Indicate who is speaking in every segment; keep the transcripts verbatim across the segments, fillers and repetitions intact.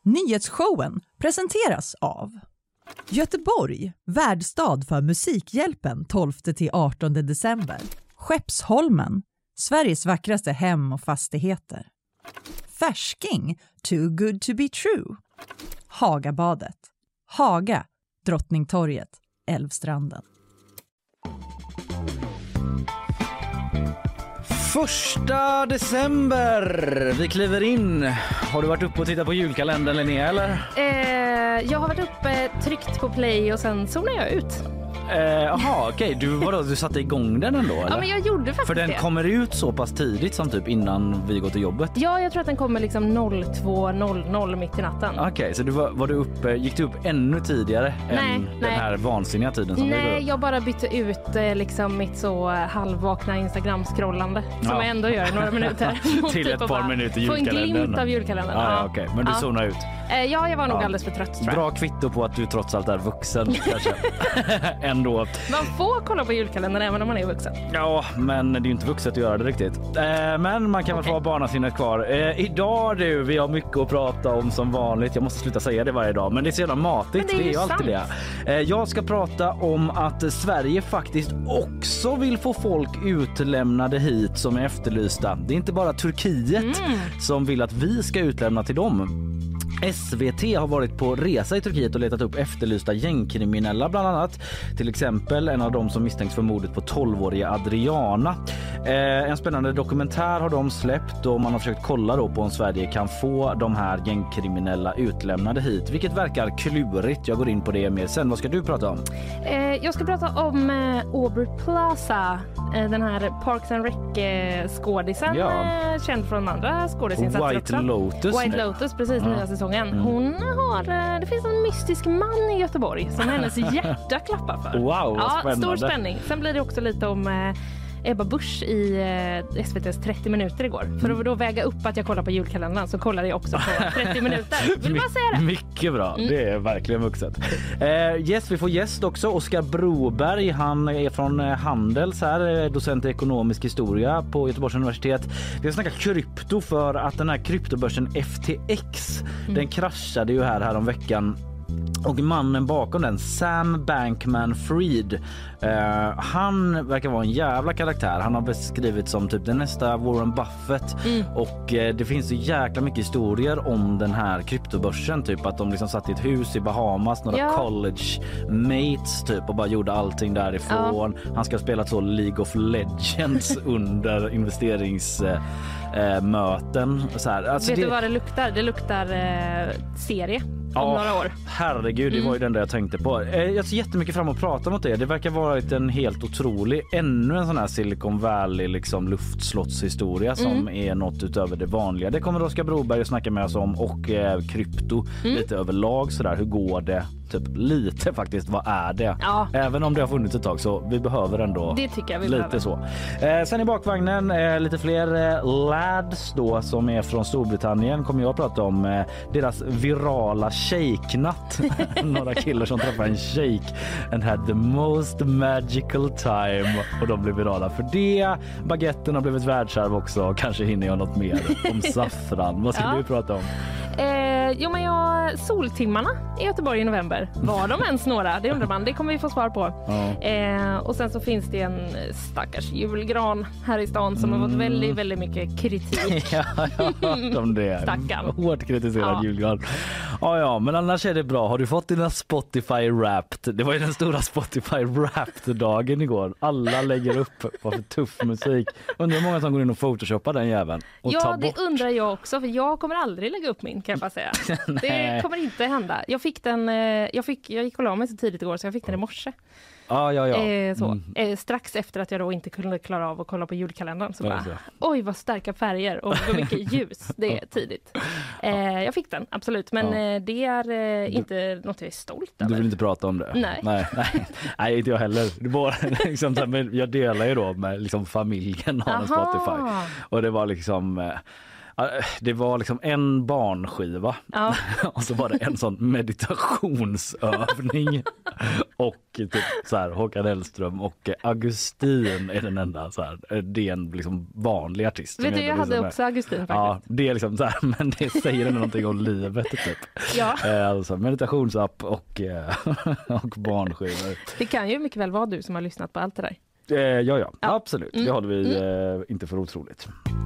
Speaker 1: Nyhetsshowen presenteras av Göteborg, värdstad för Musikhjälpen tolfte till artonde december. Skeppsholmen, Sveriges vackraste hem och fastigheter. Färsking, too good to be true. Hagabadet, Haga, Drottningtorget, Älvstranden.
Speaker 2: Första december, vi kliver in. Har du varit uppe och tittat på julkalendern, Linnea, eller?
Speaker 3: Eh, jag har varit uppe, tryckt på play och sen zonar jag ut.
Speaker 2: Jaha, eh, okej. Okay. Du, vadå, du satte igång den ändå, eller?
Speaker 3: Ja, men jag gjorde faktiskt
Speaker 2: För den
Speaker 3: det.
Speaker 2: kommer ut så pass tidigt som typ innan vi går till jobbet?
Speaker 3: Ja, jag tror att den kommer liksom noll två noll noll mitt i natten.
Speaker 2: Okej, okay, så du var, var du uppe, gick du upp ännu tidigare nej, än nej. den här vansinniga tiden som
Speaker 3: Nej,
Speaker 2: vi går?
Speaker 3: jag bara bytte ut liksom mitt så halvvakna Instagram-scrollande som
Speaker 2: ja.
Speaker 3: jag ändå gör i några minuter.
Speaker 2: Till
Speaker 3: typ
Speaker 2: ett par minuter julkalendern.
Speaker 3: Få en glimt av julkalendern.
Speaker 2: Ah, ja, okej. Okay. Men du ja. zonar ut?
Speaker 3: Eh, ja, jag var nog
Speaker 2: ja.
Speaker 3: alldeles för trött, tror jag.
Speaker 2: Bra kvitto på att du trots allt är vuxen, kanske. Ändå.
Speaker 3: Man får kolla på julkalendern även om man är vuxen.
Speaker 2: Ja, men det är ju inte vuxet att göra det riktigt. Eh, men man kan okay. väl få ha barnasinnet kvar. Eh, idag du, vi har mycket att prata om som vanligt. Jag måste sluta säga det varje dag, men det är så jävla matigt.
Speaker 3: Det är,
Speaker 2: det är ju
Speaker 3: sant.
Speaker 2: alltid det. Eh, jag ska prata om att Sverige faktiskt också vill få folk utlämnade hit som är efterlysta. Det är inte bara Turkiet mm. som vill att vi ska utlämna till dem. S V T har varit på resa i Turkiet och letat upp efterlysta gängkriminella bland annat. Till exempel en av dem som misstänks för mordet på tolvåriga Adriana. Eh, en spännande dokumentär har de släppt och man har försökt kolla då på om Sverige kan få de här gängkriminella utlämnade hit. Vilket verkar klurigt. Jag går in på det mer sen. Vad ska du prata om?
Speaker 3: Eh, jag ska prata om eh, Aubrey Plaza. Eh, den här Parks and Rec-skådisen.
Speaker 2: Ja.
Speaker 3: Eh, känd från andra skådisinsatser
Speaker 2: White
Speaker 3: också.
Speaker 2: Lotus.
Speaker 3: White Lotus, precis,
Speaker 2: ja.
Speaker 3: nya säsongen.
Speaker 2: Mm.
Speaker 3: Hon har, det finns en mystisk man i Göteborg som hennes hjärta klappar för.
Speaker 2: Wow, vad
Speaker 3: ja,
Speaker 2: spännande.
Speaker 3: Stor spänning. Sen blir det också lite om eh, Ebba Busch i eh, S V T:s trettio minuter igår. Mm. För att då väga upp att jag kollar på julkalendern så kollar jag också på trettio minuter. Vill bara säga det?
Speaker 2: Mycket bra. Mm. Det är verkligen vuxet. Eh, yes, vi får gäst också. Oskar Broberg, han är från eh, Handels här, docent i ekonomisk historia på Göteborgs universitet. Vi har snackat krypto för att den här kryptobörsen F T X, mm. den kraschade ju här, här om veckan. Och mannen bakom den, Sam Bankman-Fried, uh, han verkar vara en jävla karaktär. Han har beskrivits som typ den nästa Warren Buffett. Mm. Och uh, det finns ju jäkla mycket historier om den här kryptobörsen. Typ att de liksom satt i ett hus i Bahamas, några ja. college mates typ, och bara gjorde allting därifrån. Ja. Han ska ha spelat så League of Legends under investerings... Uh, Uh, möten så här. Alltså
Speaker 3: vet
Speaker 2: det...
Speaker 3: du vad det luktar? Det luktar uh, serie om ja, några år.
Speaker 2: Herregud, det mm. var ju den där jag tänkte på. Uh, jag ser jättemycket fram att prata mot det. Det verkar vara en helt otrolig, ännu en sån här Silicon Valley liksom luftslottshistoria som mm. är något utöver det vanliga. Det kommer Oskar Broberg att snacka med oss om, och uh, krypto mm. lite överlag sådär. Hur går det? Typ lite faktiskt, vad är det? Ja. Även om det har funnits ett tag så vi behöver ändå
Speaker 3: det tycker jag vi
Speaker 2: lite
Speaker 3: behöver.
Speaker 2: Så. Eh, sen i bakvagnen eh, lite fler eh, lads då som är från Storbritannien kommer jag att prata om eh, deras virala shake-natt. Några killar som träffar en shake and had the most magical time och de blev virala för det. Baguetten har blivit världsarv också. Kanske hinner jag något mer om saffran. Vad ska ja. du prata om?
Speaker 3: Eh, jo men jag, soltimmarna i Göteborg i november, var de ens några? Det undrar man, det kommer vi få svar på. Ja. Eh, och sen så finns det en stackars julgran här i stan som mm. har fått väldigt, väldigt mycket kritik.
Speaker 2: ja, ja, de det.
Speaker 3: Stackarn.
Speaker 2: Hårt kritiserad
Speaker 3: ja.
Speaker 2: julgran. Ja, ja, men annars är det bra. Har du fått dina Spotify Wrapped? Det var ju den stora Spotify Wrapped-dagen igår. Alla lägger upp vad för tuff musik. Undrar hur många som går in och photoshoppar den jäveln. Och
Speaker 3: ja, det
Speaker 2: bort.
Speaker 3: undrar jag också. För jag kommer aldrig lägga upp min, kan jag bara säga. Det kommer inte hända. Jag fick den, jag, fick, jag gick och la mig så tidigt igår så jag fick den i morse.
Speaker 2: Ah, ja, ja.
Speaker 3: Eh, så.
Speaker 2: Mm.
Speaker 3: Eh, strax efter att jag då inte kunde klara av att kolla på julkalendern så bara, oj vad starka färger och vad mycket ljus, det är tidigt. Eh, jag fick den, absolut, men ja. eh, det är eh, inte något jag är stolt över.
Speaker 2: Du vill inte prata om det?
Speaker 3: Nej.
Speaker 2: Nej, nej. nej inte jag heller. Det var, liksom, jag delar ju då med liksom, familjen har en Spotify och det var liksom... Eh, Det var liksom en barnskiva
Speaker 3: Ja.
Speaker 2: och så var det en sån meditationsövning och typ så här Håkan Hellström och Augustin är den enda så här, det är en liksom vanlig artist.
Speaker 3: Vet du, jag hade
Speaker 2: liksom
Speaker 3: också Augustin faktiskt.
Speaker 2: Ja, det är liksom så här, men det säger ändå någonting om livet typ.
Speaker 3: Ja.
Speaker 2: Alltså meditationsapp och, och barnskivor.
Speaker 3: Det kan ju mycket väl vara du som har lyssnat på allt det där.
Speaker 2: Eh, ja, ja,
Speaker 3: Ja.
Speaker 2: absolut.
Speaker 3: Mm.
Speaker 2: Det håller vi
Speaker 3: Mm.
Speaker 2: eh, inte för otroligt.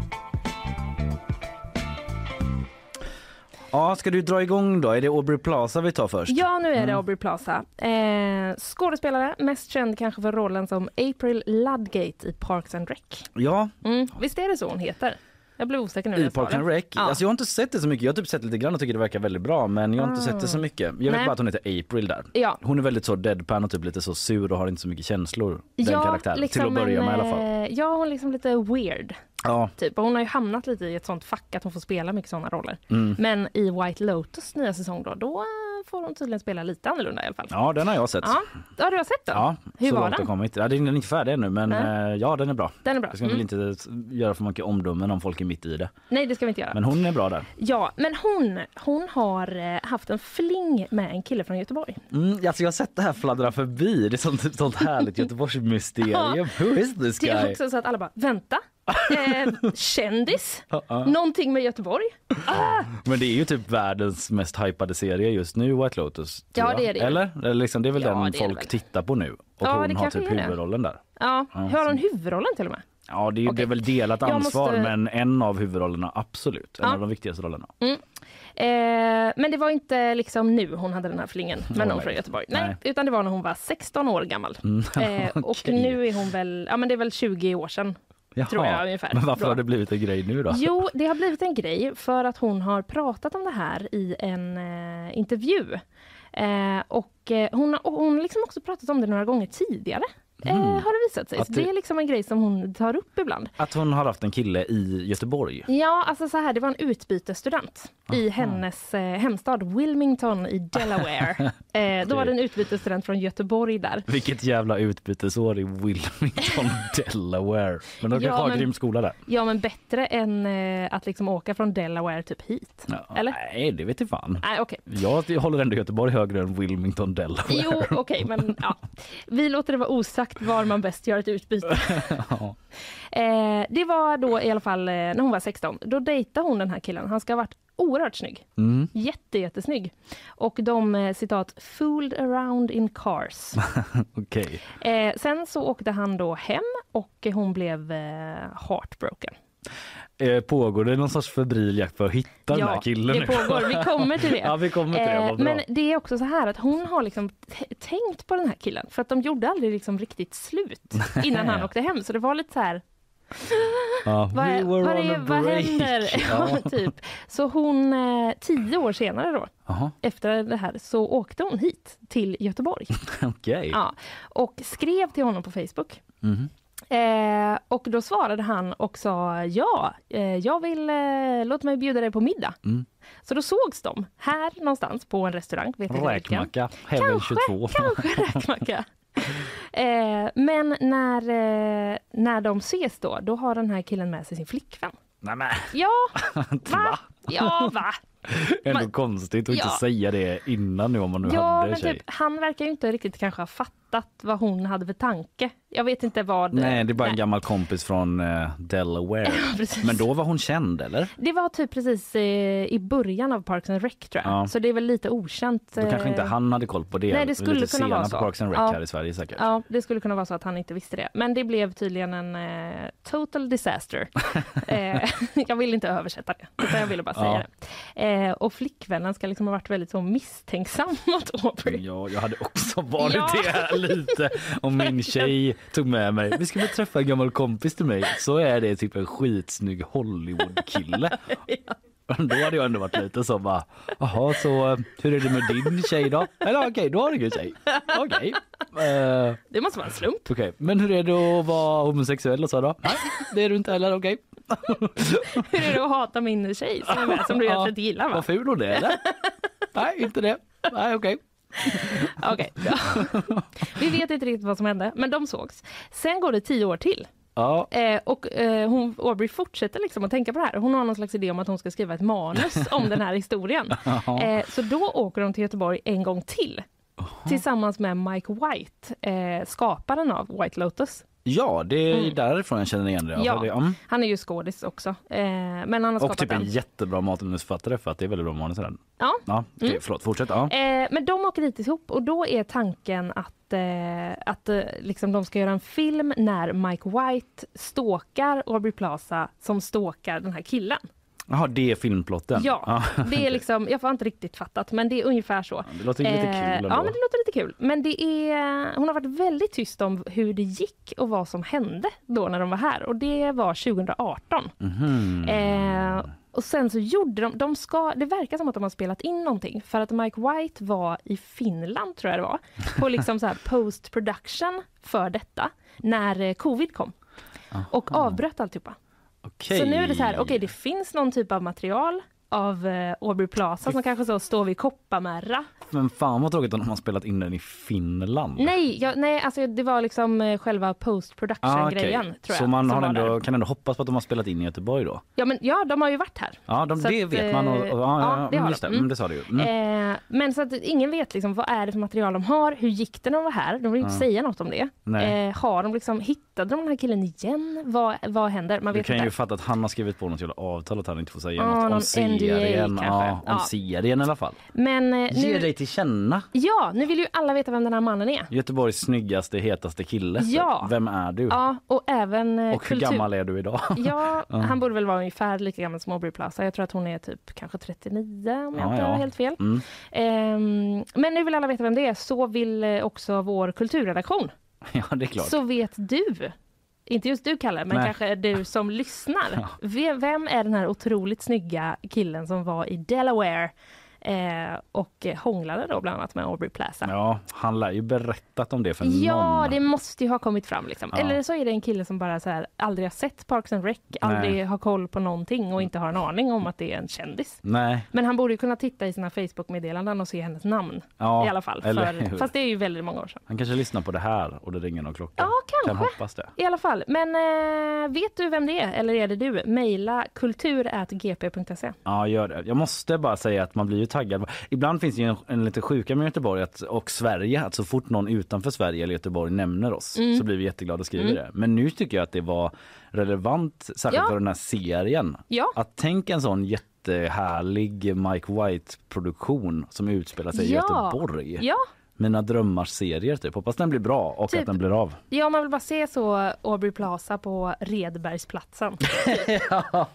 Speaker 2: Ja, ska du dra igång då? Är det Aubrey Plaza vi tar först?
Speaker 3: Ja, nu är det
Speaker 2: Mm.
Speaker 3: Aubrey Plaza. Eh, skådespelare, mest känd kanske för rollen som April Ludgate i Parks and Rec.
Speaker 2: Ja,
Speaker 3: Mm. Visst är det så hon heter? Jag blev osäker nu när
Speaker 2: i
Speaker 3: jag sa
Speaker 2: Parks and
Speaker 3: det.
Speaker 2: Rec.
Speaker 3: Ja.
Speaker 2: Alltså jag har inte sett det så mycket. Jag har typ sett lite grann och tycker det verkar väldigt bra, men jag har inte
Speaker 3: Ah.
Speaker 2: sett det så mycket. Jag vet
Speaker 3: Nej.
Speaker 2: bara att hon heter April där.
Speaker 3: Ja.
Speaker 2: Hon är väldigt så deadpan och typ lite så sur och har inte så mycket känslor. Den
Speaker 3: Ja,
Speaker 2: karaktären,
Speaker 3: liksom
Speaker 2: till att börja
Speaker 3: en,
Speaker 2: med i alla fall.
Speaker 3: eh, Ja, hon är liksom lite weird.
Speaker 2: Ja.
Speaker 3: Typ. Och hon har ju hamnat lite i ett sånt fack att hon får spela mycket sådana roller.
Speaker 2: Mm.
Speaker 3: Men i White Lotus nya säsong då, då eh, får hon tydligen spela lite annorlunda i alla fall.
Speaker 2: Ja, den har jag sett.
Speaker 3: Ja, ja du har sett den?
Speaker 2: Ja,
Speaker 3: Hur
Speaker 2: så
Speaker 3: var
Speaker 2: långt
Speaker 3: den?
Speaker 2: har kommit. Ja, den är inte färdig ännu, men
Speaker 3: Nej.
Speaker 2: eh, ja, den är bra.
Speaker 3: Den är bra.
Speaker 2: Jag ska väl
Speaker 3: Mm.
Speaker 2: inte göra för mycket omdömen om folk är mitt i det.
Speaker 3: Nej, det ska vi inte göra.
Speaker 2: Men hon är bra där.
Speaker 3: Ja, men hon, hon har eh, haft en fling med en kille från Göteborg.
Speaker 2: Mm, alltså jag har sett det här fladdra förbi. Det är sånt, sånt härligt Göteborgsmysterium. Who is this
Speaker 3: Det är
Speaker 2: guy?
Speaker 3: också så att alla bara, vänta, eh, kändis,
Speaker 2: Ja.
Speaker 3: någonting med Göteborg. Ah!
Speaker 2: Men det är ju typ världens mest hypade serie just nu, White Lotus. tror
Speaker 3: Ja,
Speaker 2: jag.
Speaker 3: det är det ju.
Speaker 2: Eller? Eller liksom, det är väl
Speaker 3: Ja,
Speaker 2: den
Speaker 3: det är det
Speaker 2: folk
Speaker 3: väl.
Speaker 2: tittar på nu. Och
Speaker 3: Ja, det
Speaker 2: hon har
Speaker 3: kanske
Speaker 2: typ
Speaker 3: är det.
Speaker 2: huvudrollen där.
Speaker 3: Ja,
Speaker 2: Ja,
Speaker 3: hur har hon
Speaker 2: så-
Speaker 3: huvudrollen till och med?
Speaker 2: Ja, det är, ju,
Speaker 3: Okej.
Speaker 2: det är väl delat
Speaker 3: Jag
Speaker 2: ansvar,
Speaker 3: måste-
Speaker 2: men en av huvudrollerna absolut. En
Speaker 3: Ja.
Speaker 2: av de viktigaste rollerna.
Speaker 3: Mm. Eh, men det var inte liksom nu hon hade den här flingen med
Speaker 2: Åh,
Speaker 3: någon
Speaker 2: nej.
Speaker 3: från Göteborg. Nej,
Speaker 2: Nej.
Speaker 3: utan det var när hon var sexton år gammal.
Speaker 2: Mm.
Speaker 3: Eh, och
Speaker 2: Okej.
Speaker 3: nu är hon väl, ja men det är väl tjugo år sedan.
Speaker 2: Jaha.
Speaker 3: tror jag ungefär.
Speaker 2: Men varför
Speaker 3: Då.
Speaker 2: har det blivit en grej nu då?
Speaker 3: Jo, det har blivit en grej för att hon har pratat om det här i en eh, intervju. Eh, och eh, hon, och hon har liksom också pratat om det några gånger tidigare. Eh, har det visat sig.
Speaker 2: Att
Speaker 3: Så
Speaker 2: det-
Speaker 3: det är liksom en grej som hon tar upp ibland.
Speaker 2: Att hon har haft en kille i Göteborg?
Speaker 3: Ja, alltså så här, det var en utbytesstudent i hennes eh, hemstad Wilmington i Delaware. Eh, då var det en utbytesstudent från Göteborg där.
Speaker 2: Vilket jävla utbytesår i Wilmington, Delaware. Men de
Speaker 3: Ja,
Speaker 2: kanske har
Speaker 3: men-
Speaker 2: grym skola där.
Speaker 3: Ja, men bättre än eh, att liksom åka från Delaware typ hit.
Speaker 2: Ja,
Speaker 3: Eller?
Speaker 2: Nej, det vet jag fan.
Speaker 3: Nej, okej.
Speaker 2: Jag håller ändå Göteborg högre än Wilmington, Delaware.
Speaker 3: Jo, okej, men ja. Vi låter det vara osagt var man bäst gör ett utbyte.
Speaker 2: Ja.
Speaker 3: Eh, det var då i alla fall eh, när hon var sexton. Då dejtade hon den här killen. Han ska ha varit oerhört snygg.
Speaker 2: Mm.
Speaker 3: Jätte, jättesnygg. Och de, eh, citat, fooled around in cars.
Speaker 2: Okej.
Speaker 3: Eh, sen så åkte han då hem och hon blev eh, heartbroken.
Speaker 2: Eh, pågår det någon sorts febril jakt för att hitta den här killen
Speaker 3: det
Speaker 2: nu?
Speaker 3: pågår. Vi kommer till det.
Speaker 2: Ja, vi kommer till det.
Speaker 3: Eh,
Speaker 2: Vad bra.
Speaker 3: men det är också så här att hon har liksom t- tänkt på den här killen för att de gjorde aldrig liksom riktigt slut innan han åkte hem. Så det var lite så här,
Speaker 2: Ja,
Speaker 3: vad,
Speaker 2: we were
Speaker 3: vad,
Speaker 2: on
Speaker 3: är,
Speaker 2: a
Speaker 3: vad
Speaker 2: break.
Speaker 3: händer?
Speaker 2: Ja.
Speaker 3: Ja, typ. Så hon, eh, tio år senare då,
Speaker 2: Jaha,
Speaker 3: efter det här, så åkte hon hit till Göteborg.
Speaker 2: okej.
Speaker 3: Ja, och skrev till honom på Facebook.
Speaker 2: Mhm.
Speaker 3: Eh, och då svarade han och sa ja, eh, jag vill, eh, låt mig bjuda dig på middag.
Speaker 2: Mm.
Speaker 3: Så då sågs de här någonstans på en restaurang. Vet inte vilken.
Speaker 2: Räkmacka, Heaven
Speaker 3: Kanske,
Speaker 2: tjugotvå.
Speaker 3: Kanske räkmacka. Eh, men när, eh, när de ses då, då har den här killen med sig sin flickvän.
Speaker 2: Nej, men
Speaker 3: Ja,
Speaker 2: va?
Speaker 3: ja va?
Speaker 2: Ändå
Speaker 3: Man-
Speaker 2: konstigt att
Speaker 3: Ja.
Speaker 2: inte säga det innan nu om man nu
Speaker 3: Ja,
Speaker 2: hade
Speaker 3: men
Speaker 2: tjej.
Speaker 3: typ, han verkar ju inte riktigt kanske ha fattat vad hon hade för tanke. Jag vet inte vad...
Speaker 2: Nej, det är bara en
Speaker 3: nej.
Speaker 2: gammal kompis från eh, Delaware.
Speaker 3: Precis.
Speaker 2: Men då var hon känd, eller?
Speaker 3: Det var typ precis eh, i början av Parks and Rec, tror jag.
Speaker 2: Ja.
Speaker 3: Så det är väl lite okänt.
Speaker 2: Då kanske
Speaker 3: eh,
Speaker 2: inte han hade koll på det.
Speaker 3: Nej, det
Speaker 2: var
Speaker 3: skulle
Speaker 2: lite
Speaker 3: kunna
Speaker 2: senare
Speaker 3: vara så.
Speaker 2: på Parks and Rec
Speaker 3: Ja.
Speaker 2: här i Sverige säkert.
Speaker 3: Ja, det skulle kunna vara så att han inte visste det. Men det blev tydligen en eh, total disaster. eh, jag vill inte översätta det, utan jag ville bara säga
Speaker 2: Ja.
Speaker 3: det. Eh, och flickvännen ska liksom ha varit väldigt så misstänksam mot Aubrey.
Speaker 2: Ja, jag hade också varit
Speaker 3: Ja.
Speaker 2: det här lite om min tjej tog med mig. Vi ska väl träffa en gammal kompis till mig. Så är det typ en skitsnygg Hollywood-kille. Då hade jag ändå varit lite så bara, jaha, så hur är det med din tjej då? Eller okej, okay, då har du ingen tjej. Okej. Okay. Uh,
Speaker 3: Det måste vara en slump.
Speaker 2: okay. Men hur är det att vara homosexuell och så då? Nej, det är du inte heller, okej. Okay.
Speaker 3: Hur är det att hata min tjej som är med, som du egentligen inte gillar, va?
Speaker 2: Vad ful hon är, eller? Nej, inte det. Nej, okej. Okay.
Speaker 3: Okej. Ja. Vi vet inte riktigt vad som hände, men de sågs. Sen går det tio år till.
Speaker 2: Ja.
Speaker 3: Eh, och eh, hon, Aubrey fortsätter liksom att tänka på det här. Hon har någon slags idé om att hon ska skriva ett manus om den här historien. Eh, så då åker de till Göteborg en gång till. Uh-huh. Tillsammans med Mike White, eh, skaparen av White Lotus.
Speaker 2: Ja, det är mm. därifrån jag känner igen det.
Speaker 3: Ja,
Speaker 2: det, um.
Speaker 3: han är ju skådis också. Eh, men han har skapat
Speaker 2: och typ en
Speaker 3: den.
Speaker 2: jättebra manusförfattare för att det är väldigt bra manus.
Speaker 3: Ja.
Speaker 2: ja okay, mm. Förlåt, fortsätt. Ja.
Speaker 3: Eh, men de åker dit ihop och då är tanken att, eh, att eh, liksom de ska göra en film när Mike White stalkar Aubrey Plaza som stalkar den här killen.
Speaker 2: Jaha, det är filmplotten.
Speaker 3: Ja, det är liksom, jag har inte riktigt fattat, men det är ungefär så.
Speaker 2: Ja, det låter lite kul ändå.
Speaker 3: Ja, men det låter lite kul. Men det är, hon har varit väldigt tyst om hur det gick och vad som hände då när de var här. Och det var tjugo arton. Mm-hmm. Eh, och sen så gjorde de, de ska, det verkar som att de har spelat in någonting. För att Mike White var i Finland, tror jag det var. På liksom så här post-production för detta. När covid kom. Och avbröt alltihopa.
Speaker 2: Okay.
Speaker 3: Så nu är det så här, okej okay, det finns någon typ av material av eh, Aubrey Plaza som kanske så står vid Kopparmärra.
Speaker 2: Men fan vad tråkigt om de har spelat in den i Finland.
Speaker 3: Nej, jag, nej alltså det var liksom eh, själva post-production-grejen, ah, okay. tror jag.
Speaker 2: Så man har ändå, kan ändå hoppas på att de har spelat in i Göteborg då?
Speaker 3: Ja, men ja, de har ju varit här.
Speaker 2: Ja, de, det
Speaker 3: att,
Speaker 2: vet man. Och, och, ja,
Speaker 3: ja, det har
Speaker 2: just det,
Speaker 3: de. Mm.
Speaker 2: det sa du ju. Mm.
Speaker 3: Eh, men så att ingen vet liksom, vad är det för material de har? Hur gick det när de var här? De vill inte ja. säga något om det. Eh, har de liksom, hittade de den här killen igen? Vad, vad händer? Man
Speaker 2: du
Speaker 3: vet
Speaker 2: kan
Speaker 3: inte.
Speaker 2: ju fatta att han har skrivit på något jävla avtal att han inte får säga
Speaker 3: ah,
Speaker 2: något om serien. Ja, om ja. serien i alla fall.
Speaker 3: Men, eh,
Speaker 2: Ge
Speaker 3: nu...
Speaker 2: dig till känna.
Speaker 3: Ja, nu vill ju alla veta vem den här mannen är.
Speaker 2: Göteborgs snyggaste, hetaste kille.
Speaker 3: Ja.
Speaker 2: Vem är du?
Speaker 3: Ja, och även
Speaker 2: Och hur
Speaker 3: kultur...
Speaker 2: gammal är du idag?
Speaker 3: Ja, ja, han borde väl vara ungefär lika gammal som Aubrey Plaza. Jag tror att hon är typ kanske trettionio om jag
Speaker 2: ja,
Speaker 3: inte har
Speaker 2: ja.
Speaker 3: helt fel.
Speaker 2: Mm.
Speaker 3: Um, men nu vill alla veta vem det är. Så vill också vår kulturredaktion.
Speaker 2: Ja, det är klart.
Speaker 3: Så vet du. Inte just du, Kalle, men Nej. kanske du som lyssnar. Ja. Vem är den här otroligt snygga killen som var i Delaware eh, och hånglade då bland annat med Aubrey Plaza?
Speaker 2: Ja, han lär ju berättat om det för
Speaker 3: ja,
Speaker 2: någon.
Speaker 3: det måste ju ha kommit fram liksom.
Speaker 2: Ja.
Speaker 3: Eller så är det en kille som bara så här, aldrig har sett Parks and Rec, aldrig Nej. har koll på någonting och inte har en aning om att det är en kändis.
Speaker 2: Nej.
Speaker 3: Men han borde ju kunna titta i sina Facebook-meddelanden och se hennes namn ja, i alla fall. För, fast det är ju väldigt många år sedan.
Speaker 2: Han kanske lyssnar på det här och det ringer någon klocka.
Speaker 3: Ja, kanske.
Speaker 2: Kan hoppas det.
Speaker 3: I alla fall. Men äh, vet du vem det är? Eller är det du? Maila kultur at g p punkt se.
Speaker 2: Ja, gör det. Jag måste bara säga att man blir ju taggad. Ibland finns det ju en, en lite sjuka med Göteborg att, och Sverige. Att så fort någon utanför Sverige eller Göteborg nämner oss mm. så blir vi jätteglada och skriver mm. det. Men nu tycker jag att det var relevant, särskilt ja. för den här serien. Ja. Att tänka en sån jättehärlig Mike White-produktion som utspelar sig ja. i Göteborg. Ja. Mina drömmars serier typ. Hoppas den blir bra och typ, att den blir av.
Speaker 3: Ja, man vill bara se så Aubrey Plaza på Redbergsplatsen.
Speaker 2: ja.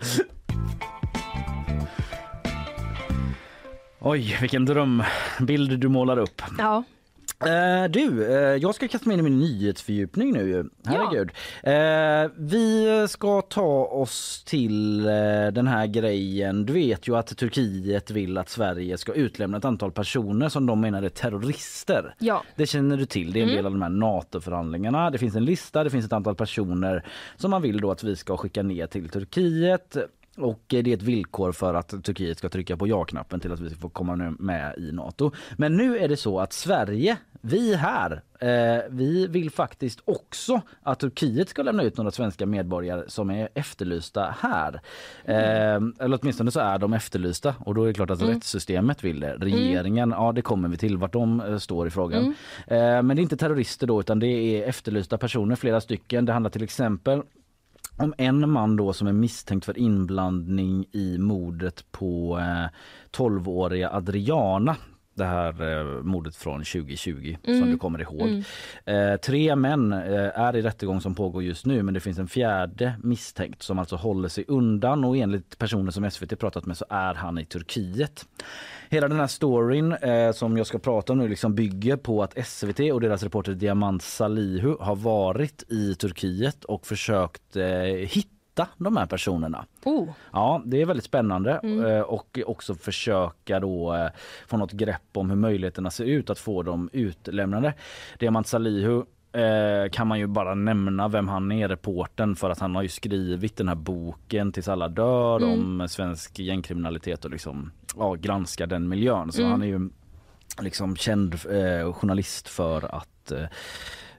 Speaker 2: Oj, vilken drömbild du målar upp. Ja. Uh, du, uh, jag ska kasta mig in i min nyhetsfördjupning nu. Herregud. Ja. Uh, vi ska ta oss till uh, den här grejen. Du vet ju att Turkiet vill att Sverige ska utlämna ett antal personer som de menar är terrorister. Ja. Det känner du till. Det är en mm. del av de här NATO-förhandlingarna. Det finns en lista, det finns ett antal personer som man vill då att vi ska skicka ner till Turkiet. Och det är ett villkor för att Turkiet ska trycka på ja-knappen till att vi ska få komma med i NATO. Men nu är det så att Sverige, vi här, eh, vi vill faktiskt också att Turkiet ska lämna ut några svenska medborgare som är efterlysta här. Mm. Eh, eller åtminstone så är de efterlysta och då är det klart att mm. rättssystemet vill det. Regeringen, mm. ja det kommer vi till vart de eh, står i frågan. Mm. Eh, men det är inte terrorister då utan det är efterlysta personer, flera stycken. Det handlar till exempel om en man då som är misstänkt för inblandning i mordet på eh, tolvåriga Adriana. Det här eh, mordet från tjugo tjugo mm. som du kommer ihåg. Mm. Eh, tre män eh, är i rättegång som pågår just nu men det finns en fjärde misstänkt som alltså håller sig undan och enligt personer som S V T pratat med så är han i Turkiet. Hela den här storyn eh, som jag ska prata om nu liksom bygger på att S V T och deras reporter Diamant Salihu har varit i Turkiet och försökt eh, hitta de här personerna. Oh. Ja, det är väldigt spännande mm. eh, och också försöka då eh, få något grepp om hur möjligheterna ser ut att få dem utlämnade. Diamant Salihu Eh, kan man ju bara nämna vem han är, reporten, för att han har ju skrivit den här boken Tills alla dör mm. om svensk gängkriminalitet och liksom ja, granskar den miljön. Så mm. han är ju liksom känd eh, journalist för att eh,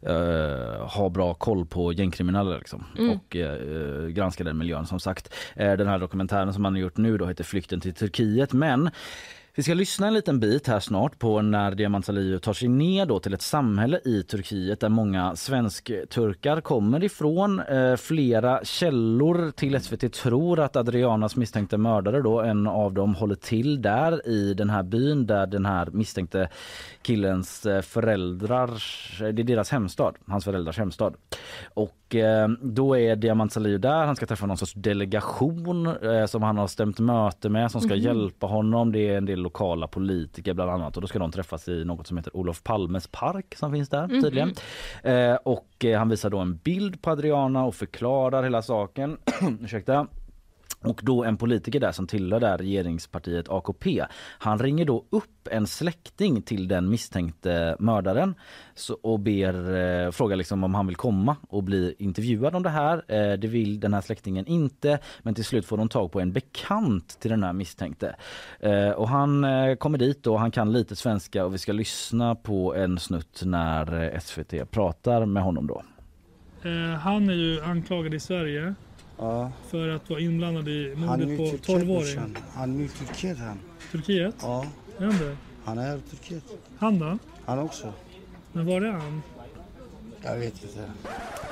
Speaker 2: uh, ha bra koll på gängkriminella liksom,
Speaker 3: Mm.
Speaker 2: och uh, granska den miljön som sagt. Uh, den här dokumentären som man har gjort nu då heter Flykten till Turkiet, men vi ska lyssna en liten bit här snart på när Diamant Salihu tar sig ner då till ett samhälle i Turkiet där många svensk-turkar kommer ifrån. Eh, flera källor till S V T tror att Adrianas misstänkte mördare då, en av dem, håller till där i den här byn där den här misstänkte killens föräldrar, det är deras hemstad, hans föräldrars hemstad. Och eh, då är Diamant Salihu där, han ska träffa någon sorts delegation eh, som han har stämt möte med som ska mm. hjälpa honom. Det är en del lokala politiker bland annat och då ska de träffas i något som heter Olof Palmes park som finns där mm. tydligen. Eh, och eh, han visar då en bild på Adriana och förklarar hela saken. Ursäkta. Och då en politiker där som tillhör där regeringspartiet A K P, han ringer då upp en släkting till den misstänkte mördaren så, och ber, eh, frågar liksom om han vill komma och bli intervjuad om det här. Eh, det vill den här släktingen inte, men till slut får de tag på en bekant till den här misstänkte. Eh, och han eh, kommer dit och han kan lite svenska och vi ska lyssna på en snutt när eh, S V T pratar med honom då.
Speaker 4: Eh, han är ju anklagad i Sverige.
Speaker 5: Ja.
Speaker 4: För att vara inblandad i mordet på tolv-åring.
Speaker 5: Han är i Turkiet han.
Speaker 4: Turkiet?
Speaker 5: Ja.
Speaker 4: Är han det?
Speaker 5: Han är i Turkiet.
Speaker 4: Han då?
Speaker 5: Han också.
Speaker 4: Men var är han?
Speaker 5: Jag vet inte.
Speaker 2: Mm.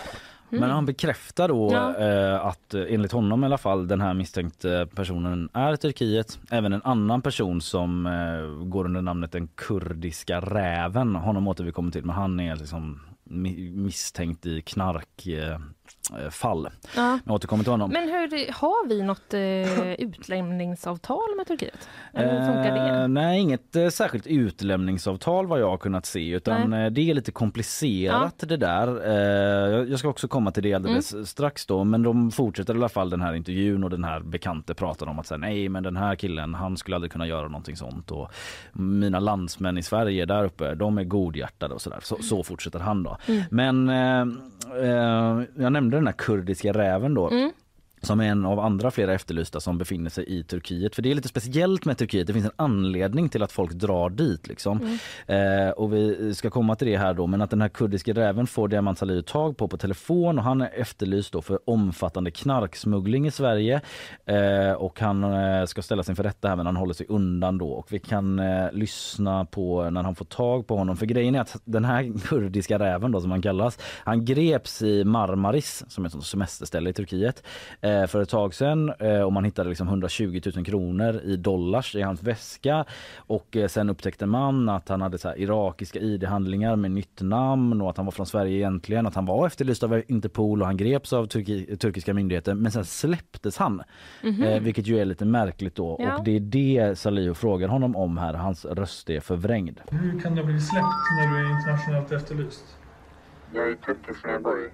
Speaker 2: Men han bekräftar då ja. eh, att enligt honom i alla fall den här misstänkte personen är i Turkiet. Även en annan person som eh, går under namnet den kurdiska räven. Honom återkommer till, men han är liksom misstänkt i knark eh, fall. Ja. Jag återkommer till honom.
Speaker 3: Men hur, har vi något eh, utlämningsavtal med Turkiet? Eller hur funkar det?
Speaker 2: Eh, nej, inget eh, särskilt utlämningsavtal vad jag har kunnat se, utan eh, det är lite komplicerat ja. det där. Eh, jag ska också komma till det alldeles mm. strax då, men de fortsätter i alla fall den här intervjun och den här bekante pratar om att säga, nej men den här killen, han skulle aldrig kunna göra någonting sånt och mina landsmän i Sverige där uppe, de är godhjärtade och sådär. Så, så fortsätter han då. Mm. Men eh, eh, jag nämnde den här kurdiska räven då. Mm. Som är en av andra flera efterlysta som befinner sig i Turkiet. För det är lite speciellt med Turkiet. Det finns en anledning till att folk drar dit liksom. Mm. Eh, och vi ska komma till det här då. Men att den här kurdiska räven får Diamant Salihu tag på på telefon. Och han är efterlyst då för omfattande knarksmuggling i Sverige. Eh, och han eh, ska ställa sig inför rätta här, men han håller sig undan då. Och vi kan eh, lyssna på när han får tag på honom. För grejen är att den här kurdiska räven då som han kallas. Han greps i Marmaris som är ett semesterställe i Turkiet. För ett tag sedan och man hittade liksom hundratjugo tusen kronor i dollars i hans väska och sen upptäckte man att han hade så här irakiska I D-handlingar med nytt namn och att han var från Sverige egentligen, att han var efterlyst av Interpol och han greps av turki- turkiska myndigheter, men sen släpptes han mm-hmm. eh, vilket ju är lite märkligt då ja. Och det är det Salihu frågar honom om här, hans röst är förvrängd.
Speaker 4: Hur kan du bli släppt när du är internationellt efterlyst?
Speaker 6: Jag är turkisk medborgare.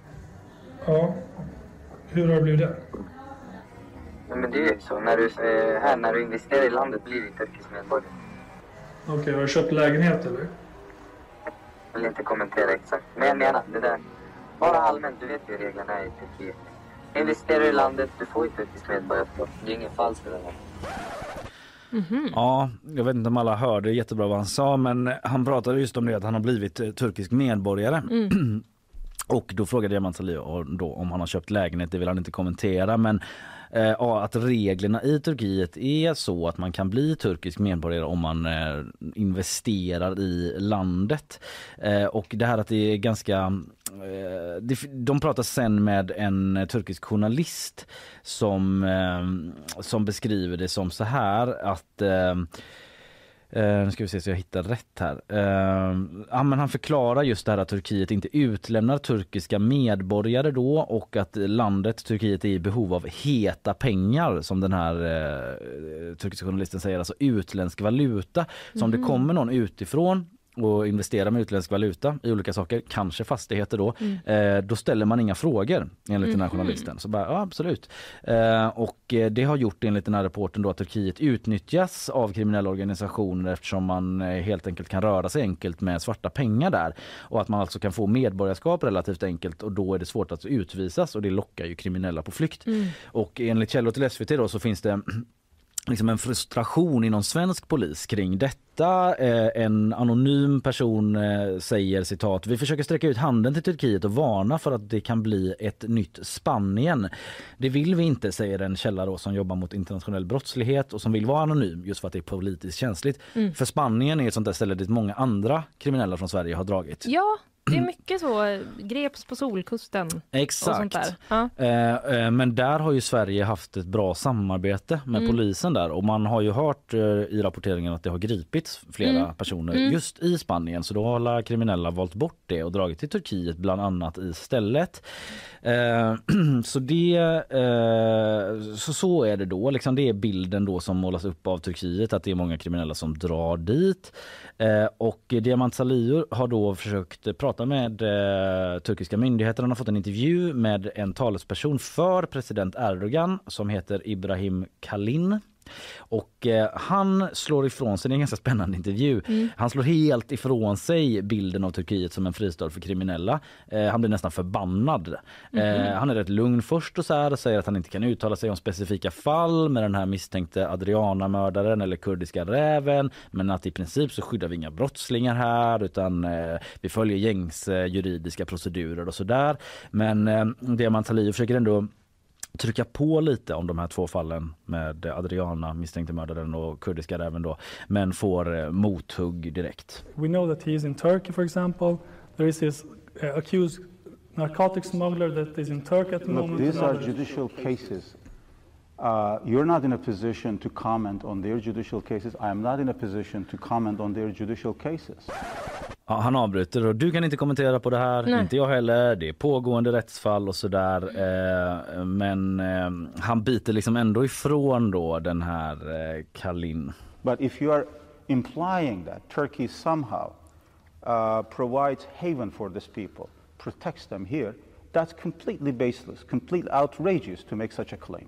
Speaker 4: Ja. Hur har det blivit det?
Speaker 6: Ja, men det är ju så. När du, här, när du investerar i landet blir du turkisk medborgare.
Speaker 4: Okej, okay, har du köpt lägenhet eller?
Speaker 6: Jag vill inte kommentera exakt. Men jag menar, det där. Bara allmänt, du vet ju hur reglerna är i Turkiet. Investerar i landet, du får ju turkisk medborgarskap. Det är ingen falsk för det här.
Speaker 2: Mm-hmm. Ja, jag vet inte om alla hörde jättebra vad han sa, men han pratade just om det att han har blivit turkisk medborgare. Mm. Och då frågade Diamant Salihu då om han har köpt lägenhet, det vill han inte kommentera, men eh, att reglerna i Turkiet är så att man kan bli turkisk medborgare om man eh, investerar i landet. Eh, och det här att det är ganska... Eh, de, de pratar sen med en turkisk journalist som, eh, som beskriver det som så här att... Eh, Uh, nu ska vi se så jag hittar rätt här. Uh, ja, men han förklarar just det här att Turkiet inte utlämnar turkiska medborgare då och att landet Turkiet är i behov av heta pengar som den här uh, turkiska journalisten säger, alltså utländsk valuta. Så om mm. det kommer någon utifrån och investera med utländsk valuta i olika saker, kanske fastigheter då, mm. eh, då ställer man inga frågor enligt mm. den här journalisten. Så bara, ja absolut. Eh, och det har gjort enligt den här rapporten då att Turkiet utnyttjas av kriminella organisationer eftersom man helt enkelt kan röra sig enkelt med svarta pengar där. Och att man alltså kan få medborgarskap relativt enkelt och då är det svårt att utvisas och det lockar ju kriminella på flykt. Mm. Och enligt källor till S V T då så finns det liksom en frustration inom svensk polis kring detta. Eh, en anonym person eh, säger citat: vi försöker sträcka ut handen till Turkiet och varna för att det kan bli ett nytt Spanien. Det vill vi inte, säger en källa då som jobbar mot internationell brottslighet och som vill vara anonym just för att det är politiskt känsligt. Mm. För Spanien är ett sånt där ställe dit många andra kriminella från Sverige har dragit.
Speaker 3: Ja. Det är mycket så, greps på solkusten.
Speaker 2: Exakt.
Speaker 3: Och sånt där. Ja.
Speaker 2: Eh, eh, men där har ju Sverige haft ett bra samarbete med mm. polisen där. Och man har ju hört eh, i rapporteringen att det har gripits flera mm. personer mm. just i Spanien. Så då har alla kriminella valt bort det och dragit till Turkiet bland annat istället. Eh, så det eh, så, så är det då. Liksom det är bilden då som målas upp av Turkiet, att det är många kriminella som drar dit. Eh, och Diamant Salihu har då försökt prata med eh, turkiska myndigheter. Han har fått en intervju med en talesperson för president Erdogan som heter Ibrahim Kalin. Och eh, han slår ifrån sig, det är en ganska spännande intervju, mm. han slår helt ifrån sig bilden av Turkiet som en fristad för kriminella. Eh, han blir nästan förbannad. Mm. Eh, han är rätt lugn först och så här och säger att han inte kan uttala sig om specifika fall med den här misstänkte Adriana-mördaren eller kurdiska räven, men att i princip så skyddar vi inga brottslingar här utan eh, vi följer gängs eh, juridiska procedurer och sådär. Men eh, det man Salihu försöker ändå trycka på lite om de här två fallen med Adriana, misstänkte mördaren, och kurdiska räven då, men får eh, mothugg direkt.
Speaker 4: We know that he is in Turkey, for example. There is this uh, accused narcotic smuggler that is in Turkey at the
Speaker 7: Look,
Speaker 4: moment.
Speaker 7: These are judicial cases. Uh, you're not in a position to comment on their judicial cases. I am not in a position to comment on their judicial cases.
Speaker 2: Ja, han avbryter och du kan inte kommentera på det här, Nej. inte jag heller, det är pågående rättsfall och sådär, eh, men eh, han biter liksom ändå ifrån då den här eh, Kalin.
Speaker 7: But if you are implying that Turkey somehow uh, provides haven for these people, protects them here, that's completely baseless, completely outrageous to make such a claim.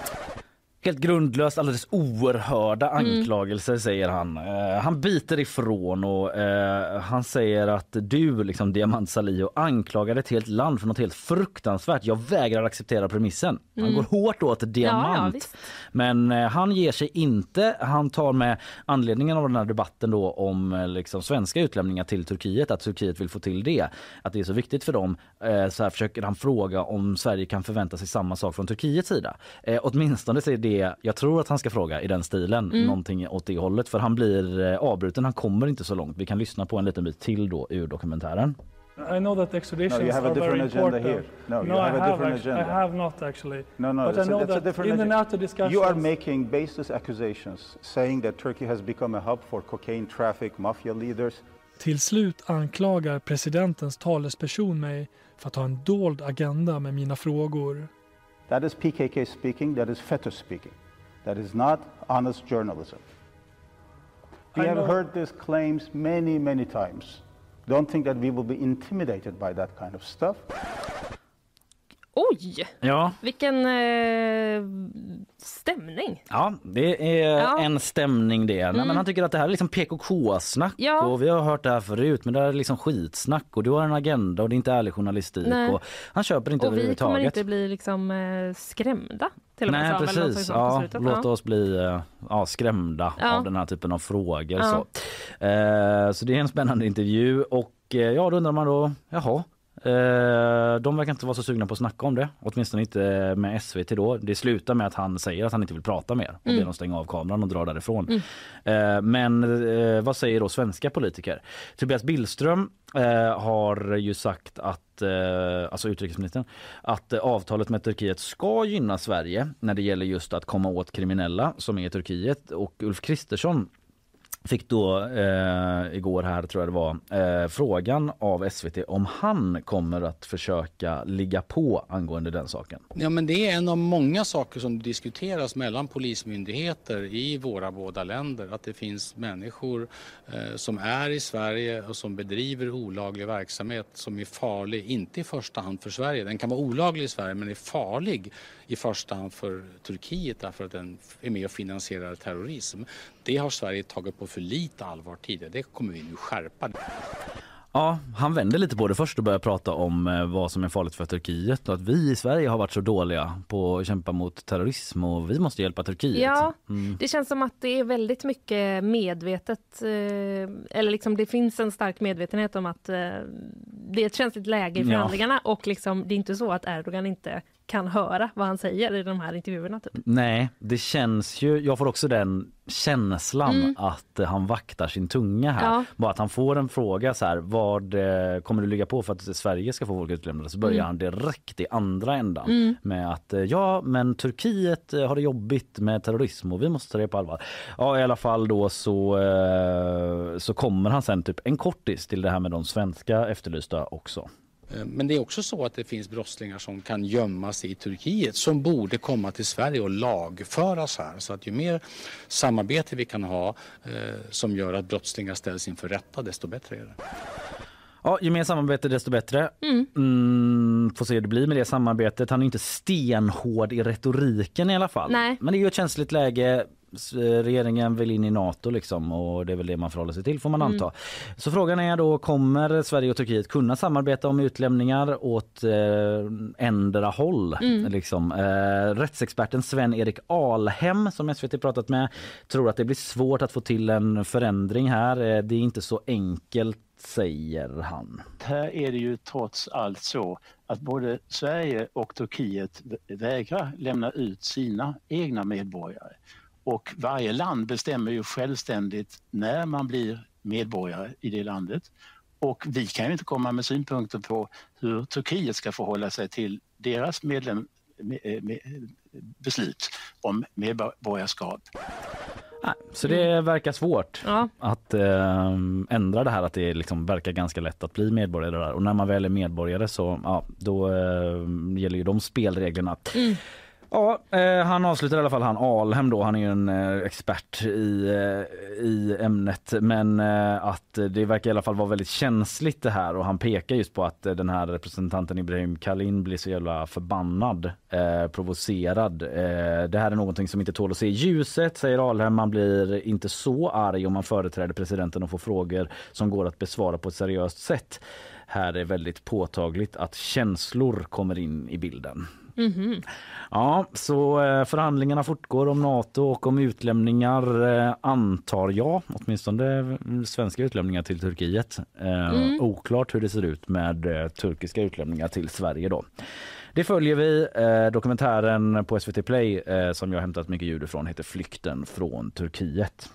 Speaker 2: Helt grundlöst, alldeles oerhörda anklagelser, mm. säger han. Eh, han biter ifrån och eh, han säger att du, liksom Diamant Salihu, anklagar ett helt land för något helt fruktansvärt. Jag vägrar acceptera premissen. Mm. Han går hårt åt Diamant. Ja, ja, men eh, han ger sig inte. Han tar med anledningen av den här debatten då om eh, liksom svenska utlämningar till Turkiet, att Turkiet vill få till det, att det är så viktigt för dem. Eh, så här försöker han fråga om Sverige kan förvänta sig samma sak från Turkiets sida. Eh, åtminstone säger det. Jag tror att han ska fråga i den stilen, mm. någonting åt det hållet, för han blir eh, avbruten, han kommer inte så långt. Vi kan lyssna på en liten bit till då ur dokumentären.
Speaker 4: I know that extraditions
Speaker 7: no, you have a
Speaker 4: are very
Speaker 7: agenda
Speaker 4: important.
Speaker 7: here. No,
Speaker 4: no
Speaker 7: you have
Speaker 4: I
Speaker 7: a
Speaker 4: have
Speaker 7: different
Speaker 4: actually,
Speaker 7: agenda.
Speaker 4: I have not actually.
Speaker 7: No, no,
Speaker 4: but I know that
Speaker 7: a
Speaker 4: in the
Speaker 7: agenda.
Speaker 4: NATO discussions,
Speaker 7: you are making baseless accusations, saying that Turkey has become a hub for cocaine traffic, mafia leaders.
Speaker 4: Till slut anklagar presidentens talesperson mig för att ha en dold agenda med mina frågor.
Speaker 7: That is P K K speaking, that is F E T U speaking. That is not honest journalism. We I have know. heard these claims many, many times. Don't think that we will be intimidated by that kind of stuff.
Speaker 3: Oj!
Speaker 2: Ja.
Speaker 3: Vilken eh, stämning.
Speaker 2: Ja, det är ja. en stämning det. Mm. Nej, men han tycker att det här är liksom P K K-snack ja. och vi har hört det här förut, men det är liksom skitsnack och du har en agenda och det är inte ärlig journalistik. Och han köper inte
Speaker 3: och
Speaker 2: överhuvudtaget.
Speaker 3: Och vi kommer inte bli liksom eh, skrämda. Till och med.
Speaker 2: Nej, precis. Ja, låt oss bli ja, skrämda ja. av den här typen av frågor. Ja. Så. Eh, så det är en spännande intervju och eh, ja, då undrar man då, jaha, eh, de verkar inte vara så sugna på att snacka om det, åtminstone inte med S V T då. Det slutar med att han säger att han inte vill prata mer och mm. ber dem stänga av kameran och dra därifrån. Mm. Eh, men eh, vad säger då svenska politiker? Tobias Billström eh, har ju sagt att alltså utrikesministern, att avtalet med Turkiet ska gynna Sverige när det gäller just att komma åt kriminella som är i Turkiet, och Ulf Kristersson fick då eh, igår här tror jag det var eh, frågan av S V T om han kommer att försöka ligga på angående den saken.
Speaker 8: Ja, men det är en av många saker som diskuteras mellan polismyndigheter i våra båda länder, att det finns människor eh, som är i Sverige och som bedriver olaglig verksamhet som är farlig, inte i första hand för Sverige. Den kan vara olaglig i Sverige men är farlig i första hand för Turkiet därför att den är med och finansierar terrorism. Det har Sverige tagit på för lite allvar tidigare. Det kommer vi nu skärpa.
Speaker 2: Ja, han vänder lite på det först och börjar prata om eh, vad som är farligt för Turkiet och att vi i Sverige har varit så dåliga på att kämpa mot terrorism och vi måste hjälpa Turkiet.
Speaker 3: Ja,
Speaker 2: mm.
Speaker 3: det känns som att det är väldigt mycket medvetet, eh, eller liksom det finns en stark medvetenhet om att eh, det är ett känsligt läge i förhandlingarna ja. och liksom, det är inte så att Erdogan inte kan höra vad han säger i de här intervjuerna. Typ.
Speaker 2: Nej, det känns ju, jag får också den känslan mm. att han vaktar sin tunga här. Ja. Bara att han får en fråga så här, vad eh, kommer du ligga på för att Sverige ska få folk utlämnade? Så börjar mm. han direkt i andra ändan mm. med att eh, ja, men Turkiet eh, har det jobbigt med terrorism och vi måste ta det på allvar. Ja, i alla fall då så, eh, så kommer han sen typ en kortis till det här med de svenska efterlysta också.
Speaker 8: Men det är också så att det finns brottslingar som kan gömmas i Turkiet som borde komma till Sverige och lagföras här. Så att ju mer samarbete vi kan ha eh, som gör att brottslingar ställs inför rätta, desto bättre är det.
Speaker 2: Ja, ju mer samarbete desto bättre. Mm. Mm, får se hur det blir med det samarbetet. Han är inte stenhård i retoriken i alla fall.
Speaker 3: Nej.
Speaker 2: Men det är ju ett känsligt läge. Regeringen vill in i NATO liksom och det är väl det man förhåller sig till får man anta. Mm. Så frågan är då, kommer Sverige och Turkiet kunna samarbeta om utlämningar åt eh, ändra håll? Mm. Liksom. Eh, rättsexperten Sven-Erik Alhem som S V T pratat med tror att det blir svårt att få till en förändring här. Eh, det är inte så enkelt, säger han.
Speaker 9: Här är det ju trots allt så att både Sverige och Turkiet vägrar lämna ut sina egna medborgare. Och varje land bestämmer ju självständigt när man blir medborgare i det landet. Och vi kan ju inte komma med synpunkter på hur Turkiet ska förhålla sig till deras medlem, med, med, beslut om medborgarskap.
Speaker 2: Nej, så det verkar svårt
Speaker 3: ja.
Speaker 2: att äh, ändra det här, att det liksom verkar ganska lätt att bli medborgare där. Och när man väl är medborgare så ja, då äh, gäller ju de spelreglerna. Mm. Ja, eh, han avslutar i alla fall, han Alhem då, han är ju en eh, expert i, eh, i ämnet, men eh, att det verkar i alla fall vara väldigt känsligt det här och han pekar just på att eh, den här representanten Ibrahim Kalin blir så jävla förbannad, eh, provocerad. Eh, det här är någonting som inte tål att se ljuset, säger Alhem. Man blir inte så arg om man företräder presidenten och får frågor som går att besvara på ett seriöst sätt. Här är väldigt påtagligt att känslor kommer in i bilden.
Speaker 3: Mm-hmm.
Speaker 2: Ja, så eh, förhandlingarna fortgår om NATO och om utlämningar eh, antar jag, åtminstone svenska utlämningar till Turkiet. Eh, mm. Oklart hur det ser ut med eh, turkiska utlämningar till Sverige då. Det följer vi. Eh, dokumentären på S V T Play eh, som jag hämtat mycket ljud ifrån heter Flykten från Turkiet.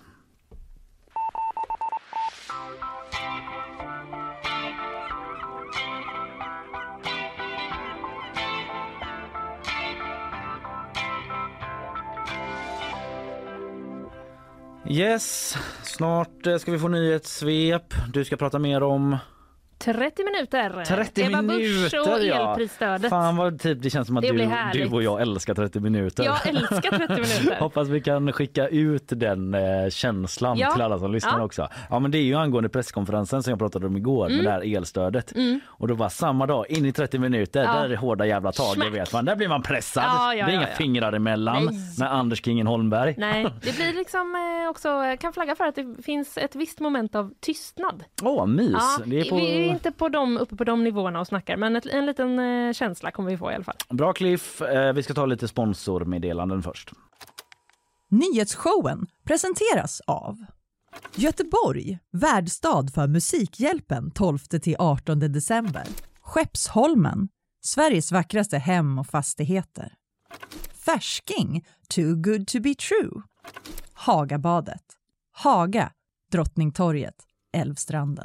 Speaker 2: Yes, snart ska vi få nyhetssvep. Du ska prata mer om
Speaker 3: trettio minuter.
Speaker 2: trettio
Speaker 3: Ebba
Speaker 2: minuter,
Speaker 3: Busch och
Speaker 2: ja.
Speaker 3: elprisstödet.
Speaker 2: Fan vad typ, det känns som att
Speaker 3: det
Speaker 2: du, du och jag älskar trettio minuter.
Speaker 3: Jag älskar trettio minuter.
Speaker 2: Hoppas vi kan skicka ut den eh, känslan ja. till alla som lyssnar ja. också. Ja, men det är ju angående presskonferensen som jag pratade om igår mm. med det här elstödet. Mm. Och då var samma dag in i trettio minuter, ja. där är det hårda jävla tag, det vet man. Där blir man pressad. Ja, ja, det är ja, inga ja. fingrar emellan med Anders Kingen Holmberg.
Speaker 3: Nej, det blir liksom eh, också, kan flagga för att det finns ett visst moment av tystnad.
Speaker 2: Åh, oh, mys.
Speaker 3: Ja,
Speaker 2: det är på...
Speaker 3: Vi är inte på de uppe på de nivåerna och snackar, men ett, en liten eh, känsla kommer vi få i alla fall.
Speaker 2: Bra Cliff, eh, vi ska ta lite sponsormeddelanden först.
Speaker 1: Nyhetsshowen presenteras av Göteborg, värdstad för Musikhjälpen tolfte till artonde december. Skeppsholmen, Sveriges vackraste hem och fastigheter. Färsking, too good to be true. Hagabadet, Haga, Drottningtorget, Älvstranden.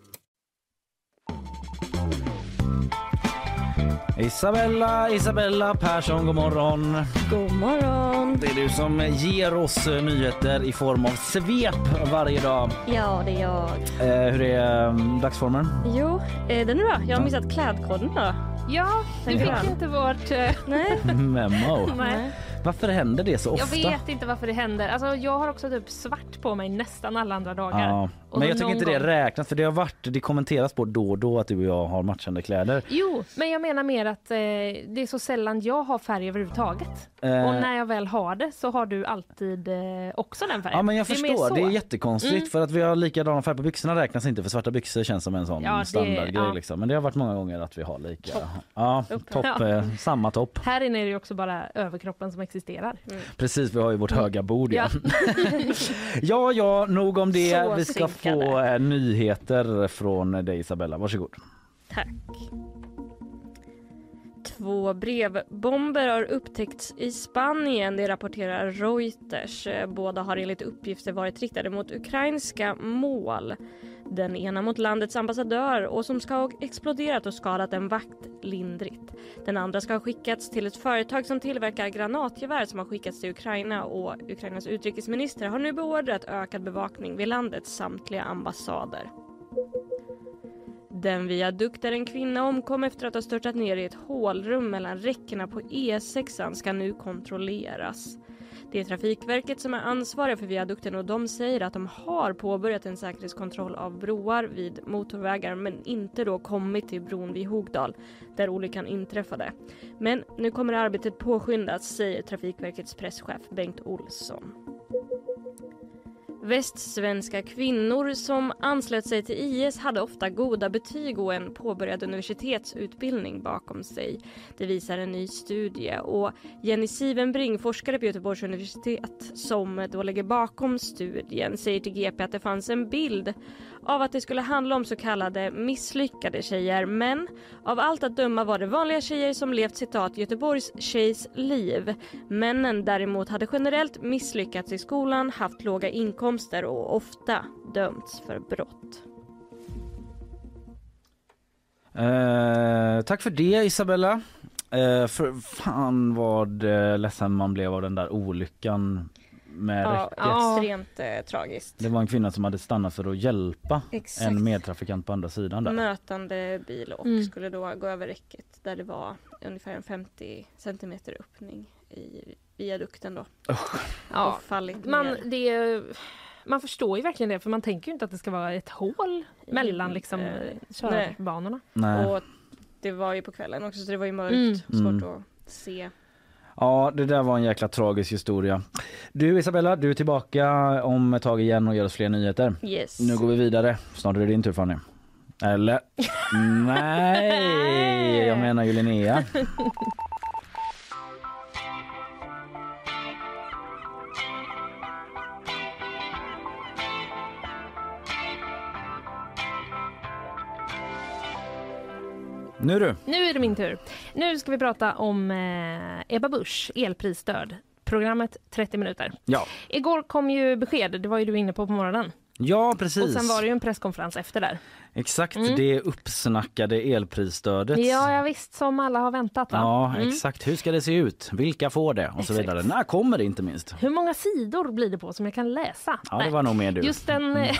Speaker 2: Isabella, Isabella Persson, god morgon.
Speaker 10: God morgon.
Speaker 2: Det är du som ger oss nyheter i form av svep varje dag.
Speaker 10: Ja, det är jag.
Speaker 2: Eh, hur är um, dagsformen?
Speaker 10: Jo, eh, den är bra. Jag har missat klädkoden då.
Speaker 3: Ja, den fick
Speaker 10: ja.
Speaker 3: inte vårt... Uh...
Speaker 10: Nej.
Speaker 2: Memo.
Speaker 3: Nej.
Speaker 2: Varför händer det så ofta?
Speaker 3: Jag vet inte varför det händer. Alltså, jag har också typ svart på mig nästan alla andra dagar.
Speaker 2: Ja. Men jag tycker inte det räknas, för det har varit, det kommenteras på då och då att du och jag har matchande kläder.
Speaker 3: Jo, men jag menar mer att eh, det är så sällan jag har färg överhuvudtaget. Eh. Och när jag väl har det så har du alltid eh, också den färgen.
Speaker 2: Ja, men jag
Speaker 3: det
Speaker 2: förstår,
Speaker 3: är
Speaker 2: det är jättekonstigt mm. för att vi har likadana färg på byxorna räknas inte, för svarta byxor känns som en sån ja, standardgrej ja. liksom. Men det har varit många gånger att vi har lika. Topp. Ja, topp, ja. Eh, samma topp.
Speaker 3: Här inne är det också bara överkroppen som existerar.
Speaker 2: Mm. Precis, vi har ju vårt höga bord. Ja, ja, ja, ja nog om det. Så vi ska synkade. få eh, nyheter från dig, Isabella. Varsågod.
Speaker 10: Tack. Två brevbomber har upptäckts i Spanien, det rapporterar Reuters. Båda har enligt uppgifter varit riktade mot ukrainska mål. Den ena mot landets ambassadör och som ska ha exploderat och skadat en vakt lindrigt. Den andra ska ha skickats till ett företag som tillverkar granatgevär som har skickats till Ukraina, och Ukrainas utrikesminister har nu beordrat ökad bevakning vid landets samtliga ambassader. Den viadukt där en kvinna omkom efter att ha störtat ner i ett hålrum mellan räckena på E sex ska nu kontrolleras. Det är Trafikverket som är ansvariga för viadukten och de säger att de har påbörjat en säkerhetskontroll av broar vid motorvägar men inte då kommit till bron vid Hogdal där olyckan inträffade. Men nu kommer arbetet påskyndas, säger Trafikverkets presschef Bengt Olsson. Västsvenska kvinnor som anslöt sig till I S hade ofta goda betyg och en påbörjad universitetsutbildning bakom sig. Det visar en ny studie, och Jenny Sivenbring, forskare på Göteborgs universitet som då lägger bakom studien, säger till G P att det fanns en bild av att det skulle handla om så kallade misslyckade tjejer, men av allt att döma var det vanliga tjejer som levt citat Göteborgs tjejs liv. Männen däremot hade generellt misslyckats i skolan, haft låga inkomster och ofta dömts för brott.
Speaker 2: Eh, tack för det, Isabella. Eh, för fan vad eh, ledsen man blev av den där olyckan med
Speaker 10: ja,
Speaker 2: räcket.
Speaker 10: Extremt eh, tragiskt.
Speaker 2: Det var en kvinna som hade stannat för att hjälpa
Speaker 10: Exakt.
Speaker 2: en medtrafikant på andra sidan där.
Speaker 10: Mötande bil och mm. skulle då gå över räcket där det var ungefär en femtio centimeter öppning i viadukten då.
Speaker 2: Oh.
Speaker 3: Ja, fallit man, det, man förstår ju verkligen det, för man tänker ju inte att det ska vara ett hål mellan liksom eh, körbanorna.
Speaker 2: Nej.
Speaker 10: Och det var ju på kvällen också, så det var ju mörkt
Speaker 3: mm.
Speaker 10: svårt
Speaker 2: mm.
Speaker 10: att se.
Speaker 2: Ja, det där var en jäkla tragisk historia. Du, Isabella, du är tillbaka om ett tag igen och gör oss fler nyheter.
Speaker 10: Yes.
Speaker 2: Nu går vi vidare. Snart är det din tur, Fanny. Eller? Nej, jag menar ju Linnea. Nu du.
Speaker 3: Nu är det min tur. Nu ska vi prata om eh, Ebba Busch elprisstöd. Programmet trettio minuter.
Speaker 2: Ja.
Speaker 3: Igår kom ju besked, det var ju du inne på på morgonen.
Speaker 2: Ja, precis.
Speaker 3: Och sen var det ju en presskonferens efter där.
Speaker 2: Exakt, mm. det uppsnackade elprisstödet.
Speaker 3: Ja, ja, visst, som alla har väntat va?
Speaker 2: Ja,
Speaker 3: mm.
Speaker 2: exakt. Hur ska det se ut? Vilka får det? Och exakt. Så vidare. När kommer det inte minst?
Speaker 3: Hur många sidor blir det på som jag kan läsa?
Speaker 2: Ja,
Speaker 3: Nej.
Speaker 2: det var nog mer du.
Speaker 3: Just den... Mm.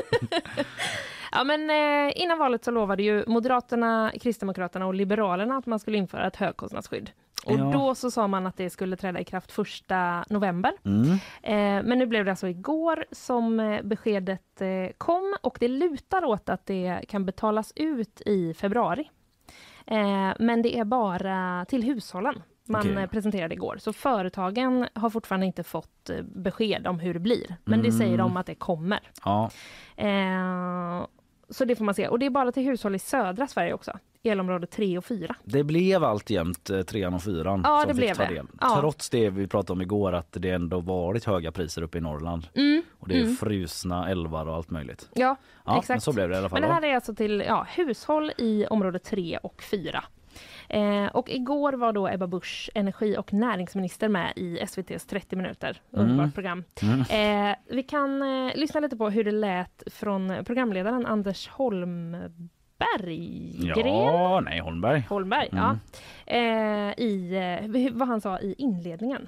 Speaker 3: Ja, men eh, innan valet så lovade ju Moderaterna, Kristdemokraterna och Liberalerna att man skulle införa ett högkostnadsskydd. Och ja. Då så sa man att det skulle träda i kraft första november. Mm. Eh, men nu blev det alltså igår som eh, beskedet eh, kom, och det lutar åt att det kan betalas ut i februari. Eh, men det är bara till hushållen. Man okay. presenterade igår. Så företagen har fortfarande inte fått besked om hur det blir. Men mm. det säger de att det kommer.
Speaker 2: Ja.
Speaker 3: Eh, så det får man se. Och det är bara till hushåll i södra Sverige också. Elområde tre och fyra.
Speaker 2: Det blev alltjämt trean och fyran
Speaker 3: ja,
Speaker 2: som
Speaker 3: det
Speaker 2: fick
Speaker 3: blev
Speaker 2: ta
Speaker 3: det.
Speaker 2: del.
Speaker 3: Ja.
Speaker 2: Trots det vi pratade om igår, att det ändå varit höga priser uppe i Norrland.
Speaker 3: Mm.
Speaker 2: Och det är
Speaker 3: mm.
Speaker 2: frusna älvar och allt möjligt.
Speaker 3: Ja,
Speaker 2: ja
Speaker 3: exakt.
Speaker 2: Men så blev det i alla fall.
Speaker 3: Men det här är alltså till ja, hushåll i område tre och fyra. Eh, och igår var då Ebba Busch, energi- och näringsminister, med i S V T:s trettio minuter. Underbart mm. program. Mm. Eh, vi kan eh, lyssna lite på hur det lät från programledaren Anders Holmberg.
Speaker 2: Ja, nej, Holmberg.
Speaker 3: Holmberg, mm. ja. Eh, i, eh, vad han sa i inledningen.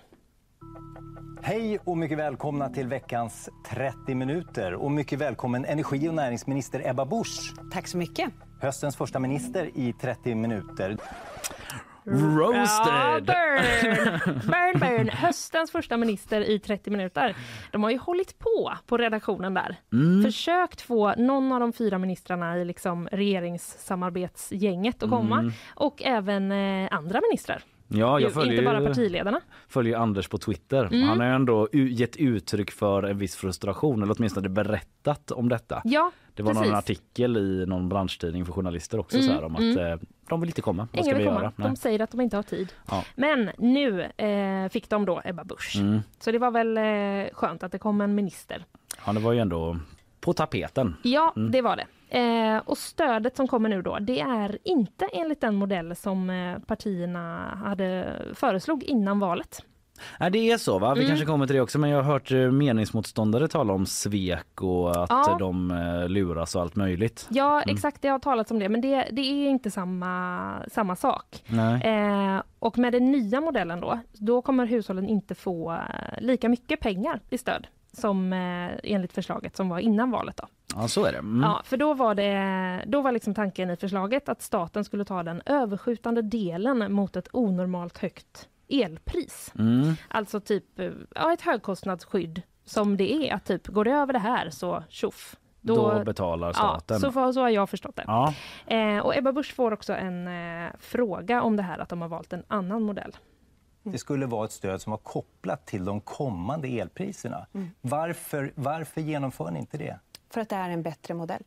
Speaker 11: Hej och mycket välkomna till veckans trettio minuter. Och mycket välkommen energi- och näringsminister Ebba Busch.
Speaker 12: Tack så mycket.
Speaker 11: Höstens första minister i trettio minuter.
Speaker 2: Roasted!
Speaker 3: Ja, burn. burn, burn. Höstens första minister i trettio minuter. De har ju hållit på på redaktionen där. Mm. Försökt få någon av de fyra ministrarna i liksom regeringssamarbetsgänget att komma. Mm. Och även eh, andra ministrar.
Speaker 2: Ja, jag följer
Speaker 3: inte bara partiledarna.
Speaker 2: Följer Anders på Twitter. Mm. Han har ju ändå gett uttryck för en viss frustration, eller åtminstone berättat om detta.
Speaker 3: Ja,
Speaker 2: det var
Speaker 3: precis.
Speaker 2: någon artikel i någon branschtidning för journalister också mm. så här, om att mm. de vill inte komma. Vad ska vi göra?
Speaker 3: De säger att de inte har tid. Ja. Men nu eh, fick de då Ebba Busch. Mm. Så det var väl eh, skönt att det kom en minister.
Speaker 2: Ja, det var ju ändå på tapeten.
Speaker 3: Ja, mm. det var det. Eh, och stödet som kommer nu då, det är inte enligt den modell som eh, partierna hade föreslog innan valet.
Speaker 2: Nej, det är så va? Vi mm. kanske kommer till det också, men jag har hört meningsmotståndare tala om svek och att ja. de eh, luras och allt möjligt.
Speaker 3: Ja, mm. exakt, det har talats om det, men det, det är inte samma, samma sak.
Speaker 2: Nej.
Speaker 3: Eh, och med den nya modellen då, då kommer hushållen inte få eh, lika mycket pengar i stöd som eh, enligt förslaget som var innan valet då.
Speaker 2: Ja, så är det. Mm.
Speaker 3: Ja, för då var det då var liksom tanken i förslaget att staten skulle ta den överskjutande delen mot ett onormalt högt elpris. Mm. Alltså typ ja, ett högkostnadsskydd som det är, att typ går det över det här så tjoff.
Speaker 2: Då, då betalar staten.
Speaker 3: Ja, så, så har jag förstått det.
Speaker 2: Ja.
Speaker 3: Eh, och Ebba Busch får också en eh, fråga om det här, att de har valt en annan modell.
Speaker 11: Det skulle vara ett stöd som var kopplat till de kommande elpriserna. Mm. Varför, varför genomför ni inte det?
Speaker 12: För att det är en bättre modell.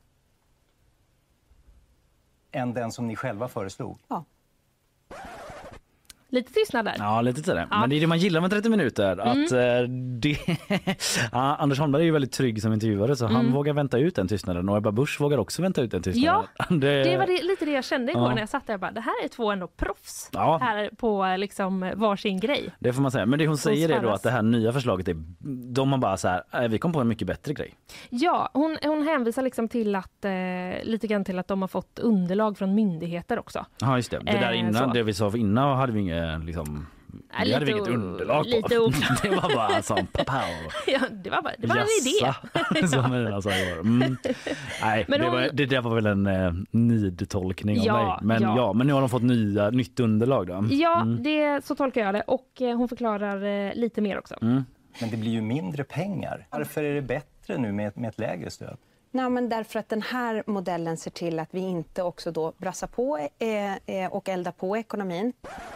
Speaker 11: Än den som ni själva föreslog?
Speaker 12: Ja.
Speaker 3: Lite tystnad där.
Speaker 2: Ja, lite till det. Ja. Men det är det man gillar med trettio minuter. Mm. Att, uh, det... ja, Anders Holmberg är ju väldigt trygg som intervjuare, så mm. han vågar vänta ut den tystnaden. Och Ebba Busch vågar också vänta ut den tystnaden.
Speaker 3: Ja, det, det var det, lite det jag kände igår ja. när jag satt där. Bara, det här är två ändå proffs ja. här på liksom varsin grej.
Speaker 2: Det får man säga. Men det hon säger är då att det här nya förslaget är, de har bara så här, vi kom på en mycket bättre grej.
Speaker 3: Ja, hon, hon hänvisar liksom till att, eh, lite grann till att de har fått underlag från myndigheter också.
Speaker 2: Ja, just det. Det där innan, eh, det vi sa innan hade vi inget liksom,
Speaker 3: ja,
Speaker 2: det hade vi inget underlag på.
Speaker 3: Lite
Speaker 2: det var bara som papau.
Speaker 3: Ja, det var bara det var en idé.
Speaker 2: Som alltså, mm. Nej, men det, hon... var, det där var väl en eh, nidtolkning av
Speaker 3: ja,
Speaker 2: mig. Men ja. ja, men nu har de fått nya, nytt underlag då.
Speaker 3: Ja,
Speaker 2: mm.
Speaker 3: det, så tolkar jag det. Och eh, hon förklarar eh, lite mer också.
Speaker 11: Mm. Men det blir ju mindre pengar. Varför är det bättre nu med, med ett lägre stöd?
Speaker 12: Nej, men därför att den här modellen ser till att vi inte också då brassar på eh, och eldar på ekonomin.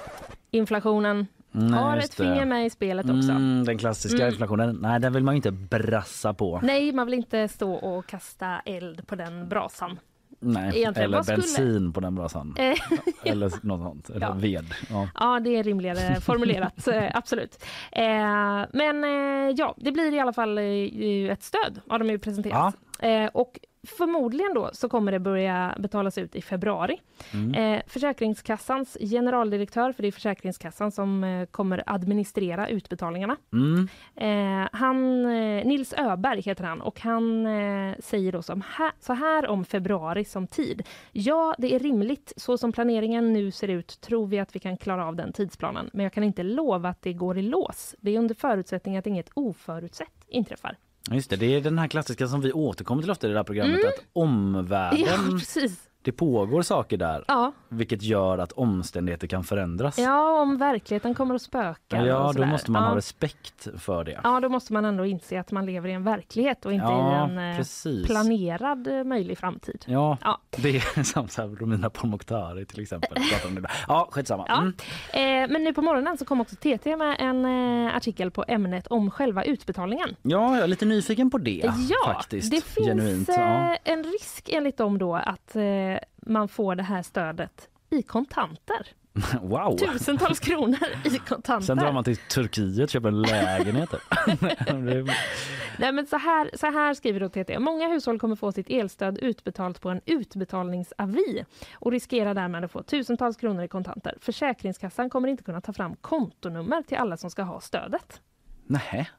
Speaker 3: Inflationen Nej, har ett finger med i spelet också.
Speaker 2: Mm, den klassiska mm. inflationen. Nej, den vill man inte brassa på.
Speaker 3: Nej, man vill inte stå och kasta eld på den brasan.
Speaker 2: Nej,
Speaker 3: egentligen.
Speaker 2: Eller
Speaker 3: Vad
Speaker 2: bensin
Speaker 3: skulle...
Speaker 2: på den brasan. Eller något sånt. Eller
Speaker 3: ja.
Speaker 2: ved. Ja.
Speaker 3: ja, det är rimligare formulerat. Absolut. Eh, men eh, ja, det blir i alla fall eh, ett stöd har de ju presenterat. Ja. Eh, och förmodligen då så kommer det börja betalas ut i februari. Mm. Eh, Försäkringskassans generaldirektör, för det är Försäkringskassan som eh, kommer administrera utbetalningarna.
Speaker 2: Mm.
Speaker 3: Eh, han, eh, Nils Öberg heter han, och han eh, säger då som här, så här om februari som tid. Ja, det är rimligt. Så som planeringen nu ser ut tror vi att vi kan klara av den tidsplanen. Men jag kan inte lova att det går i lås. Det är under förutsättning att inget oförutsett inträffar.
Speaker 2: Just det, det är den här klassiska som vi återkommer till ofta i det här programmet, mm. att omvärlden,
Speaker 3: ja, precis.
Speaker 2: det pågår saker där,
Speaker 3: ja.
Speaker 2: vilket gör att omständigheter kan förändras.
Speaker 3: Ja, om verkligheten kommer att spöka.
Speaker 2: Ja, då måste man
Speaker 3: ja.
Speaker 2: ha respekt för det.
Speaker 3: Ja, då måste man ändå inse att man lever i en verklighet och inte
Speaker 2: ja,
Speaker 3: i en
Speaker 2: precis.
Speaker 3: planerad möjlig framtid.
Speaker 2: Ja, ja. Det är som så här Romina Pourmokhtari till exempel. Pratar om det. Ja, skitsamma.
Speaker 3: Ja.
Speaker 2: Mm.
Speaker 3: Eh, men nu på morgonen så kom också T T med en eh, artikel på ämnet om själva utbetalningen.
Speaker 2: Ja, jag är lite nyfiken på det.
Speaker 3: Ja,
Speaker 2: faktiskt.
Speaker 3: Det finns
Speaker 2: Genuint,
Speaker 3: eh,
Speaker 2: ja.
Speaker 3: en risk enligt dem då att eh, man får det här stödet i kontanter.
Speaker 2: Wow.
Speaker 3: Tusentals kronor i kontanter.
Speaker 2: Sen drar man till Turkiet och köper en lägenhet.
Speaker 3: Nej, men så här, så här skriver då T T. Många hushåll kommer få sitt elstöd utbetalt på en utbetalningsavi och riskerar därmed att få tusentals kronor i kontanter. Försäkringskassan kommer inte kunna ta fram kontonummer till alla som ska ha stödet.
Speaker 2: Nej.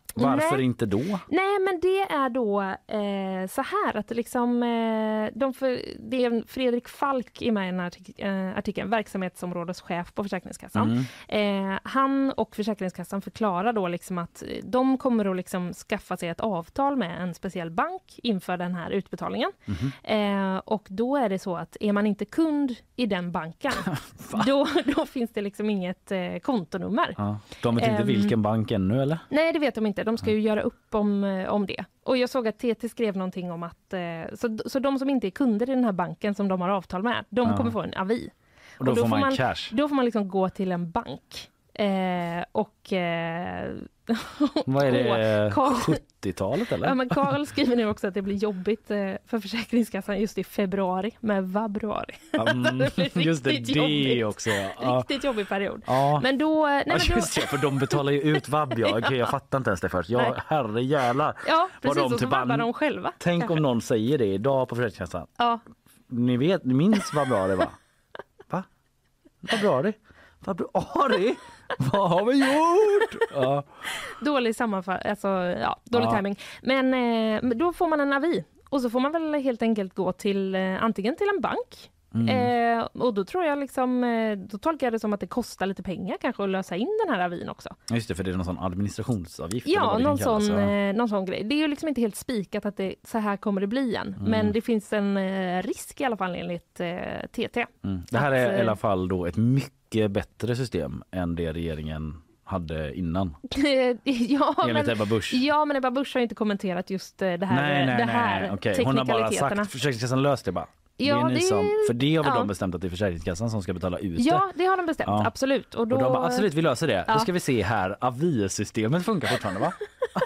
Speaker 2: Varför
Speaker 3: Nej.
Speaker 2: inte då?
Speaker 3: Nej, men det är då eh, så här att liksom, eh, de för, det är Fredrik Falk i med i den här artik- eh, artikeln, verksamhetsområdeschef på Försäkringskassan. Mm. Eh, han och Försäkringskassan förklarar då liksom att de kommer att liksom skaffa sig ett avtal med en speciell bank inför den här utbetalningen. Mm. Eh, och då är det så att är man inte kund i den banken, då, då finns det liksom inget eh, kontonummer.
Speaker 2: Ja. De vet inte um, vilken bank ännu, eller?
Speaker 3: Nej, det vet de inte. De ska ju göra upp om, om det. Och jag såg att T T skrev någonting om att eh, så, så de som inte är kunder i den här banken som de har avtal med, de ja. kommer få en avi.
Speaker 2: Och då, och då får man, man
Speaker 3: cash. Då får man liksom gå till en bank. Eh, och eh,
Speaker 2: vad är det, Carl, sjuttiotalet eller?
Speaker 3: Ja, men Carl skriver nu också att det blir jobbigt eh, för Försäkringskassan just i februari med vabruari.
Speaker 2: Mm, det just det, det jobbigt. Också. Ja.
Speaker 3: Riktigt jobbig period.
Speaker 2: Ja.
Speaker 3: Men då... Nej,
Speaker 2: ja,
Speaker 3: men
Speaker 2: just
Speaker 3: då...
Speaker 2: det, för de betalar ju ut vabb. Ja. Okej, jag fattar inte ens det först. Ja, herre jävlar.
Speaker 3: Ja, precis.
Speaker 2: De
Speaker 3: och så vabbar de själva.
Speaker 2: Tänk
Speaker 3: kanske.
Speaker 2: om någon säger det idag på Försäkringskassan.
Speaker 3: Ja.
Speaker 2: Ni vet, ni minns vabruari, va? Va? Vabruari? Februari? Vad har vi gjort? Ja.
Speaker 3: Dålig sammanfattning, alltså ja, dålig ja. timing. Men eh, då får man en avi och så får man väl helt enkelt gå till eh, antingen till en bank. Mm. Eh, och då tror jag liksom, eh, då tolkar jag det som att det kostar lite pengar kanske att lösa in den här avin också.
Speaker 2: Just det, för det är någon sån administrationsavgift.
Speaker 3: Ja, någon sån,
Speaker 2: kallas, ja.
Speaker 3: eh, någon sån grej. Det är ju liksom inte helt spikat att det, så här kommer det bli igen. Mm. Men det finns en eh, risk i alla fall enligt eh, T T.
Speaker 2: Mm. Det här att, är i alla fall då ett mycket bättre system än det regeringen hade innan.
Speaker 3: ja,
Speaker 2: enligt
Speaker 3: men,
Speaker 2: Ebba Busch.
Speaker 3: Ja, men Ebba Busch har inte kommenterat just det här,
Speaker 2: nej, nej,
Speaker 3: det här
Speaker 2: nej. Okay. Hon har bara sagt, Försäkringskassan löst det bara.
Speaker 3: Ja,
Speaker 2: det är ni
Speaker 3: det...
Speaker 2: som, för det har väl
Speaker 3: ja.
Speaker 2: de bestämt att det är Försäkringskassan som ska betala ut det.
Speaker 3: Ja, det har de bestämt, ja. absolut. Och, då...
Speaker 2: och de bara, absolut, vi löser det.
Speaker 3: Ja.
Speaker 2: Då ska vi se här, avi-systemet funkar fortfarande, va?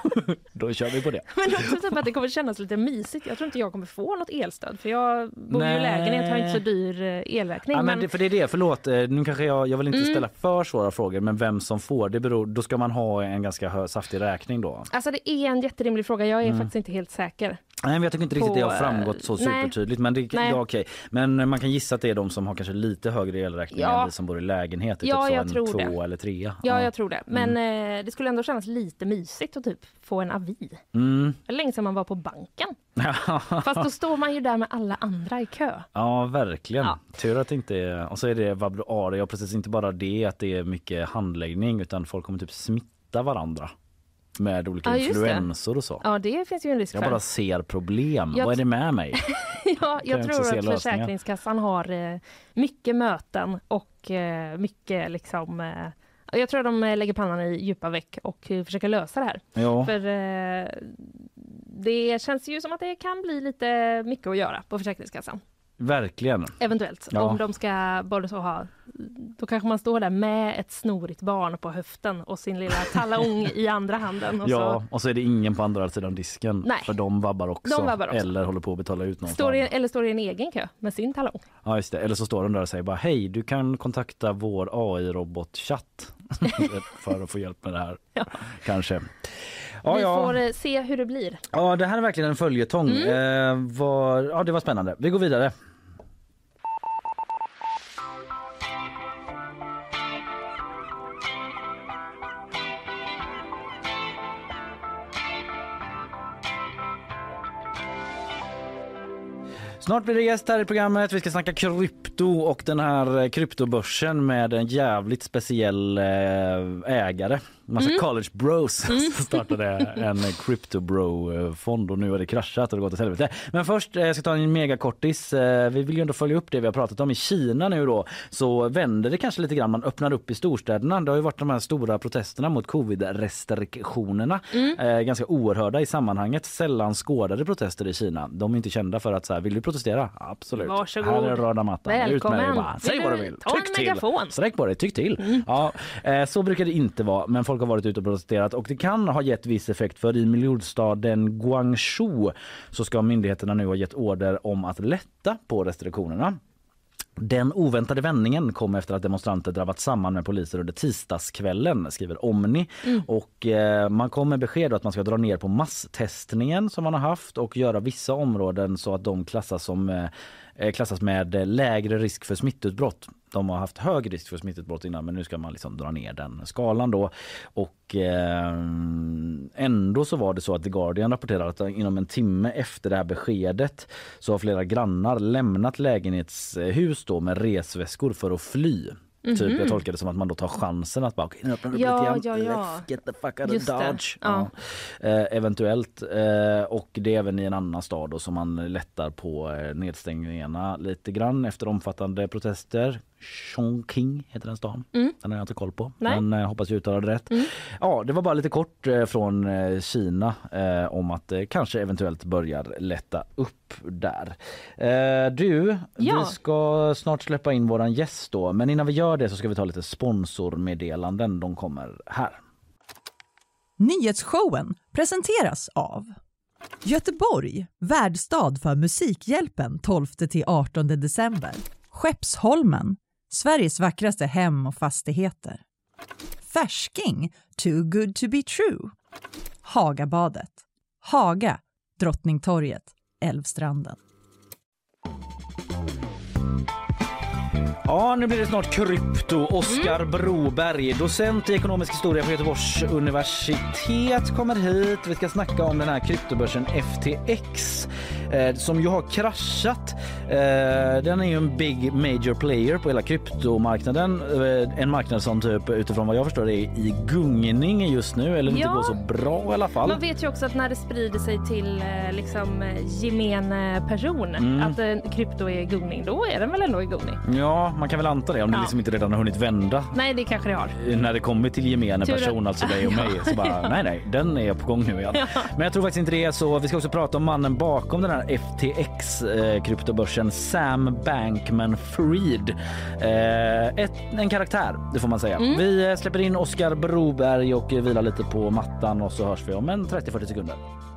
Speaker 2: Då kör vi på det.
Speaker 3: Men också typ att det kommer kännas lite mysigt. Jag tror inte jag kommer få något elstöd, för jag bor ju i lägenhet, har inte så dyr elräkning.
Speaker 2: Ja, men
Speaker 3: men...
Speaker 2: det, för det är det, förlåt, nu kanske jag, jag vill inte mm. ställa för svåra frågor, men vem som får, det beror, då ska man ha en ganska hö, saftig räkning då.
Speaker 3: Alltså det är en jätterimlig fråga, jag är mm. faktiskt inte helt säker.
Speaker 2: Nej, men jag tycker inte riktigt
Speaker 3: på,
Speaker 2: det har framgått så supertydligt, men det ja, okej. Men man kan gissa att det är de som har kanske lite högre elräkning ja. än vi som bor i lägenhet,
Speaker 3: ja,
Speaker 2: typ
Speaker 3: jag
Speaker 2: så
Speaker 3: tror
Speaker 2: en två
Speaker 3: det.
Speaker 2: eller trea.
Speaker 3: Ja, ja, jag tror det. Men mm. eh, det skulle ändå kännas lite mysigt att typ få en avi.
Speaker 2: Mm.
Speaker 3: Länge sedan man var på banken. Fast då står man ju där med alla andra i kö.
Speaker 2: Ja, verkligen. Ja. Tur att det inte är, och så är det vabruari, och precis inte bara det att det är mycket handläggning, utan folk kommer typ smitta varandra med olika ja, influensor och så.
Speaker 3: Ja, det finns ju en risk för.
Speaker 2: Jag bara ser problem.
Speaker 3: Jag
Speaker 2: Vad är det med mig?
Speaker 3: ja, jag, jag tror att Försäkringskassan har eh, mycket möten och eh, mycket liksom... Eh, jag tror att de lägger pannan i djupa veck och försöker lösa det här.
Speaker 2: Ja.
Speaker 3: För eh, det känns ju som att det kan bli lite mycket att göra på Försäkringskassan.
Speaker 2: Verkligen.
Speaker 3: Eventuellt. Ja. Om de ska både så ha, då kanske man står där med ett snorigt barn på höften och sin lilla talong i andra handen. Och
Speaker 2: ja,
Speaker 3: så.
Speaker 2: och så är det ingen på andra sidan disken.
Speaker 3: Nej.
Speaker 2: För de vabbar också.
Speaker 3: De vabbar också.
Speaker 2: Eller håller på att betala ut någon.
Speaker 3: Står i, eller står i en egen kö med sin talong.
Speaker 2: Ja, just det. Eller så står de där och säger bara, hej, du kan kontakta vår A I-robotchatt för att få hjälp med det här. Ja. Kanske. Ja,
Speaker 3: Vi
Speaker 2: ja.
Speaker 3: får se hur det blir.
Speaker 2: Ja, det här är verkligen en följetong. Mm. Eh, var, ja, det var spännande. Vi går vidare. Snart blir det gäst här i programmet. Vi ska snacka krypto och den här kryptobörsen med en jävligt speciell ägare. Massa mm. college bros mm. startade en crypto bro fond och nu har det kraschat och det gått åt helvete. Men först jag ska ta en megakortis. Vi vill ju ändå följa upp det vi har pratat om i Kina nu då. Så vänder det kanske lite grann. Man öppnar upp i storstäderna. Det har ju varit de här stora protesterna mot covid-restriktionerna. Mm. Ganska oerhörda i sammanhanget. Sällan skådade protester i Kina. De är inte kända för att så här, vill du protestera? Absolut.
Speaker 3: Varsågod.
Speaker 2: Här är röda mattan.
Speaker 3: Välkommen.
Speaker 2: Ut med dig bara. Säg vad du vill.
Speaker 3: Ta
Speaker 2: Tyck
Speaker 3: en
Speaker 2: till.
Speaker 3: megafon.
Speaker 2: Sträck på dig. Tyck till. Mm. Ja, så brukar det inte vara. Men folk har varit ute och protesterat och det kan ha gett viss effekt, för i miljonstaden Guangzhou så ska myndigheterna nu ha gett order om att lätta på restriktionerna. Den oväntade vändningen kom efter att demonstranter drabbats samman med poliser under tisdagskvällen, skriver Omni. Mm. Och eh, man kom med besked att man ska dra ner på masstestningen som man har haft och göra vissa områden så att de klassas som eh, eh, klassas med lägre risk för smittutbrott. De har haft hög risk för smittutbrott innan, men nu ska man liksom dra ner den skalan då. Och eh, ändå så var det så att The Guardian rapporterar att inom en timme efter det här beskedet så har flera grannar lämnat lägenhetshus då med resväskor för att fly. Mm-hmm. Typ, jag tolkar det som att man då tar chansen att bara okay, öppna upp
Speaker 3: ja,
Speaker 2: lite igen.
Speaker 3: Ja, ja.
Speaker 2: Let's get the fuck out
Speaker 3: Just
Speaker 2: of Dodge.
Speaker 3: Ja.
Speaker 2: Ja. Eh, eventuellt. Eh, och det är även i en annan stad då, som man lättar på eh, nedstängningarna lite grann efter omfattande protester. Chongqing heter den stan. Mm. Den har jag inte koll på. Nej. Men eh, hoppas jag uttalade rätt. Mm. Ja, det var bara lite kort eh, från eh, Kina eh, om att det eh, kanske eventuellt börjar lätta upp där. Eh, du, ja. Vi ska snart släppa in våran gäst då. Men innan vi gör det så ska vi ta lite sponsormeddelanden. De kommer här.
Speaker 1: Nyhetsshowen presenteras av Göteborg, värdstad för Musikhjälpen tolfte till artonde december. Skeppsholmen, Sveriges vackraste hem och fastigheter. Färsking, too good to be true. Hagabadet, Haga, Drottningtorget, Älvstranden.
Speaker 2: Ja, nu blir det snart krypto. Oskar mm. Broberg, docent i ekonomisk historia på Göteborgs universitet, kommer hit. Vi ska snacka om den här kryptobörsen F T X eh, som ju har kraschat. Eh, den är ju en big major player på hela kryptomarknaden. Eh, en marknad som typ utifrån vad jag förstår är i gungning just nu, eller inte ja. går så bra i alla fall.
Speaker 3: Man vet ju också att när det sprider sig till eh, liksom gemene person mm. att eh, krypto är i gungning, då är den väl ändå i gungning.
Speaker 2: Ja, man kan väl anta det om ja. det liksom inte redan har hunnit vända.
Speaker 3: Nej, det kanske det har.
Speaker 2: När det kommer till gemene Tur person, alltså dig och mig, så bara nej, nej, den är på gång nu igen. Ja. Men jag tror faktiskt inte det är så. Vi ska också prata om mannen bakom den här F T X-kryptobörsen, eh, Sam Bankman-Fried. Eh, ett, en karaktär, det får man säga. Mm. Vi släpper in Oskar Broberg och vilar lite på mattan och så hörs vi om en trettio till fyrtio sekunder.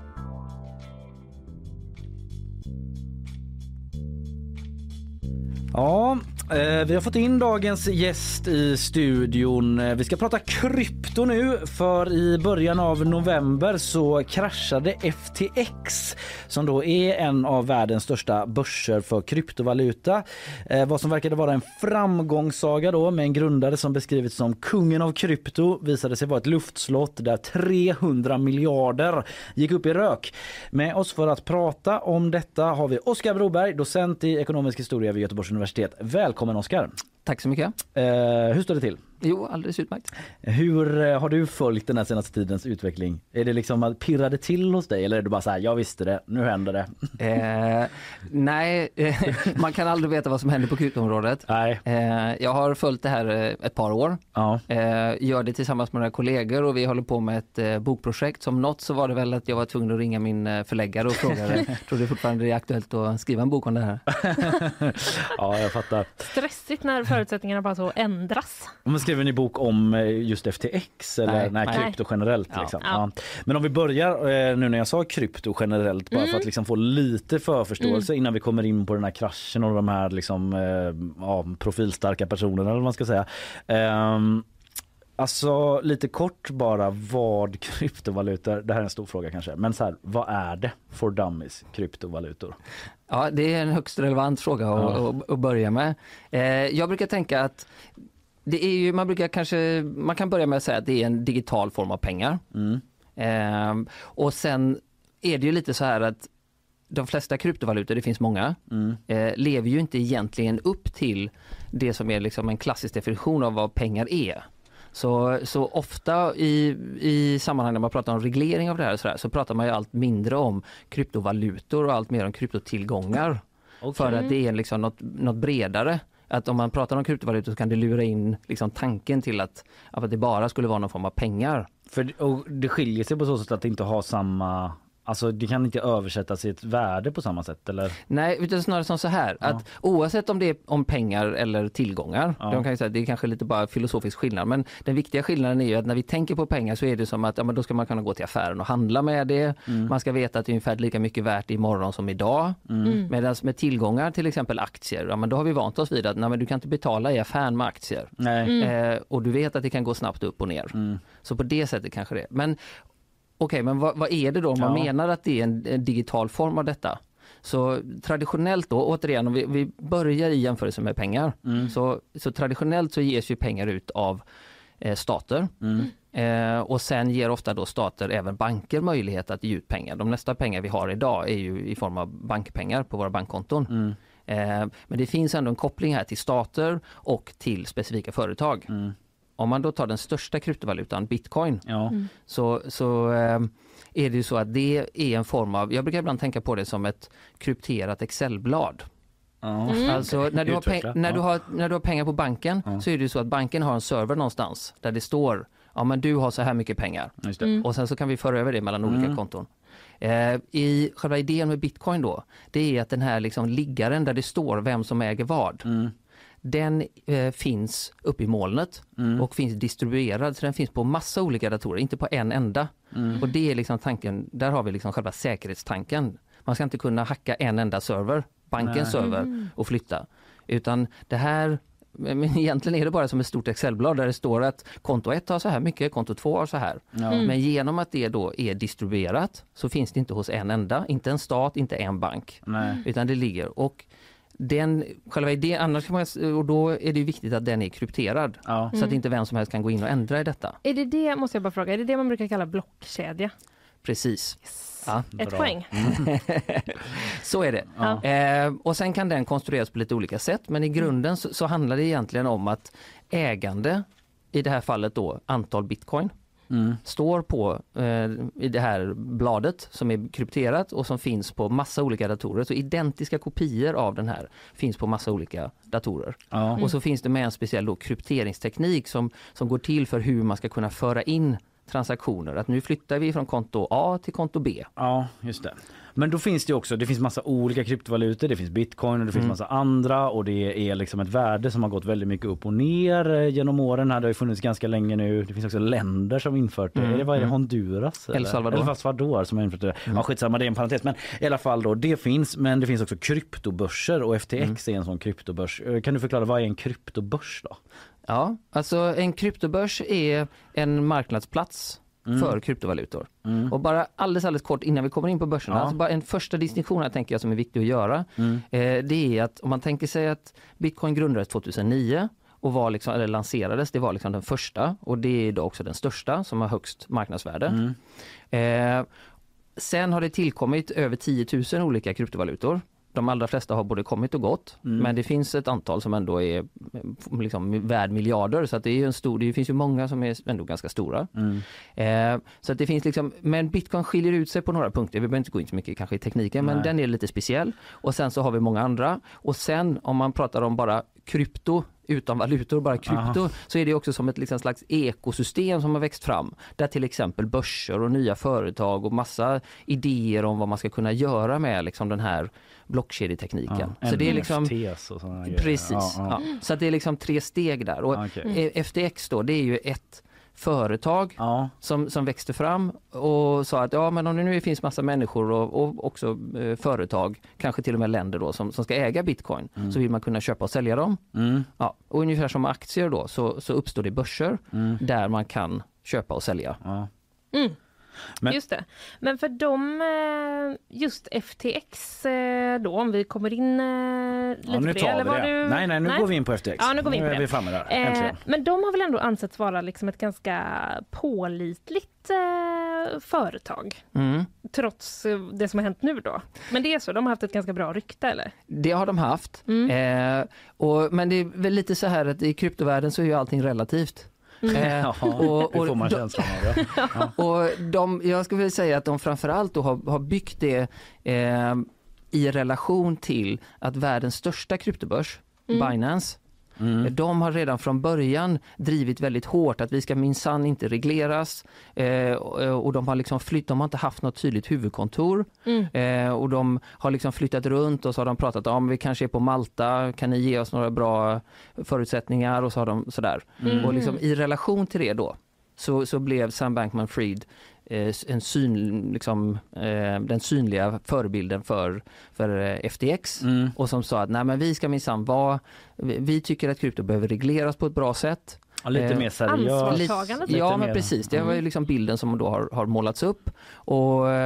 Speaker 2: Ja, vi har fått in dagens gäst i studion. Vi ska prata krypto nu, för i början av november så kraschade F T X, som då är en av världens största börser för kryptovaluta. Vad som verkade vara en framgångssaga då med en grundare som beskrivits som kungen av krypto visade sig vara ett luftslott där trehundra miljarder gick upp i rök. Med oss för att prata om detta har vi Oskar Broberg, docent i ekonomisk historia vid Göteborgs universitet. Välkommen Oskar.
Speaker 13: Tack så mycket.
Speaker 2: Eh, hur står det till?
Speaker 13: Jo, alldeles utmärkt.
Speaker 2: Hur eh, har du följt den här senaste tidens utveckling? Är det liksom att pirra det till hos dig, eller är det bara så här, jag visste det, nu händer det?
Speaker 13: Eh, nej, man kan aldrig veta vad som händer på kryptoområdet.
Speaker 2: Nej.
Speaker 13: Eh, jag har följt det här ett par år.
Speaker 2: Ja.
Speaker 13: Eh, gör det tillsammans med några kollegor och vi håller på med ett eh, bokprojekt. Som något så var det väl att jag var tvungen att ringa min förläggare och fråga tror du fortfarande det är aktuellt att skriva en bok om det här?
Speaker 2: Ja, jag fattar.
Speaker 3: Stressigt när förutsättningarna bara så ändras.
Speaker 2: Men skriver ni bok om just F T X eller nej, nej, krypto generellt?
Speaker 3: Ja.
Speaker 2: Liksom.
Speaker 3: Ja.
Speaker 2: Ja. Men om vi börjar nu när jag sa krypto generellt, bara mm. för att liksom få lite förförståelse mm. innan vi kommer in på den här kraschen och de här liksom, ja, profilstarka personerna, eller vad man ska säga. Um, Alltså lite kort bara vad kryptovalutor, det här är en stor fråga kanske, men så här, vad är det for dummies, kryptovalutor?
Speaker 13: Ja, det är en högst relevant fråga att, ja. att, att börja med. Eh, jag brukar tänka att det är ju, man brukar kanske, man kan börja med att säga att det är en digital form av pengar.
Speaker 2: Mm.
Speaker 13: Eh, och sen är det ju lite så här att de flesta kryptovalutor, det finns många,
Speaker 2: mm.
Speaker 13: eh, lever ju inte egentligen upp till det som är liksom en klassisk definition av vad pengar är. Så, så ofta i, i sammanhang när man pratar om reglering av det här så, där, så pratar man ju allt mindre om kryptovalutor och allt mer om kryptotillgångar.
Speaker 2: Okay.
Speaker 13: För att det är liksom något, något bredare. Att om man pratar om kryptovalutor så kan det lura in liksom tanken till att, att det bara skulle vara någon form av pengar.
Speaker 2: För, och det skiljer sig på så sätt att det inte har samma... Alltså det kan inte översättas i ett värde på samma sätt, eller?
Speaker 13: Nej, utan snarare som så här.
Speaker 2: Ja.
Speaker 13: Att oavsett om det är om pengar eller tillgångar,
Speaker 2: ja.
Speaker 13: de kan ju säga, det är kanske lite bara filosofisk skillnad. Men den viktiga skillnaden är ju att när vi tänker på pengar så är det som att ja, men då ska man kunna gå till affären och handla med det.
Speaker 2: Mm.
Speaker 13: Man ska veta att det är ungefär lika mycket värt imorgon som idag.
Speaker 2: Mm.
Speaker 13: Medan med tillgångar, till exempel aktier, ja, men då har vi vant oss vid att nej, men du kan inte betala i affären med aktier.
Speaker 2: Nej.
Speaker 13: Eh, och du vet att det kan gå snabbt upp och ner.
Speaker 2: Mm.
Speaker 13: Så på det sättet kanske det. Men okej, men vad, vad är det då om man
Speaker 2: ja.
Speaker 13: menar att det är en, en digital form av detta? Så traditionellt då, återigen, om vi, vi börjar i jämförelse med pengar, mm. så, så traditionellt så ges ju pengar ut av eh, stater. Mm. Eh, och sen ger ofta då stater även banker möjlighet att ge ut pengar. De nästa pengar vi har idag är ju i form av bankpengar på våra bankkonton. Mm. Eh, men det finns ändå en koppling här till stater och till specifika företag. Mm. Om man då tar den största kryptovalutan, bitcoin, ja. mm. så, så eh, är det ju så att det är en form av, jag brukar ibland tänka på det som ett krypterat Excelblad. Mm. Alltså när du, har peng- när, du har, när du har pengar på banken ja. så är det ju så att banken har en server någonstans där det står, ja men du har så här mycket pengar. Mm. Och sen så kan vi föra över det mellan mm. olika konton. Eh, i själva idén med bitcoin då, det är att den här liksom liggaren där det står vem som äger vad, mm. den eh, finns uppe i molnet mm. och finns distribuerad, så den finns på massa olika datorer, inte på en enda. Mm. Och det är liksom tanken, där har vi liksom själva säkerhetstanken. Man ska inte kunna hacka en enda server, bankens Nej. server, mm. och flytta. Utan det här, men egentligen är det bara som ett stort Excelblad där det står att konto ett har så här mycket, konto två har så här. Mm. Men genom att det då är distribuerat så finns det inte hos en enda, inte en stat, inte en bank. Nej. Utan det ligger, och den själva idén, annars kan man, och då är det viktigt att den är krypterad. Ja. Så att inte vem som helst kan gå in och ändra i detta.
Speaker 3: Är det det, måste jag bara fråga, är det det man brukar kalla blockkedja?
Speaker 13: Precis.
Speaker 3: Yes. Ja, ett bra. Poäng.
Speaker 13: Mm. Så är det. Ja. Eh, och sen kan den konstrueras på lite olika sätt, men i grunden så, så handlar det egentligen om att ägande, i det här fallet då antal bitcoin, mm. står på eh, i det här bladet som är krypterat och som finns på massa olika datorer. Så identiska kopior av den här finns på massa olika datorer. Ja. Mm. Och så finns det med en speciell då krypteringsteknik som, som går till för hur man ska kunna föra in transaktioner. Att nu flyttar vi från konto A till konto B.
Speaker 2: Ja, just det. Men då finns det också, det finns massa olika kryptovalutor, det finns bitcoin och det finns mm. massa andra, och det är liksom ett värde som har gått väldigt mycket upp och ner genom åren. Här, det har ju funnits ganska länge nu. Det finns också länder som infört det. Mm. Är det, vad är det, Honduras?
Speaker 13: El Salvador.
Speaker 2: Eller Salvador som har infört det. Mm. Ja, skitsamma, det är en parentes. Men i alla fall då, det finns, men det finns också kryptobörser, och F T X mm. är en sån kryptobörs. Kan du förklara, vad är en kryptobörs då?
Speaker 13: Ja, alltså en kryptobörs är en marknadsplats Mm. för kryptovalutor. Mm. Och bara alldeles, alldeles kort innan vi kommer in på börserna, ja. alltså bara en första distinktion här tänker jag som är viktig att göra. Mm. Eh, det är att om man tänker sig att bitcoin grundades tjugohundranio och var liksom, eller lanserades, det var liksom den första, och det är då också den största som har högst marknadsvärde. Mm. Eh, sen har det tillkommit över tio tusen olika kryptovalutor. De allra flesta har både kommit och gått, mm. men det finns ett antal som ändå är liksom värd miljarder, så att det är en stor, det finns ju många som är ändå ganska stora. Mm. Eh, så att det finns liksom, men bitcoin skiljer ut sig på några punkter. Vi behöver inte gå in så mycket kanske i tekniken, Nej. men den är lite speciell. Och sen så har vi många andra. Och sen om man pratar om bara krypto utan valutor, bara krypto, Aha. så är det också som ett liksom slags ekosystem som har växt fram. Där till exempel börser och nya företag och massa idéer om vad man ska kunna göra med liksom den här blockkedjetekniken. Ja, så det är liksom
Speaker 2: och
Speaker 13: precis. Ja, ja. Ja, så att det är liksom tre steg där. Och okay. F T X då, det är ju ett företag ja. som, som växte fram och sa att ja, men om det nu finns massa människor och, och också eh, företag, kanske till och med länder då, som, som ska äga bitcoin, mm. så vill man kunna köpa och sälja dem. Mm. Ja, och ungefär som aktier då så, så uppstår det börser mm. där man kan köpa och sälja.
Speaker 2: Ja.
Speaker 3: Mm. Men, just det. Men för dem, just F T X då, om vi kommer in lite
Speaker 2: ja, nu
Speaker 3: på det, eller var
Speaker 2: det.
Speaker 3: Du...
Speaker 2: Nej, nej, nu nej? går vi in på F T X.
Speaker 3: Ja, nu går vi in på
Speaker 2: nu är
Speaker 3: det.
Speaker 2: vi framme där, äntligen.
Speaker 3: Men de har väl ändå ansetts vara liksom ett ganska pålitligt eh, företag. Mm. Trots det som har hänt nu då. Men det är så, de har haft ett ganska bra rykte, eller?
Speaker 13: Det har de haft. Mm. Eh, och, men det är väl lite så här att i kryptovärlden så är ju allting relativt.
Speaker 2: Mm. Eh, ja, och, och, det får man känslan av det.
Speaker 13: Ja. Och de, jag skulle vilja säga att de framförallt då har, har byggt det eh, i relation till att världens största kryptobörs, mm. Binance, mm. de har redan från början drivit väldigt hårt att vi ska minsann inte regleras, eh, och, och de har liksom flytt, de har inte haft något tydligt huvudkontor, mm. eh, och de har liksom flyttat runt och så har de pratat om vi kanske är på Malta, kan ni ge oss några bra förutsättningar, och så har de sådär. Mm. Och liksom i relation till det då så, så blev Sam Bankman-Fried eh, en syn, liksom, eh, den synliga förebilden för, för eh, F T X, mm. och som sa att nej, men vi ska minsann vara, vi, vi tycker att krypto behöver regleras på ett bra sätt.
Speaker 2: Ja, lite
Speaker 13: eh,
Speaker 2: mer seriöst.
Speaker 3: Ansvarstagande.
Speaker 13: Ja, men precis. Det var ju liksom bilden som då har, har målats upp, och eh,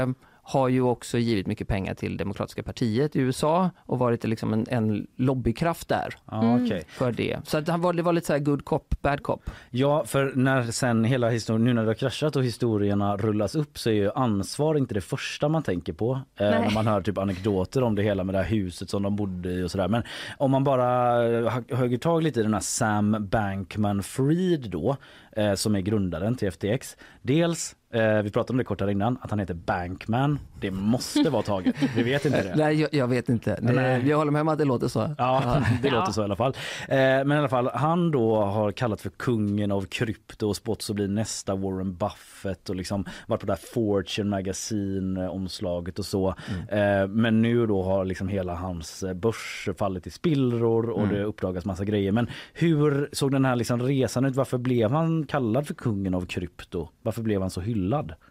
Speaker 13: har ju också givit mycket pengar till Demokratiska partiet i U S A och varit liksom en, en lobbykraft där
Speaker 2: ah, okay.
Speaker 13: för det. Så att han var, det var lite så här good cop, bad cop.
Speaker 2: Ja, för när sen hela historien, nu när det har kraschat och historierna rullas upp så är ju ansvar inte det första man tänker på. Eh, när man hör typ anekdoter om det hela med det här huset som de bodde i och sådär. Men om man bara höger tag lite i den här Sam Bankman-Fried då, eh, som är grundaren till F T X. Dels Eh, vi pratade om det kort här innan, att han heter Bankman. Det måste vara taget. Vi vet inte det.
Speaker 13: Nej, jag, jag vet inte. Det, jag håller med om att det låter så.
Speaker 2: Ja, det ja. låter så i alla fall. Eh, men i alla fall, han då har kallat för kungen av krypto och spått att bli nästa Warren Buffett och liksom varit på det här Fortune Magazine-omslaget och så. Mm. Eh, men nu då har liksom hela hans börs fallit i spillror och mm. det uppdagas massa grejer. Men hur såg den här liksom resan ut? Varför blev han kallad för kungen av krypto? Varför blev han så hyllad?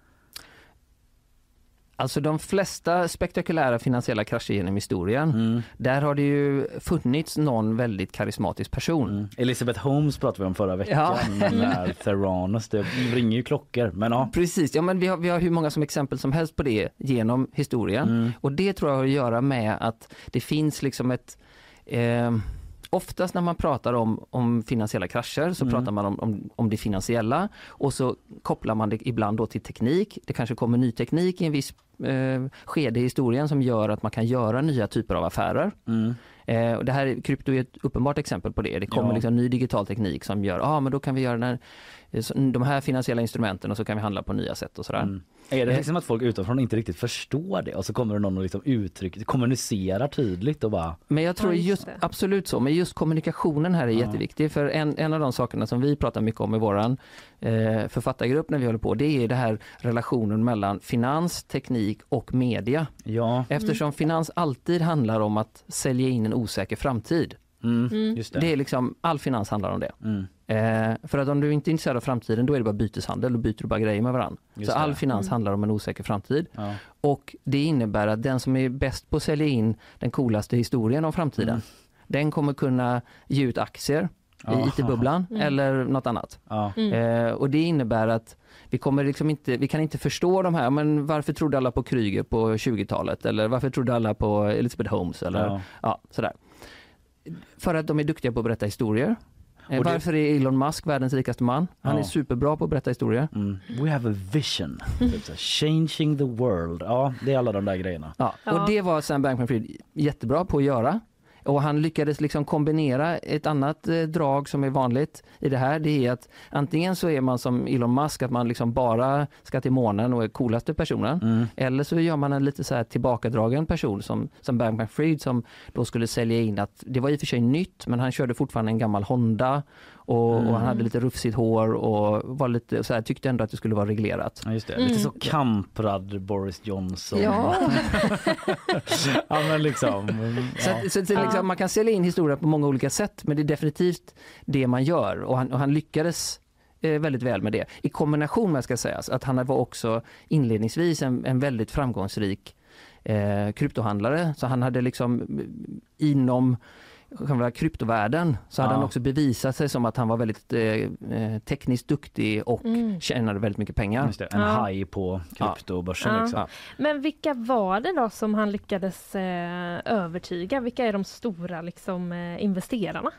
Speaker 13: Alltså de flesta spektakulära finansiella krascher genom historien, mm. där har det ju funnits någon väldigt karismatisk person. Mm.
Speaker 2: Elizabeth Holmes pratade vi om förra veckan, ja. Den här Theranos, det ringer ju klockor. Men ja.
Speaker 13: Precis, ja, men vi har, vi har hur många som exempel som helst på det genom historien. Mm. Och det tror jag har att göra med att det finns liksom ett... Eh, Oftast när man pratar om, om finansiella krascher så mm. pratar man om, om, om det finansiella och så kopplar man det ibland då till teknik. Det kanske kommer ny teknik i en viss eh, skede i historien som gör att man kan göra nya typer av affärer. Mm. Eh, och det här krypto är ett uppenbart exempel på det. Det kommer ja. liksom ny digital teknik som gör, ja ah, men då kan vi göra den här, de här finansiella instrumenten och så kan vi handla på nya sätt och sådär. Mm.
Speaker 2: Är det liksom att folk utanför inte riktigt förstår det och så kommer det någon och liksom uttryck, kommunicerar tydligt och bara...
Speaker 13: Men jag tror just, absolut så, men just kommunikationen här är ja. jätteviktig, för en, en av de sakerna som vi pratar mycket om i våran eh, författargrupp när vi håller på, det är det här relationen mellan finans, teknik och media. Ja. Eftersom mm. finans alltid handlar om att sälja in en osäker framtid. Mm. Mm. Just det. Det är liksom, all finans handlar om det. Mm. Eh, för att om du inte är intresserad av framtiden, då är det bara byteshandel, då byter du bara grejer med varandra. Just så det. All finans mm. handlar om en osäker framtid. Ja. Och det innebär att den som är bäst på att sälja in den coolaste historien om framtiden, mm. den kommer kunna ge ut aktier ja. i I T-bubblan mm. eller något annat. Ja. Mm. Eh, och det innebär att vi kommer liksom inte, vi kan inte förstå de här, men varför trodde alla på Krüger på tjugotalet eller varför trodde alla på Elizabeth Holmes eller ja. Ja, sådär. För att de är duktiga på att berätta historier. Och varför är Elon Musk världens rikaste man? Han ja. är superbra på att berätta historier.
Speaker 2: Mm. We have a vision. Changing the world. Ja, det är alla de där grejerna.
Speaker 13: Ja. Och det var Sam Bankman-Fried jättebra på att göra. Och han lyckades liksom kombinera ett annat eh, drag som är vanligt i det här. Det är att antingen så är man som Elon Musk, att man liksom bara ska till månen och är coolaste personen. Mm. Eller så gör man en lite så här tillbakadragen person som, som Bankman-Fried, som då skulle sälja in att det var i och för sig nytt, men han körde fortfarande en gammal Honda. Och, mm. och han hade lite rufsigt hår och var lite så här, tyckte ändå att det skulle vara reglerat.
Speaker 2: Ja, just det. Lite mm. så kamprad Boris Johnson.
Speaker 13: Ja.
Speaker 2: ja men liksom.
Speaker 13: Ja. Så, så, så liksom, man kan sälja in historia på många olika sätt, men det är definitivt det man gör. Och han, och han lyckades eh, väldigt väl med det. I kombination med, ska sägas, att han var också inledningsvis en, en väldigt framgångsrik eh, kryptohandlare. Så han hade liksom inom själva kryptovärlden så hade ja. han också bevisat sig som att han var väldigt eh, tekniskt duktig och mm. tjänade väldigt mycket pengar.
Speaker 2: Just det, en ja. haj på kryptobörsen.
Speaker 3: Ja.
Speaker 2: Liksom.
Speaker 3: Men vilka var det då som han lyckades eh, övertyga? Vilka är de stora liksom, eh, investerarna?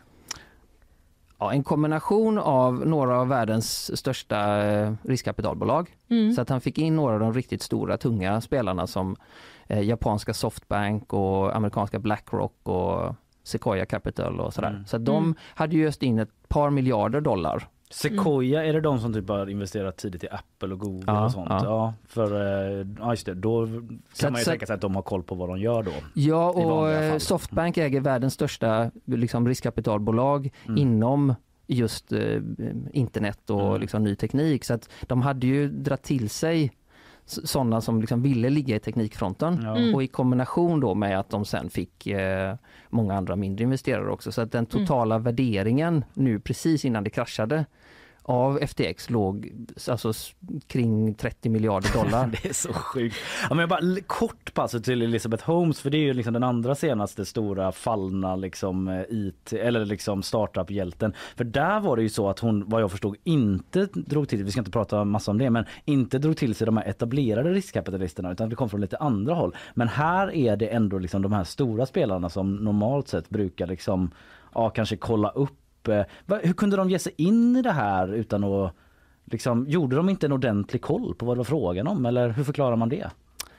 Speaker 13: Ja, en kombination av några av världens största eh, riskkapitalbolag. Mm. Så att han fick in några av de riktigt stora, tunga spelarna som eh, japanska Softbank och amerikanska BlackRock och Sequoia Capital och sådär. Mm. Så att de mm. hade ju just in ett par miljarder dollar.
Speaker 2: Sequoia, mm. är det de som typ har investerat tidigt i Apple och Google ja, och sånt? Ja, ja för ja, just det, då kan så, man ju så, tänka sig att de har koll på vad de gör då.
Speaker 13: Ja, och Softbank äger världens största liksom, riskkapitalbolag mm. inom just eh, internet och mm. liksom, ny teknik. Så att de hade ju dratt till sig sådana som liksom ville ligga i teknikfronten ja. mm. och i kombination då med att de sen fick eh, många andra mindre investerare också. Så att den totala mm. värderingen nu precis innan det kraschade av F T X låg alltså kring trettio miljarder dollar.
Speaker 2: Det är så sjukt. Ja, men jag bara kort pass till Elizabeth Holmes, för det är ju liksom den andra senaste stora fallna liksom I T eller liksom startup-hjälten. För där var det ju så att hon, vad jag förstod, inte drog till, vi ska inte prata massa om det, men inte drog till sig de här etablerade riskkapitalisterna, utan det kom från lite andra håll. Men här är det ändå liksom de här stora spelarna som normalt sett brukar liksom, ja, kanske kolla upp. Hur kunde de ge sig in i det här utan att liksom, gjorde de inte en ordentlig koll på vad det var frågan om, eller hur förklarar man det?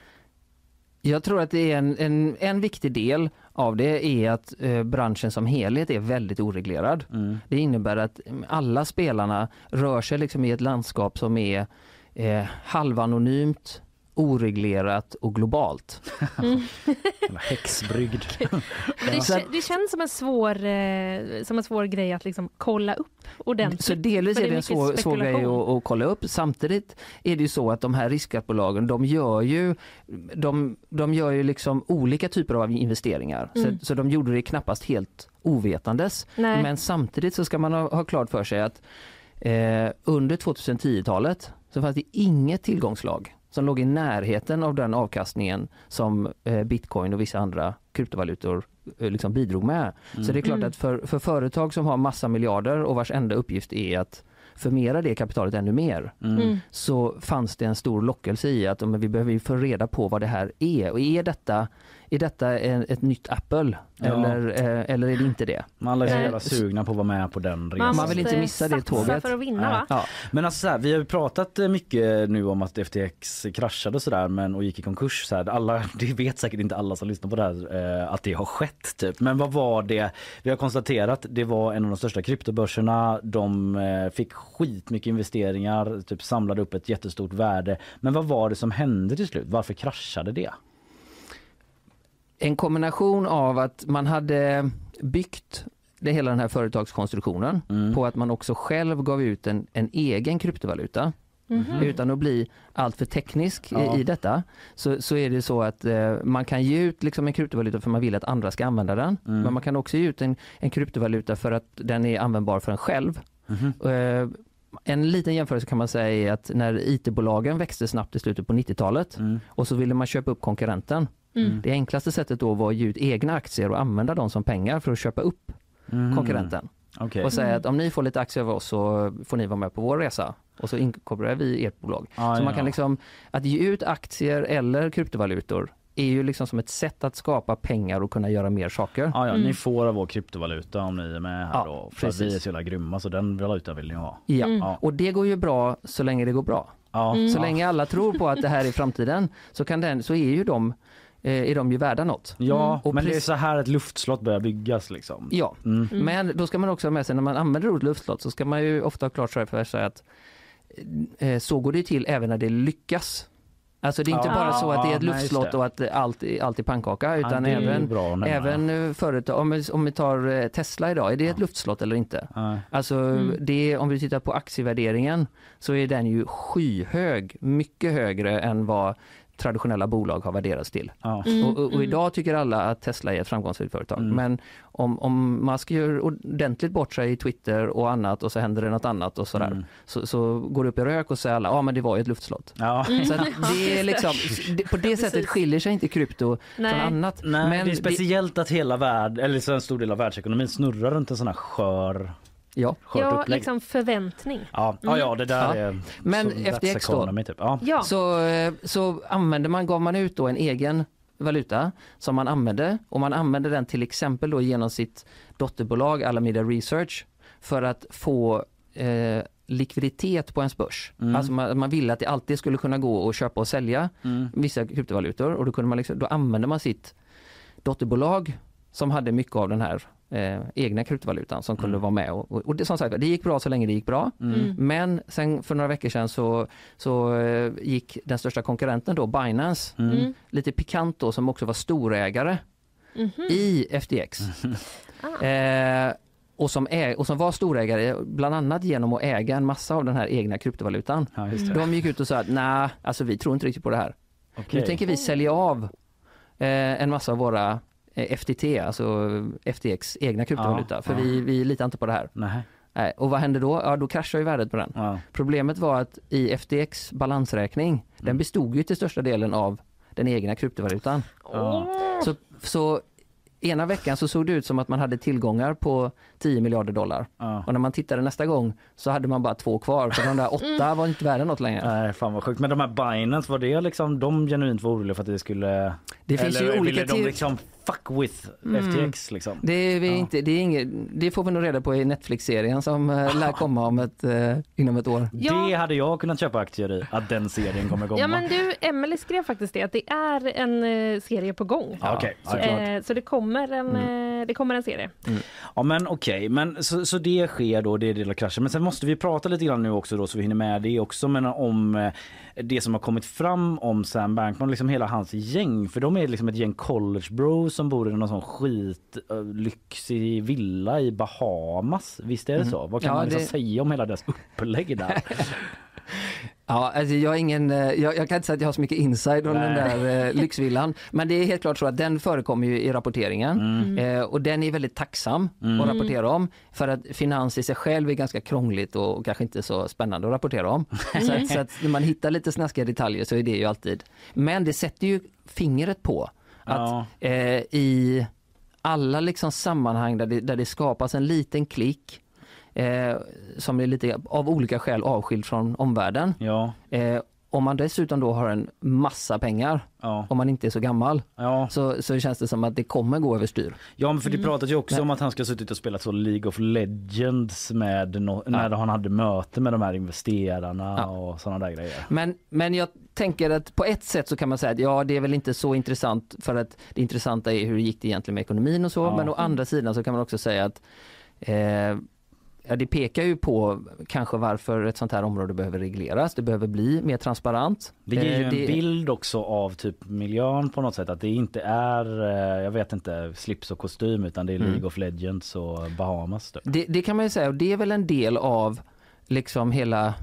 Speaker 13: Jag tror att det är en, en, en viktig del av det är att eh, branschen som helhet är väldigt oreglerad. Mm. Det innebär att alla spelarna rör sig liksom i ett landskap som är eh, halvanonymt, oreglerat och globalt.
Speaker 3: Mm.
Speaker 2: Häxbrygd.
Speaker 3: det, det känns som en svår eh, som en svår grej att liksom kolla upp ordentligt.
Speaker 13: Så delvis är det en svår, svår grej att, att kolla upp. Samtidigt är det ju så att de här riskkapitalbolagen, de gör ju de, de gör ju liksom olika typer av investeringar. Mm. Så, så de gjorde det knappast helt ovetandes. Nej. Men samtidigt så ska man ha, ha klart för sig att eh, under tjugohundratio-talet så fanns det inget tillgångslag som låg i närheten av den avkastningen som eh, bitcoin och vissa andra kryptovalutor eh, liksom bidrog med. Mm. Så det är klart att för, för företag som har massa miljarder och vars enda uppgift är att förmera det kapitalet ännu mer, mm. så fanns det en stor lockelse i att men vi behöver ju få reda på vad det här är. Och är detta, är detta ett, ett nytt Apple? Ja. Eller, eh, eller är det inte det?
Speaker 2: Man är så jävla sugna på att vara med på den resan.
Speaker 13: Man vill inte missa det tåget.
Speaker 3: För att vinna, va?
Speaker 2: Ja. Men alltså så här, vi har ju pratat mycket nu om att F T X kraschade och sådär, men och gick i konkurs. Så här. Alla, det vet säkert inte alla som lyssnar på det här eh, att det har skett. Typ. Men vad var det? Vi har konstaterat det var en av de största kryptobörserna. De eh, fick skitmycket investeringar, typ samlade upp ett jättestort värde. Men vad var det som hände till slut? Varför kraschade det?
Speaker 13: En kombination av att man hade byggt det hela den här företagskonstruktionen mm. på att man också själv gav ut en, en egen kryptovaluta. Mm-hmm. Utan att bli allt för teknisk ja. i, i detta så, så är det så att eh, man kan ge ut liksom en kryptovaluta för man vill att andra ska använda den. Mm. Men man kan också ge ut en, en kryptovaluta för att den är användbar för en själv. Mm-hmm. Eh, en liten jämförelse kan man säga är att när I T-bolagen växte snabbt i slutet på nittiotalet mm. och så ville man köpa upp konkurrenten. Mm. Det enklaste sättet då var att ge ut egna aktier och använda dem som pengar för att köpa upp mm. konkurrenten. Okay. Och säga mm. att om ni får lite aktier av oss så får ni vara med på vår resa. Och så inkorporerar vi ert bolag. Ah, så ja. man kan liksom, att ge ut aktier eller kryptovalutor är ju liksom som ett sätt att skapa pengar och kunna göra mer saker.
Speaker 2: Ah, ja, mm. Ni får av vår kryptovaluta om ni är med här ja, då. För precis. Vi är så jävla grymma så den valuta vill ni ha.
Speaker 13: Ja, mm. ja. Och det går ju bra så länge det går bra. Ja. Mm. Så ja. länge alla tror på att det här är framtiden så, kan den, så är ju de är de ju värda något.
Speaker 2: Ja, mm. men det är så här ett luftslott börjar byggas liksom.
Speaker 13: Ja, mm. Mm. men då ska man också ha med sig när man använder ordet luftslott så ska man ju ofta ha klart för sig att eh, så går det till även när det lyckas. Alltså det är inte ja. bara så att det är ett ja, luftslott och att allt, allt är pannkaka utan ja, även, bra, även företag, om vi, om vi tar Tesla idag, är det ja. ett luftslott eller inte? Ja. Alltså mm. det, om vi tittar på aktievärderingen så är den ju skyhög, mycket högre än vad traditionella bolag har värderats till. Ja. Mm, och, och, och idag tycker alla att Tesla är ett framgångsrikt företag. Mm. Men om, om Musk gör ordentligt bort sig i Twitter och annat och så händer det något annat och sådär. Mm. Så, så går det upp i rök och säger alla, ja ah, men det var ju ett luftslott. Ja. Så att det är liksom, det, på det sättet skiljer sig inte krypto Nej. från annat.
Speaker 2: Nej,
Speaker 13: men
Speaker 2: det är speciellt det, att hela värld, eller så en stor del av världsekonomin snurrar runt en sån här skör
Speaker 13: Ja,
Speaker 3: ja liksom förväntning.
Speaker 2: Ja, mm. ja det där ja. är
Speaker 13: men F T X då, typ. ja. Ja. Så, så använder man, gav man ut då en egen valuta som man använde och man använde den till exempel då genom sitt dotterbolag Alameda Research för att få eh, likviditet på ens börs. Mm. Alltså man, man ville att det alltid skulle kunna gå att köpa och sälja mm. vissa kryptovalutor och då, kunde man liksom, då använde man sitt dotterbolag som hade mycket av den här Eh, egna kryptovalutan som kunde mm. vara med och, och, och det, som sagt, det gick bra så länge det gick bra mm. men sen för några veckor sedan så, så eh, gick den största konkurrenten då, Binance mm. lite pikant då, som också var storägare mm-hmm. i F T X mm. eh, och, som äg, och som var storägare bland annat genom att äga en massa av den här egna kryptovalutan. Ja, de gick ut och sa att nej, alltså vi tror inte riktigt på det här. Okay. Nu tänker vi sälja av eh, en massa av våra F T T, alltså F T X egna kryptovaluta. Ja, för ja. Vi, vi litar inte på det här. Nej. Nej. Och vad hände då? Ja, då kraschar ju värdet på den.
Speaker 2: Ja.
Speaker 13: Problemet var att i F T X balansräkning, mm. den bestod ju till största delen av den egna kryptovalutan.
Speaker 3: Oh.
Speaker 13: Så, så ena veckan så såg det ut som att man hade tillgångar på tio miljarder dollar.
Speaker 2: Ja.
Speaker 13: Och när man tittade nästa gång så hade man bara två kvar. För de där åtta mm. var inte värda något längre.
Speaker 2: Nej, fan vad sjukt. Men de här Binance, var det liksom, de genuint var oroliga för att det skulle...
Speaker 13: Det finns
Speaker 2: eller
Speaker 13: ju olika
Speaker 2: ville de liksom fuck with mm. F T X liksom?
Speaker 13: Det, är vi
Speaker 2: ja.
Speaker 13: inte, det, är inget, det får vi nog reda på i Netflix-serien som uh, lär komma om ett, uh, inom ett år.
Speaker 3: Ja.
Speaker 2: Det hade jag kunnat köpa aktier i, att den serien kommer komma.
Speaker 3: Ja, men du, Emily skrev faktiskt det, att det är en uh, serie på gång.
Speaker 2: Ja, okay.
Speaker 3: Så, uh, så det kommer en, mm. uh, det kommer en serie.
Speaker 2: Mm. Ja, men okej, okay. men så, så det sker då, det är del av kraschen. Men sen måste vi prata lite grann nu också då, så vi hinner med det också, men om uh, det som har kommit fram om Sam Bankman, liksom hela hans gäng, för de är liksom ett gäng college bros som bor i någon sån skit uh, lyxig villa i Bahamas. Visst är det mm. så? Vad kan ja, man liksom det... säga om hela deras upplägg där?
Speaker 13: Ja, alltså jag, har ingen, jag, jag kan inte säga att jag har så mycket inside om den där eh, lyxvillan. Men det är helt klart så att den förekommer ju i rapporteringen. Mm. Eh, och den är väldigt tacksam mm. att rapportera om. För att finans i sig själv är ganska krångligt och, och kanske inte så spännande att rapportera om. Mm. Så, att, så att när man hittar lite snaskiga detaljer så är det ju alltid. Men det sätter ju fingret på att ja. eh, i alla liksom sammanhang där det, där det skapas en liten klick Eh, som är lite av olika skäl avskild från omvärlden.
Speaker 2: Ja.
Speaker 13: Eh, om man dessutom då har en massa pengar, ja. om man inte är så gammal,
Speaker 2: ja.
Speaker 13: så, så känns det som att det kommer gå överstyr.
Speaker 2: Ja, men för det pratas ju också mm. om att han ska suttit och spelat så League of Legends med no-
Speaker 13: ja.
Speaker 2: när han hade möte med de här investerarna ja. och sådana där grejer.
Speaker 13: Men, men jag tänker att på ett sätt så kan man säga att ja, det är väl inte så intressant, för att det intressanta är hur det gick det egentligen med ekonomin och så, ja. men å andra sidan så kan man också säga att eh, ja, det pekar ju på kanske varför ett sånt här område behöver regleras. Det behöver bli mer transparent.
Speaker 2: Det ger ju en
Speaker 13: det...
Speaker 2: bild också av typ miljön på något sätt. Att det inte är, jag vet inte, slips och kostym, utan det är League mm. of Legends och Bahamas.
Speaker 13: Det, det kan man ju säga, och det är väl en del av liksom hela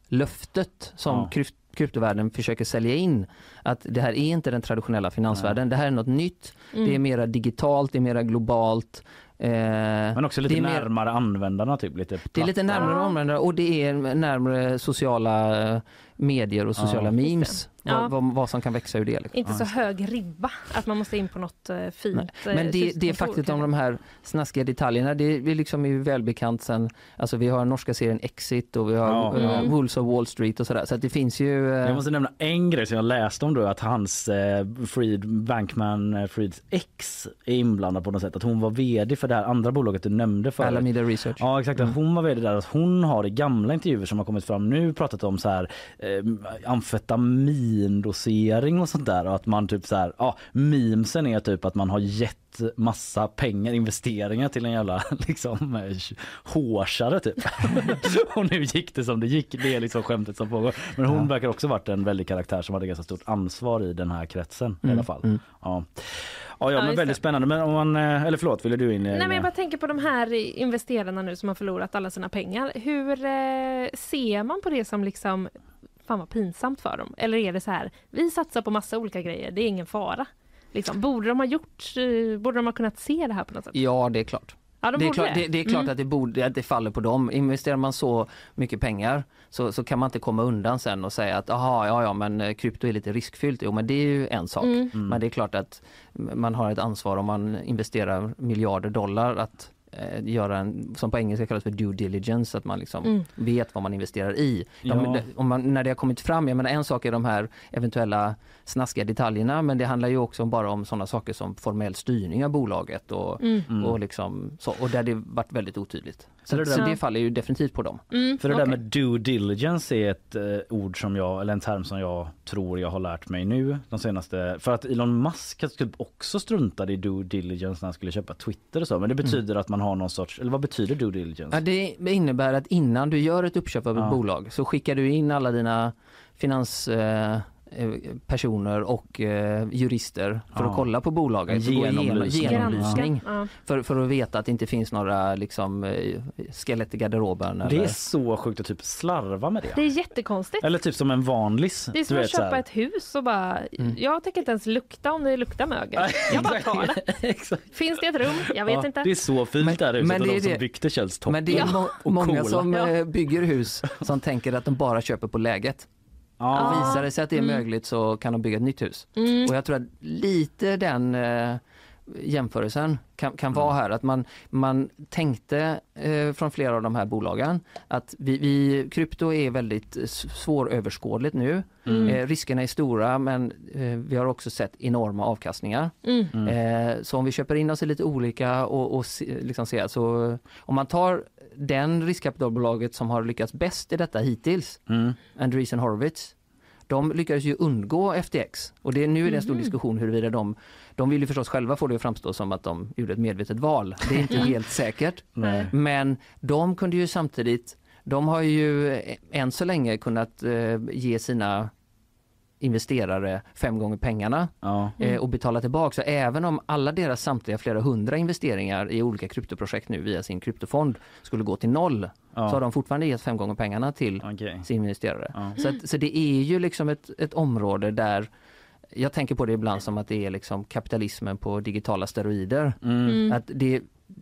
Speaker 13: löftet som ja. krypt kryptovärlden försöker sälja in, att det här är inte den traditionella finansvärlden. Nej. Det här är något nytt. Mm. Det är mera digitalt, det är mera globalt. Eh,
Speaker 2: Men också lite
Speaker 13: det är
Speaker 2: närmare mer, användarna typ. Lite
Speaker 13: det är lite närmare ja. användare, och det är närmare sociala medier och sociala ja. memes.
Speaker 3: Ja.
Speaker 13: Vad, vad, vad som kan växa ur det. Liksom.
Speaker 3: Inte så hög ribba att man måste in på något uh, fint.
Speaker 13: Nej. Men det, det är faktiskt om de här snaskiga detaljerna. Det är liksom är välbekant sen. Alltså vi har norska serien Exit och vi har ja. uh, mm. Wolves of Wall Street och sådär. Så att det finns ju... Uh...
Speaker 2: Jag måste nämna en grej som jag läste om då, att hans uh, Fried, Bankman uh, Frieds ex är inblandad på något sätt. Att hon var vd för det här andra bolaget du nämnde förut.
Speaker 13: Alameda Research.
Speaker 2: Ja, exakt. Mm. Hon var vd där. Att hon har i gamla intervjuer som har kommit fram nu pratat om så här uh, amfetamindosering och sånt där, och att man typ så här, ja, memesen är typ att man har gett massa pengar, investeringar till en jävla liksom hårsare typ. Och nu gick det som det gick, det är liksom skämtet som pågår. Men hon ja. verkar också varit en väldig karaktär som hade ganska stort ansvar i den här kretsen mm. i alla fall. Mm. Ja. Ja, ja, men väldigt spännande. Men om man, eller förlåt, ville du in?
Speaker 3: Nej, men jag bara tänker på de här investerarna nu som har förlorat alla sina pengar. Hur eh, ser man på det som liksom, fan vad pinsamt för dem? Eller är det så här, vi satsar på massa olika grejer, det är ingen fara. Liksom, borde de ha gjort, borde de ha kunnat se det här på något sätt?
Speaker 13: Ja, det är klart.
Speaker 3: Ja, de
Speaker 13: det, är klart
Speaker 3: det.
Speaker 13: Det, det är klart
Speaker 3: mm.
Speaker 13: att det, borde, att det faller på dem. Investerar man så mycket pengar så, så kan man inte komma undan sen och säga att aha, ja, ja, men krypto är lite riskfyllt. Jo, men det är ju en sak. Mm. Mm. Men det är klart att man har ett ansvar om man investerar miljarder dollar att eh, göra en, som på engelska kallas för due diligence, att man liksom mm. vet vad man investerar i. De,
Speaker 2: ja.
Speaker 13: de, om man, när det har kommit fram, jag menar, en sak är de här eventuella snaskiga detaljerna, men det handlar ju också bara om sådana saker som formell styrning av bolaget och, mm. och, liksom, så, och där det varit väldigt otydligt. Så, det, så det faller ju definitivt på dem.
Speaker 2: Mm, för det okay. där med due diligence är ett eh, ord som jag, eller en term som jag tror jag har lärt mig nu de senaste, för att Elon Musk typ också struntade i due diligence när han skulle köpa Twitter och så, men det betyder mm. att man har någon sorts, eller vad betyder due diligence?
Speaker 13: Ja, det innebär att innan du gör ett uppköp av ett ja. bolag så skickar du in alla dina finans... Eh, personer och eh, jurister för
Speaker 2: Ja.
Speaker 13: att kolla på bolaget.
Speaker 2: Genomlysning.
Speaker 13: Genomlysning.
Speaker 3: Ja.
Speaker 13: För, för att veta att det inte finns några liksom, eh, skelett i garderoben.
Speaker 2: Det
Speaker 13: Eller...
Speaker 2: är så sjukt att typ slarva med det.
Speaker 3: Det är jättekonstigt.
Speaker 2: Eller typ som en vanlis.
Speaker 3: Det är som
Speaker 2: du
Speaker 3: att
Speaker 2: vet, så
Speaker 3: köpa
Speaker 2: här.
Speaker 3: ett hus och bara,
Speaker 13: Mm.
Speaker 3: jag tänker inte ens lukta om det luktar mögel. Jag bara tar det. Finns det ett rum? Jag vet
Speaker 2: Ja,
Speaker 3: inte.
Speaker 2: Det är så fint
Speaker 13: Men-
Speaker 2: där huset
Speaker 13: men
Speaker 2: och
Speaker 13: det
Speaker 2: de
Speaker 13: är
Speaker 2: som
Speaker 13: det-
Speaker 2: byggt det känns toppen.
Speaker 13: Men det är må-
Speaker 2: och
Speaker 13: många
Speaker 2: coola.
Speaker 13: som
Speaker 3: Ja.
Speaker 13: eh, bygger hus som tänker att de bara köper på läget.
Speaker 2: Ja.
Speaker 13: Och visar det sig att det är
Speaker 3: Mm.
Speaker 13: möjligt så kan de bygga ett nytt hus.
Speaker 3: Mm.
Speaker 13: Och jag tror att lite den eh, jämförelsen kan, kan vara här. Att man, man tänkte eh, från flera av de här bolagen att vi, vi, krypto är väldigt s- svåröverskådligt nu.
Speaker 3: Mm.
Speaker 13: Eh, riskerna är stora men eh, vi har också sett enorma avkastningar.
Speaker 3: Mm.
Speaker 2: Mm.
Speaker 13: Eh, så om vi köper in oss i lite olika och, och se, liksom se, så om man tar den riskkapitalbolaget som har lyckats bäst i detta hittills,
Speaker 2: Mm.
Speaker 13: Andreessen Horowitz, de lyckades ju undgå F T X och det, nu är det en stor
Speaker 3: Mhm.
Speaker 13: diskussion huruvida de, de vill ju förstås själva få det att framstå som att de gjorde ett medvetet val. Det är inte helt säkert.
Speaker 2: Nej.
Speaker 13: Men de kunde ju samtidigt, de har ju än så länge kunnat eh, ge sina investerare fem gånger pengarna
Speaker 2: Ja.
Speaker 13: eh, och betala tillbaka. Så även om alla deras samtliga flera hundra investeringar i olika kryptoprojekt nu via sin kryptofond skulle gå till noll,
Speaker 2: Ja.
Speaker 13: så har de fortfarande gett fem gånger pengarna till
Speaker 2: Okej.
Speaker 13: sin investerare.
Speaker 2: Ja.
Speaker 13: Så, att, så det är ju liksom ett, ett område där jag tänker på det ibland som att det är liksom kapitalismen på digitala steroider.
Speaker 2: Mm.
Speaker 3: Mm.
Speaker 13: Att det,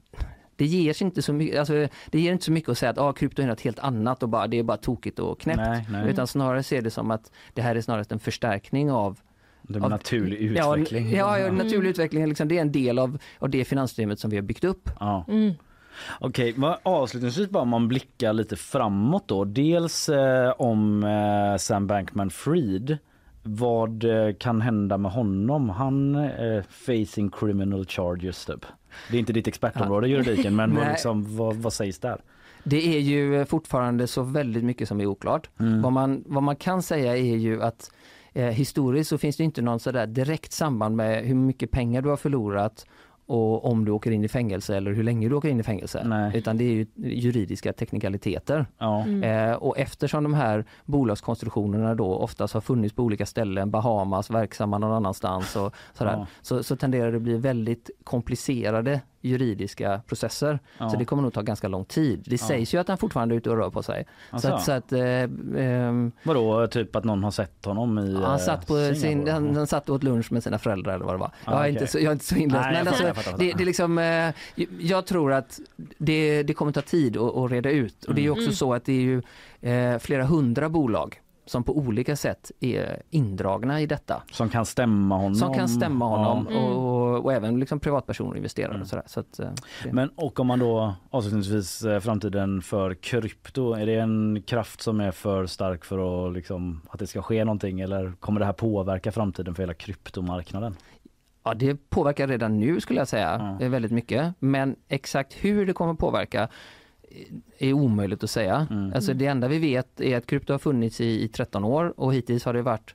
Speaker 13: det ger sig inte så mycket, alltså det ger inte så mycket att säga att ah, krypto är något helt annat och bara, det är bara tokigt och knäppt.
Speaker 2: Nej, nej.
Speaker 13: Utan snarare ser det som att det här är snarast en förstärkning av
Speaker 2: Det är
Speaker 13: av-
Speaker 2: naturlig utveckling.
Speaker 13: Ja, ja, naturlig
Speaker 3: Mm.
Speaker 13: utveckling liksom, det är en del av, av det finanssystemet som vi har byggt upp.
Speaker 2: Ja.
Speaker 3: Mm.
Speaker 2: Okej, vad avslutningsvis bara om man blickar lite framåt då. Dels eh, om eh, Sam Bankman-Fried. Vad eh, kan hända med honom? Han eh, facing criminal charges typ. Det är inte ditt expertområde juridiken, men vad,
Speaker 13: Nej.
Speaker 2: liksom, vad, vad sägs där?
Speaker 13: Det är ju fortfarande så väldigt mycket som är oklart.
Speaker 2: Mm.
Speaker 13: Vad, man, vad man kan säga är ju att eh, historiskt så finns det inte någon sådär direkt samband med hur mycket pengar du har förlorat och om du åker in i fängelse eller hur länge du åker in i fängelse.
Speaker 2: Nej.
Speaker 13: Utan det är ju juridiska teknikaliteter.
Speaker 2: Ja.
Speaker 3: Mm.
Speaker 13: Eh, och eftersom de här bolagskonstruktionerna då oftast har funnits på olika ställen, Bahamas, verksamma någon annanstans och sådär,
Speaker 2: Ja.
Speaker 13: så, så tenderar det att bli väldigt komplicerade juridiska processer.
Speaker 2: Ja.
Speaker 13: Så det kommer nog ta ganska lång tid. Det
Speaker 2: Ja.
Speaker 13: sägs ju att han fortfarande är ute och rör på sig.
Speaker 2: Alltså.
Speaker 13: Så att, så att eh, ehm,
Speaker 2: Vadå, typ att någon har sett honom i
Speaker 13: han, satt på
Speaker 2: eh,
Speaker 13: sin,
Speaker 2: Singapore?
Speaker 13: han, han satt och åt lunch med sina föräldrar eller vad det var.
Speaker 2: Ah,
Speaker 13: jag, är
Speaker 2: okej.
Speaker 13: inte så, jag är inte så inläst.
Speaker 2: Nej, jag
Speaker 13: Men
Speaker 2: fattar,
Speaker 13: alltså,
Speaker 2: jag fattar, jag
Speaker 13: det, det är liksom, eh, jag tror att det, det kommer ta tid att, att reda ut. Och det är ju också
Speaker 3: Mm.
Speaker 13: så att det är ju eh, flera hundra bolag som på olika sätt är indragna i detta.
Speaker 2: Som kan stämma honom.
Speaker 13: Som kan stämma honom
Speaker 2: Ja.
Speaker 3: Mm.
Speaker 13: och, och även liksom privatpersoner och investerare.
Speaker 2: Mm.
Speaker 13: Och sådär. Så att, eh, det.
Speaker 2: Men och om man då avslutningsvis eh, framtiden för krypto, är det en kraft som är för stark för att, liksom, att det ska ske någonting, eller kommer det här påverka framtiden för hela kryptomarknaden?
Speaker 13: Ja, det påverkar redan nu skulle jag säga
Speaker 2: Ja.
Speaker 13: eh, väldigt mycket. Men exakt hur det kommer påverka är omöjligt att säga.
Speaker 2: Mm.
Speaker 13: Alltså det enda vi vet är att krypto har funnits i, i tretton år och hittills har det varit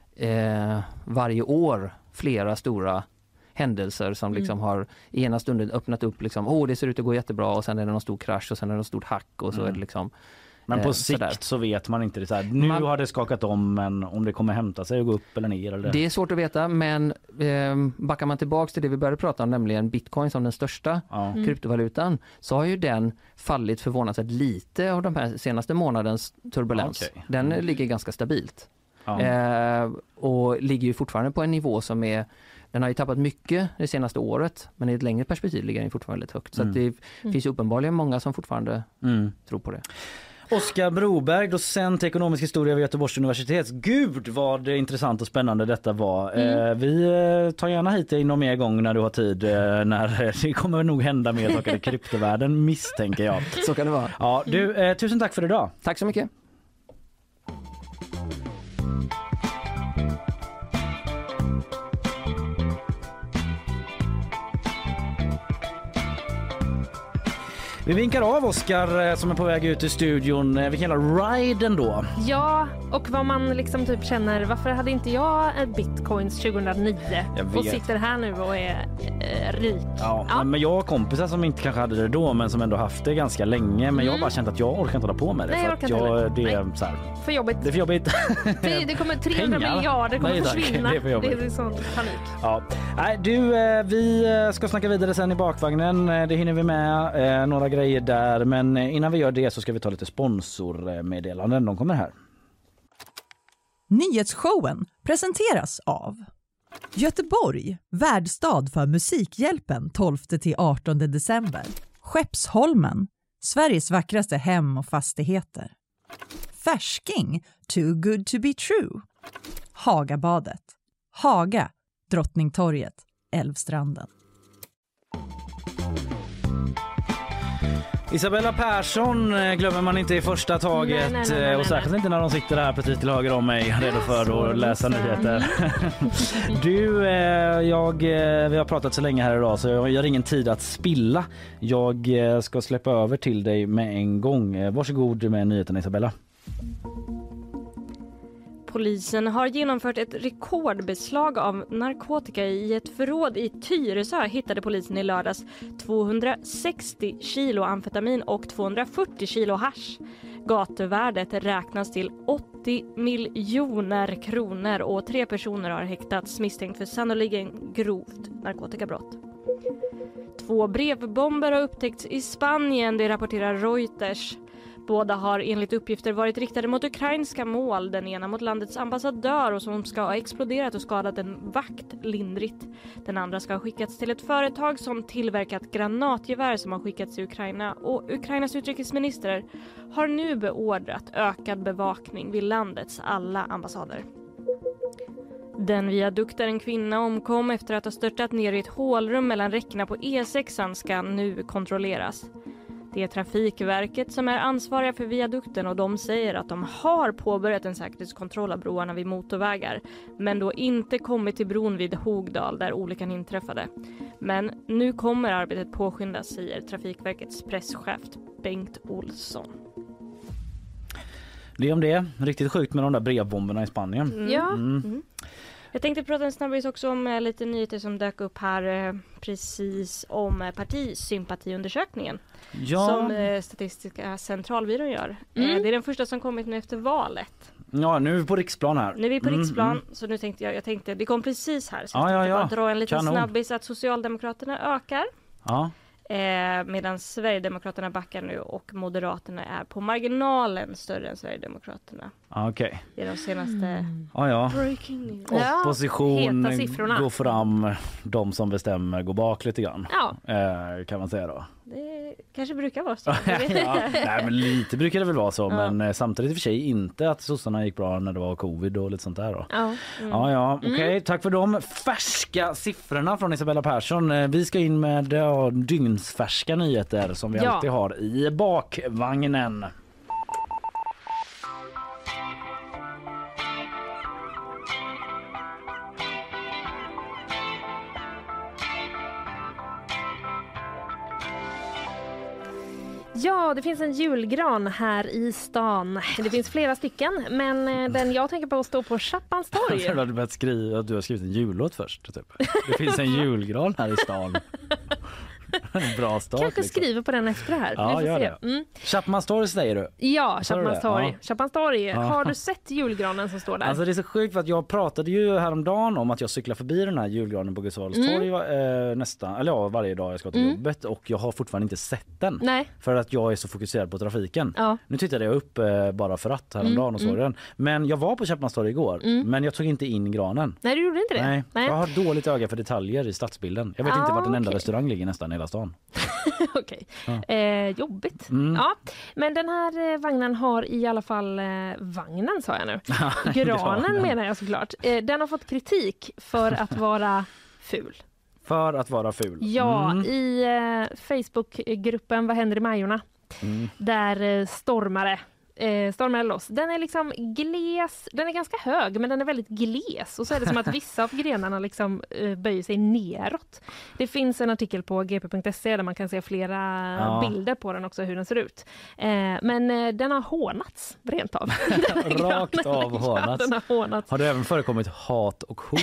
Speaker 13: eh, varje år flera stora händelser som liksom
Speaker 3: Mm.
Speaker 13: har i ena stunden öppnat upp liksom, åh det ser ut att gå jättebra och sen är det någon stor krasch och sen är det någon stort hack och så
Speaker 2: Mm.
Speaker 13: är det liksom
Speaker 2: Men på
Speaker 13: eh,
Speaker 2: sikt
Speaker 13: sådär.
Speaker 2: så vet man inte det så här. Nu
Speaker 13: Man-
Speaker 2: har det skakat om, men om det kommer hämta sig och gå upp eller ner eller
Speaker 13: Det är svårt att veta, men eh, backar man tillbaks till det vi började prata om, nämligen bitcoin som den största
Speaker 2: ja.
Speaker 3: Mm.
Speaker 13: kryptovalutan, så har ju den fallit förvånansvärt lite av de här senaste månadens turbulens.
Speaker 2: Okej.
Speaker 13: Den
Speaker 2: Mm.
Speaker 13: ligger ganska stabilt.
Speaker 2: Ja.
Speaker 13: Eh, och ligger ju fortfarande på en nivå som är, den har ju tappat mycket det senaste året, men i ett längre perspektiv ligger den fortfarande väldigt högt. Så
Speaker 2: Mm.
Speaker 13: att det
Speaker 3: Mm.
Speaker 13: finns ju uppenbarligen många som fortfarande
Speaker 2: Mm.
Speaker 13: tror på det.
Speaker 2: Oskar Broberg, docent i ekonomisk historia vid Göteborgs universitet. Gud vad intressant och spännande detta var.
Speaker 3: Mm.
Speaker 2: Eh, vi eh, tar gärna hit dig någon mer gång när du har tid. Eh, när det kommer nog hända mer saker i kryptovärlden, misstänker jag.
Speaker 13: Så kan det vara.
Speaker 2: Ja, du, eh, tusen tack för idag.
Speaker 13: Tack så mycket.
Speaker 2: Vi vinkar av Oskar eh, som är på väg ut i studion. Eh, Vilken jävla ride ändå.
Speaker 3: Ja, och vad man liksom typ känner, varför hade inte jag ett bitcoins tjugohundraniio
Speaker 2: Jag vet.
Speaker 3: och sitter här nu och är eh, rik.
Speaker 2: Ja,
Speaker 3: Ja.
Speaker 2: men jag har kompisar som inte kanske hade det då men som ändå haft det ganska länge. Men jag har bara känt att jag orkar inte hålla på med det.
Speaker 3: Nej,
Speaker 2: för
Speaker 3: jag
Speaker 2: att
Speaker 3: orkar inte
Speaker 2: jag,
Speaker 3: heller.
Speaker 2: det är
Speaker 3: Nej.
Speaker 2: så här,
Speaker 3: För jobbigt.
Speaker 2: det är för jobbigt.
Speaker 3: Det, det kommer trehundra
Speaker 2: Pengar.
Speaker 3: miljarder kommer
Speaker 2: Nej, tack.
Speaker 3: försvinna.
Speaker 2: Det är för jobbigt.
Speaker 3: Det är sån panik.
Speaker 2: Ja. Nej, du, eh, vi ska snacka vidare sen i bakvagnen. Eh, Det hinner vi med. Eh, Några grejer där. Men eh, innan vi gör det så ska vi ta lite sponsormeddelanden. De kommer här.
Speaker 1: Nyhetsshowen presenteras av Göteborg, värdstad för Musikhjälpen tolfte till artonde december. Skeppsholmen, Sveriges vackraste hem och fastigheter. Färsking, too good to be true. Hagabadet, Haga, Drottningtorget, Älvstranden.
Speaker 2: Isabella Persson eh, glömmer man inte i första taget.
Speaker 3: Nej, nej, nej, nej,
Speaker 2: och särskilt inte när de sitter här precis till höger om mig redo för att läsa nyheter. Du, eh, jag, eh, vi har pratat så länge här idag så jag har ingen tid att spilla. Jag eh, ska släppa över till dig med en gång. Eh, varsågod med nyheterna, Isabella.
Speaker 10: Polisen har genomfört ett rekordbeslag av narkotika i ett förråd i Tyresö. Hittade polisen i lördags tvåhundrasextio kilo amfetamin och tvåhundrafyrtio kilo hasch. Gatuvärdet räknas till åttio miljoner kronor och tre personer har häktats misstänkt för sannoliken grovt narkotikabrott. Två brevbomber har upptäckts i Spanien, det rapporterar Reuters. Båda har enligt uppgifter varit riktade mot ukrainska mål. Den ena mot landets ambassadör och som ska ha exploderat och skadat en vakt lindrigt. Den andra ska ha skickats till ett företag som tillverkat granatgevär som har skickats till Ukraina. Och Ukrainas utrikesminister har nu beordrat ökad bevakning vid landets alla ambassader. Den viadukt där en kvinna omkom efter att ha störtat ner i ett hålrum mellan räckena på E sex ska nu kontrolleras. Det är Trafikverket som är ansvariga för viadukten och de säger att de har påbörjat en säkerhetskontroll av broarna vid motorvägar men då inte kommit till bron vid Hogdal där olyckan inträffade. Men nu kommer arbetet påskyndas, säger Trafikverkets presschef Bengt Olsson.
Speaker 2: Det är om det. Riktigt sjukt med de där brevbomberna i Spanien.
Speaker 10: Mm. Ja.
Speaker 2: Mm.
Speaker 10: Mm. Jag tänkte prata en snabbis också om eh, lite nyheter som dök upp här eh, precis om eh, partisympatiundersökningen
Speaker 2: Ja.
Speaker 10: som eh, Statistiska centralbyrån gör.
Speaker 3: Mm.
Speaker 10: Eh, det är den första som kommit nu efter valet.
Speaker 2: Ja, nu är vi på riksplan här.
Speaker 10: Nu är vi på
Speaker 2: Mm,
Speaker 10: riksplan,
Speaker 2: mm.
Speaker 10: så nu tänkte jag, jag tänkte, det kom precis här så
Speaker 2: Ja,
Speaker 10: jag
Speaker 2: ja,
Speaker 10: tänkte
Speaker 2: ja.
Speaker 10: bara dra en liten
Speaker 2: Kanon.
Speaker 10: snabbis att Socialdemokraterna ökar.
Speaker 2: Ja.
Speaker 10: Eh, medan Sverigedemokraterna backar nu och Moderaterna är på marginalen större än Sverigedemokraterna.
Speaker 2: Ja, okej.
Speaker 10: Det är de senaste
Speaker 2: Ja, ja.
Speaker 10: breaking news.
Speaker 2: Opposition
Speaker 10: heta siffrorna.
Speaker 2: går fram, de som bestämmer går bak lite grann.
Speaker 10: Ja.
Speaker 2: Eh, kan man säga då.
Speaker 10: Det kanske brukar vara så.
Speaker 2: Ja, nej, men lite brukar det väl vara så,
Speaker 10: Ja.
Speaker 2: men eh, samtidigt i och för sig inte att sossarna gick bra när det var covid och lite sånt där då.
Speaker 10: Ja, mm.
Speaker 2: Ja, ja, okej.
Speaker 10: Mm.
Speaker 2: Tack för de färska siffrorna från Isabella Persson. Eh, Vi ska in med ja, dygnsfärska nyheter som vi
Speaker 10: Ja.
Speaker 2: alltid har i bakvagnen.
Speaker 3: Ja, det finns en julgran här i stan. Det finns flera stycken, men eh, den jag tänker på står på Chapmans torg.
Speaker 2: Jag hade börjat skriva att du har skrivit en jullåt först. Typ. Det finns en julgran här i stan. Bra start.
Speaker 3: Kanske
Speaker 2: liksom.
Speaker 3: skriver på den efter det här.
Speaker 2: Ja,
Speaker 3: Vi får
Speaker 2: gör
Speaker 3: se.
Speaker 2: det.
Speaker 3: Mm.
Speaker 2: Chapmans torg säger du?
Speaker 3: Ja,
Speaker 2: Sa du
Speaker 3: Chapmans
Speaker 2: det?
Speaker 3: torg.
Speaker 2: Ja.
Speaker 3: Chapmans torg.
Speaker 2: Ja.
Speaker 3: Har du sett julgranen som står där?
Speaker 2: Alltså det är så sjukt för att jag pratade ju häromdagen om att jag cyklar förbi den här julgranen på Gustavs
Speaker 3: Mm.
Speaker 2: torg eh, nästan, eller ja, varje dag jag ska till
Speaker 3: Mm.
Speaker 2: jobbet och jag har fortfarande inte sett den.
Speaker 3: Nej.
Speaker 2: För att jag är så fokuserad på trafiken.
Speaker 3: Ja.
Speaker 2: Nu tittade jag upp eh, bara för att häromdagen
Speaker 3: Mm,
Speaker 2: och såg
Speaker 3: mm.
Speaker 2: den. Men jag var på Chapmans torg igår,
Speaker 3: Mm.
Speaker 2: men jag tog inte in granen.
Speaker 3: Nej, du gjorde inte det?
Speaker 2: Nej.
Speaker 3: Nej.
Speaker 2: Jag har dåligt öga för detaljer i stadsbilden. Jag vet
Speaker 3: Ah,
Speaker 2: inte vart den enda
Speaker 3: okej.
Speaker 2: restaurang ligger nästan i hela stan.
Speaker 3: Okej.
Speaker 2: Ja.
Speaker 3: Eh, jobbigt.
Speaker 2: Mm.
Speaker 3: Ja, men den här eh, vagnen har i alla fall eh, vagnen sa jag nu. Granen
Speaker 2: Granen.
Speaker 3: menar jag såklart. Eh, den har fått kritik för att vara ful.
Speaker 2: För att vara ful.
Speaker 3: Ja,
Speaker 2: Mm.
Speaker 3: i eh, Facebookgruppen Vad händer i Majorna?
Speaker 2: Mm.
Speaker 3: Där eh, stormare eh, stormade loss. Den är liksom gles, den är ganska hög men den är väldigt gles och så är det som att vissa av grenarna liksom eh, böjer sig neråt. Det finns en artikel på g p punkt se där man kan se flera
Speaker 2: ja.
Speaker 3: bilder på den också hur den ser ut. Eh, men eh, den har hånats rent av.
Speaker 2: Rakt av hånats.
Speaker 3: Den har hånats.
Speaker 2: Har det även förekommit hat och hot?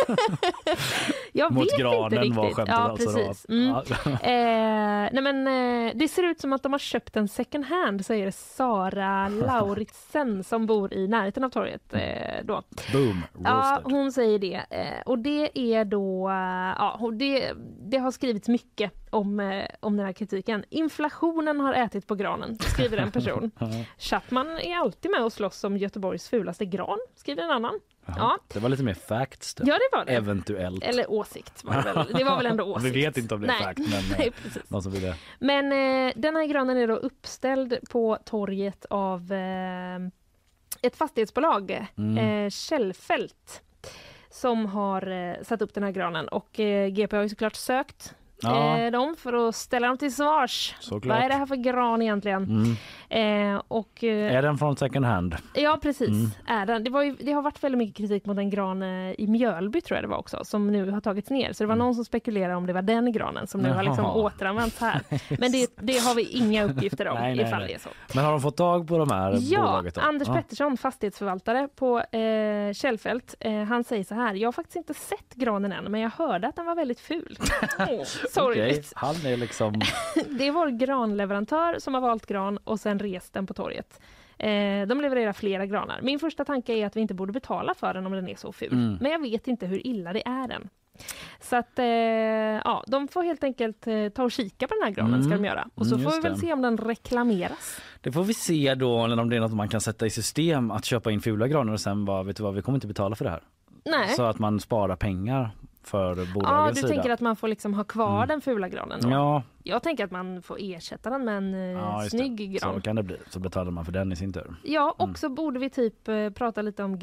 Speaker 3: Jag
Speaker 2: Mot
Speaker 3: vet
Speaker 2: granen
Speaker 3: inte riktigt.
Speaker 2: var skämtet
Speaker 3: ja,
Speaker 2: alltså
Speaker 3: precis.
Speaker 2: då.
Speaker 3: Mm.
Speaker 2: Ja.
Speaker 3: eh, nej men, eh, det ser ut som att de har köpt en second hand, säger det Sara Lauritsen som bor i närheten av torget. Eh, då.
Speaker 2: Boom,
Speaker 3: ja, hon säger det. Eh, och det är då... Eh, ja, det, det har skrivits mycket om, eh, om den här kritiken. Inflationen har ätit på granen, skriver en person. Chapman är alltid med och slåss om Göteborgs fulaste gran, skriver en annan. Ja.
Speaker 2: Det var lite mer facts då.
Speaker 3: Ja, det var det.
Speaker 2: Eventuellt.
Speaker 3: Eller åsikt. Var det, väl. det var väl ändå åsikt.
Speaker 2: Vi vet inte om det är
Speaker 3: Nej.
Speaker 2: fact, men
Speaker 3: Nej, precis.
Speaker 2: någon som vill det.
Speaker 3: Men eh, den här granen är då uppställd på torget av eh, ett fastighetsbolag,
Speaker 2: Mm.
Speaker 3: eh, Källfält, som har eh, satt upp den här granen. Och eh, G P har ju såklart sökt
Speaker 2: Ja.
Speaker 3: eh, dem för att ställa dem till svars.
Speaker 2: Såklart.
Speaker 3: Vad är det här för gran egentligen?
Speaker 2: Mm.
Speaker 3: Eh, och, eh,
Speaker 2: Är den från second hand?
Speaker 3: Ja, precis.
Speaker 2: Mm.
Speaker 3: Är den. Det, var ju, det har varit väldigt mycket kritik mot en gran eh, i Mjölby, tror jag det var också, som nu har tagits ner. Så det var någon som spekulerade om det var den granen som nu har liksom
Speaker 2: Jaha.
Speaker 3: återanvänts här. Men det, det har vi inga uppgifter om
Speaker 2: Nej, nej,
Speaker 3: ifall
Speaker 2: nej.
Speaker 3: det är så.
Speaker 2: Men har de fått tag på de här
Speaker 3: Ja,
Speaker 2: bolaget då?
Speaker 3: Anders
Speaker 2: Ja.
Speaker 3: Pettersson, fastighetsförvaltare på eh, Källfält, eh, han säger så här: jag har faktiskt inte sett granen än, men jag hörde att den var väldigt ful. oh, sorgligt.
Speaker 2: Okej, han är liksom...
Speaker 3: Det är vår granleverantör som har valt gran och sen rest den på torget. Eh, de levererar flera granar. Min första tanke är att vi inte borde betala för den om den är så ful.
Speaker 2: Mm.
Speaker 3: Men jag vet inte hur illa det är än. Så att eh, ja, de får helt enkelt eh, ta och kika på den här granen,
Speaker 2: Mm.
Speaker 3: ska de göra. Och så
Speaker 2: Mm,
Speaker 3: får vi
Speaker 2: just
Speaker 3: väl
Speaker 2: det.
Speaker 3: se om den reklameras.
Speaker 2: Det får vi se då, om det är något man kan sätta i system att köpa in fula granar och sen bara, vet du vad, vi kommer inte betala för det här.
Speaker 3: Nej.
Speaker 2: Så att man sparar pengar för
Speaker 3: Ja,
Speaker 2: bolagens
Speaker 3: du
Speaker 2: sida.
Speaker 3: tänker att man får liksom ha kvar
Speaker 2: Mm.
Speaker 3: den fula granen då?
Speaker 2: Ja.
Speaker 3: Jag tänker att man får ersätta den med en eh,
Speaker 2: Ja, just
Speaker 3: snygg
Speaker 2: det.
Speaker 3: gran.
Speaker 2: Så kan det bli. Så betalar man för den i sin tur.
Speaker 3: Ja, och
Speaker 2: Mm.
Speaker 3: så borde vi typ eh, prata lite om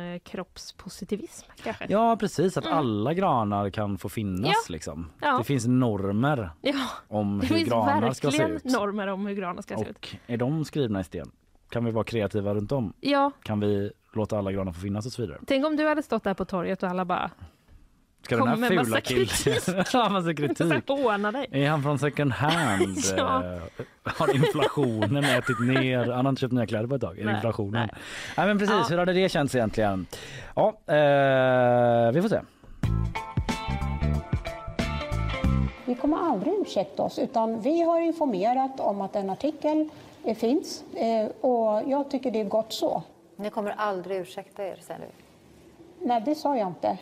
Speaker 3: grankroppspositivism kanske.
Speaker 2: Ja, precis. Att
Speaker 3: Mm.
Speaker 2: alla granar kan få finnas
Speaker 3: Ja.
Speaker 2: liksom.
Speaker 3: Ja.
Speaker 2: Det finns normer
Speaker 3: Ja,
Speaker 2: om
Speaker 3: det
Speaker 2: hur
Speaker 3: finns
Speaker 2: granar ska se
Speaker 3: verkligen
Speaker 2: ut.
Speaker 3: normer om hur granar ska se ut.
Speaker 2: Och är de skrivna i sten? Kan vi vara kreativa runt om?
Speaker 3: Ja,
Speaker 2: Kan vi låta alla granar få finnas och så vidare?
Speaker 3: tänk om du hade stått där på torget och alla bara
Speaker 2: Ska den
Speaker 3: kommer
Speaker 2: här
Speaker 3: med
Speaker 2: fula
Speaker 3: massa
Speaker 2: killen...
Speaker 3: kritik.
Speaker 2: Ja, massa kritik.
Speaker 3: håna dig.
Speaker 2: Är han från second hand?
Speaker 3: Ja.
Speaker 2: Eh, Har inflationen ätit ner? Han har inte köpt nya kläder på ett tag. Är det
Speaker 3: Nej,
Speaker 2: inflationen?
Speaker 3: nej.
Speaker 2: Nej, men precis.
Speaker 3: Ja.
Speaker 2: Hur hade det känts egentligen? Ja, eh, vi får se.
Speaker 14: Vi kommer aldrig ursäkta oss, utan vi har informerat om att en artikel eh, finns eh, och jag tycker det är gott så.
Speaker 15: Ni kommer aldrig ursäkta er, säger du?
Speaker 14: Nej, det sa jag inte.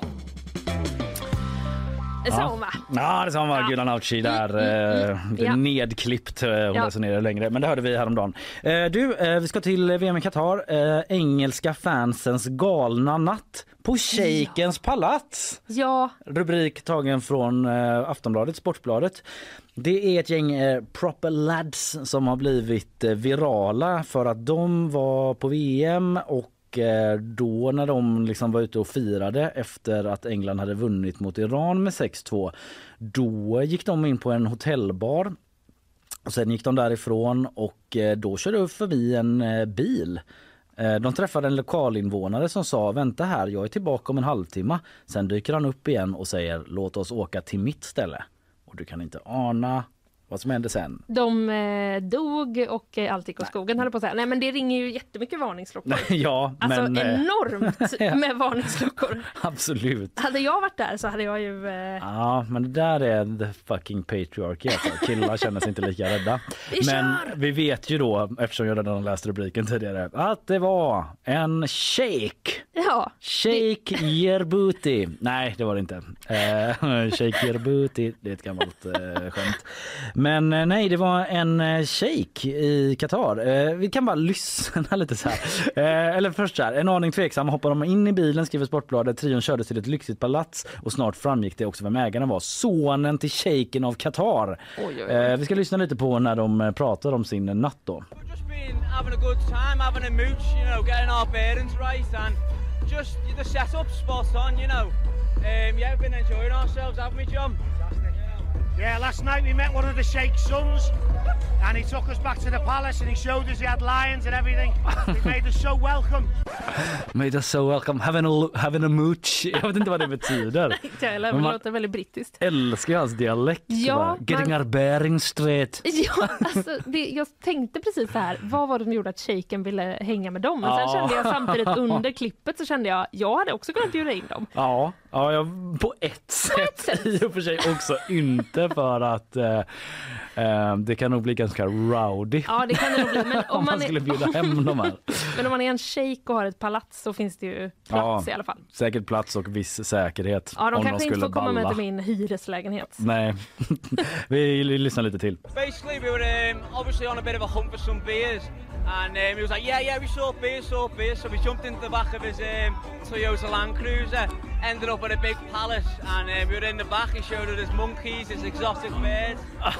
Speaker 3: Det sa hon, va?
Speaker 2: Ja, det sa hon, var Gulan Auchi där.
Speaker 3: mm,
Speaker 2: eh, det är
Speaker 3: Ja.
Speaker 2: nedklippt. eh, Hon
Speaker 3: Ja.
Speaker 2: läser ner det längre. Men det hörde vi häromdagen. Eh, Du, eh, vi ska till V M i Qatar. Eh, Engelska fansens galna natt på Shejkens palats.
Speaker 3: Ja,
Speaker 2: Rubrik tagen från eh, Aftonbladet, Sportbladet. Det är ett gäng eh, proper lads som har blivit eh, virala för att de var på V M och eh, då när de liksom var ute och firade efter att England hade vunnit mot Iran med sex två, då gick de in på en hotellbar. Och sen gick de därifrån och eh, då körde upp förbi en eh, bil. Eh, De träffade en lokalinvånare som sa: vänta här, jag är tillbaka om en halvtimme. Sen dyker han upp igen och säger: låt oss åka till mitt ställe. Och du kan inte ana vad som hände sen.
Speaker 3: de eh, dog och eh, allt gick åt skogen, höll jag på att säga. Nej, men det ringer ju jättemycket varningsklockor.
Speaker 2: Ja,
Speaker 3: Alltså
Speaker 2: men eh,
Speaker 3: enormt med varningsklockor.
Speaker 2: absolut.
Speaker 3: Hade jag varit där så hade jag ju... Eh...
Speaker 2: Ja, men det där är the fucking patriarchy. Alltså. Killar känner sig inte lika rädda.
Speaker 3: Vi
Speaker 2: Men
Speaker 3: kör!
Speaker 2: vi vet ju då, eftersom jag redan läst rubriken tidigare, att det var en shejk.
Speaker 3: Ja,
Speaker 2: Shake your booty. Nej, det var det inte. Eh, shake your booty, det är ett gammalt eh, skämt. Men eh, nej, det var en eh, shejk i Qatar. Eh, vi kan bara lyssna lite så här. Eh, eller först så här, en aning tveksam hoppar de in i bilen, skriver Sportbladet. Trion kördes till ett lyxigt palats och snart framgick det också vem ägaren var. Sonen till shejken av Qatar.
Speaker 3: Oj, oj, oj.
Speaker 2: Eh, vi ska lyssna lite på när de eh, pratar om sin natt då.
Speaker 16: Been having a good time, having a mooch, you know, getting our bearings right, and just the setup's spot on, you know. Um, yeah, we've been enjoying ourselves, haven't we, John? Fantastic.
Speaker 17: Yeah, last night we met one of the Sheikh's sons and he took us back to the palace and he showed us he had lions and everything. He made us so welcome.
Speaker 2: Made us so welcome. Having a, having a mooch. Jag vet inte vad det betyder.
Speaker 3: Nej, inte heller, men det låter väldigt brittiskt.
Speaker 2: Älskar hans dialekt.
Speaker 3: Ja,
Speaker 2: Getting
Speaker 3: man...
Speaker 2: our bearing straight.
Speaker 3: Ja, alltså, det, jag tänkte precis så här. Vad var det som gjorde att shaken ville hänga med dem? Men sen
Speaker 2: ja.
Speaker 3: kände jag samtidigt under klippet så kände jag, jag hade också kunnat bjuda in dem.
Speaker 2: Ja, ja jag, på ett sätt. På ett sätt. I och för sig också inte för att eh, eh, det kan nog bli ganska rowdy.
Speaker 3: Ja, det kan det nog bli. Men om,
Speaker 2: om man,
Speaker 3: man
Speaker 2: skulle
Speaker 3: är...
Speaker 2: bjuda hem dem här.
Speaker 3: Men om man är en shejk och har ett palats så finns det ju plats
Speaker 2: ja,
Speaker 3: i alla fall.
Speaker 2: Säkert plats och viss säkerhet.
Speaker 3: Ja, de
Speaker 2: om
Speaker 3: kanske
Speaker 2: de
Speaker 3: inte får komma
Speaker 2: balla.
Speaker 3: med till min hyreslägenhet.
Speaker 2: Nej, vi lyssnar lite till.
Speaker 16: Basically, we were um, obviously on a bit of a hunt for some beers. And um, he was like, yeah, yeah, we saw beers, saw beers. So we jumped into the back of his um, Toyota Land Cruiser, ended up at a big palace. And um, we were in the back, he showed us his monkeys, his exotic birds.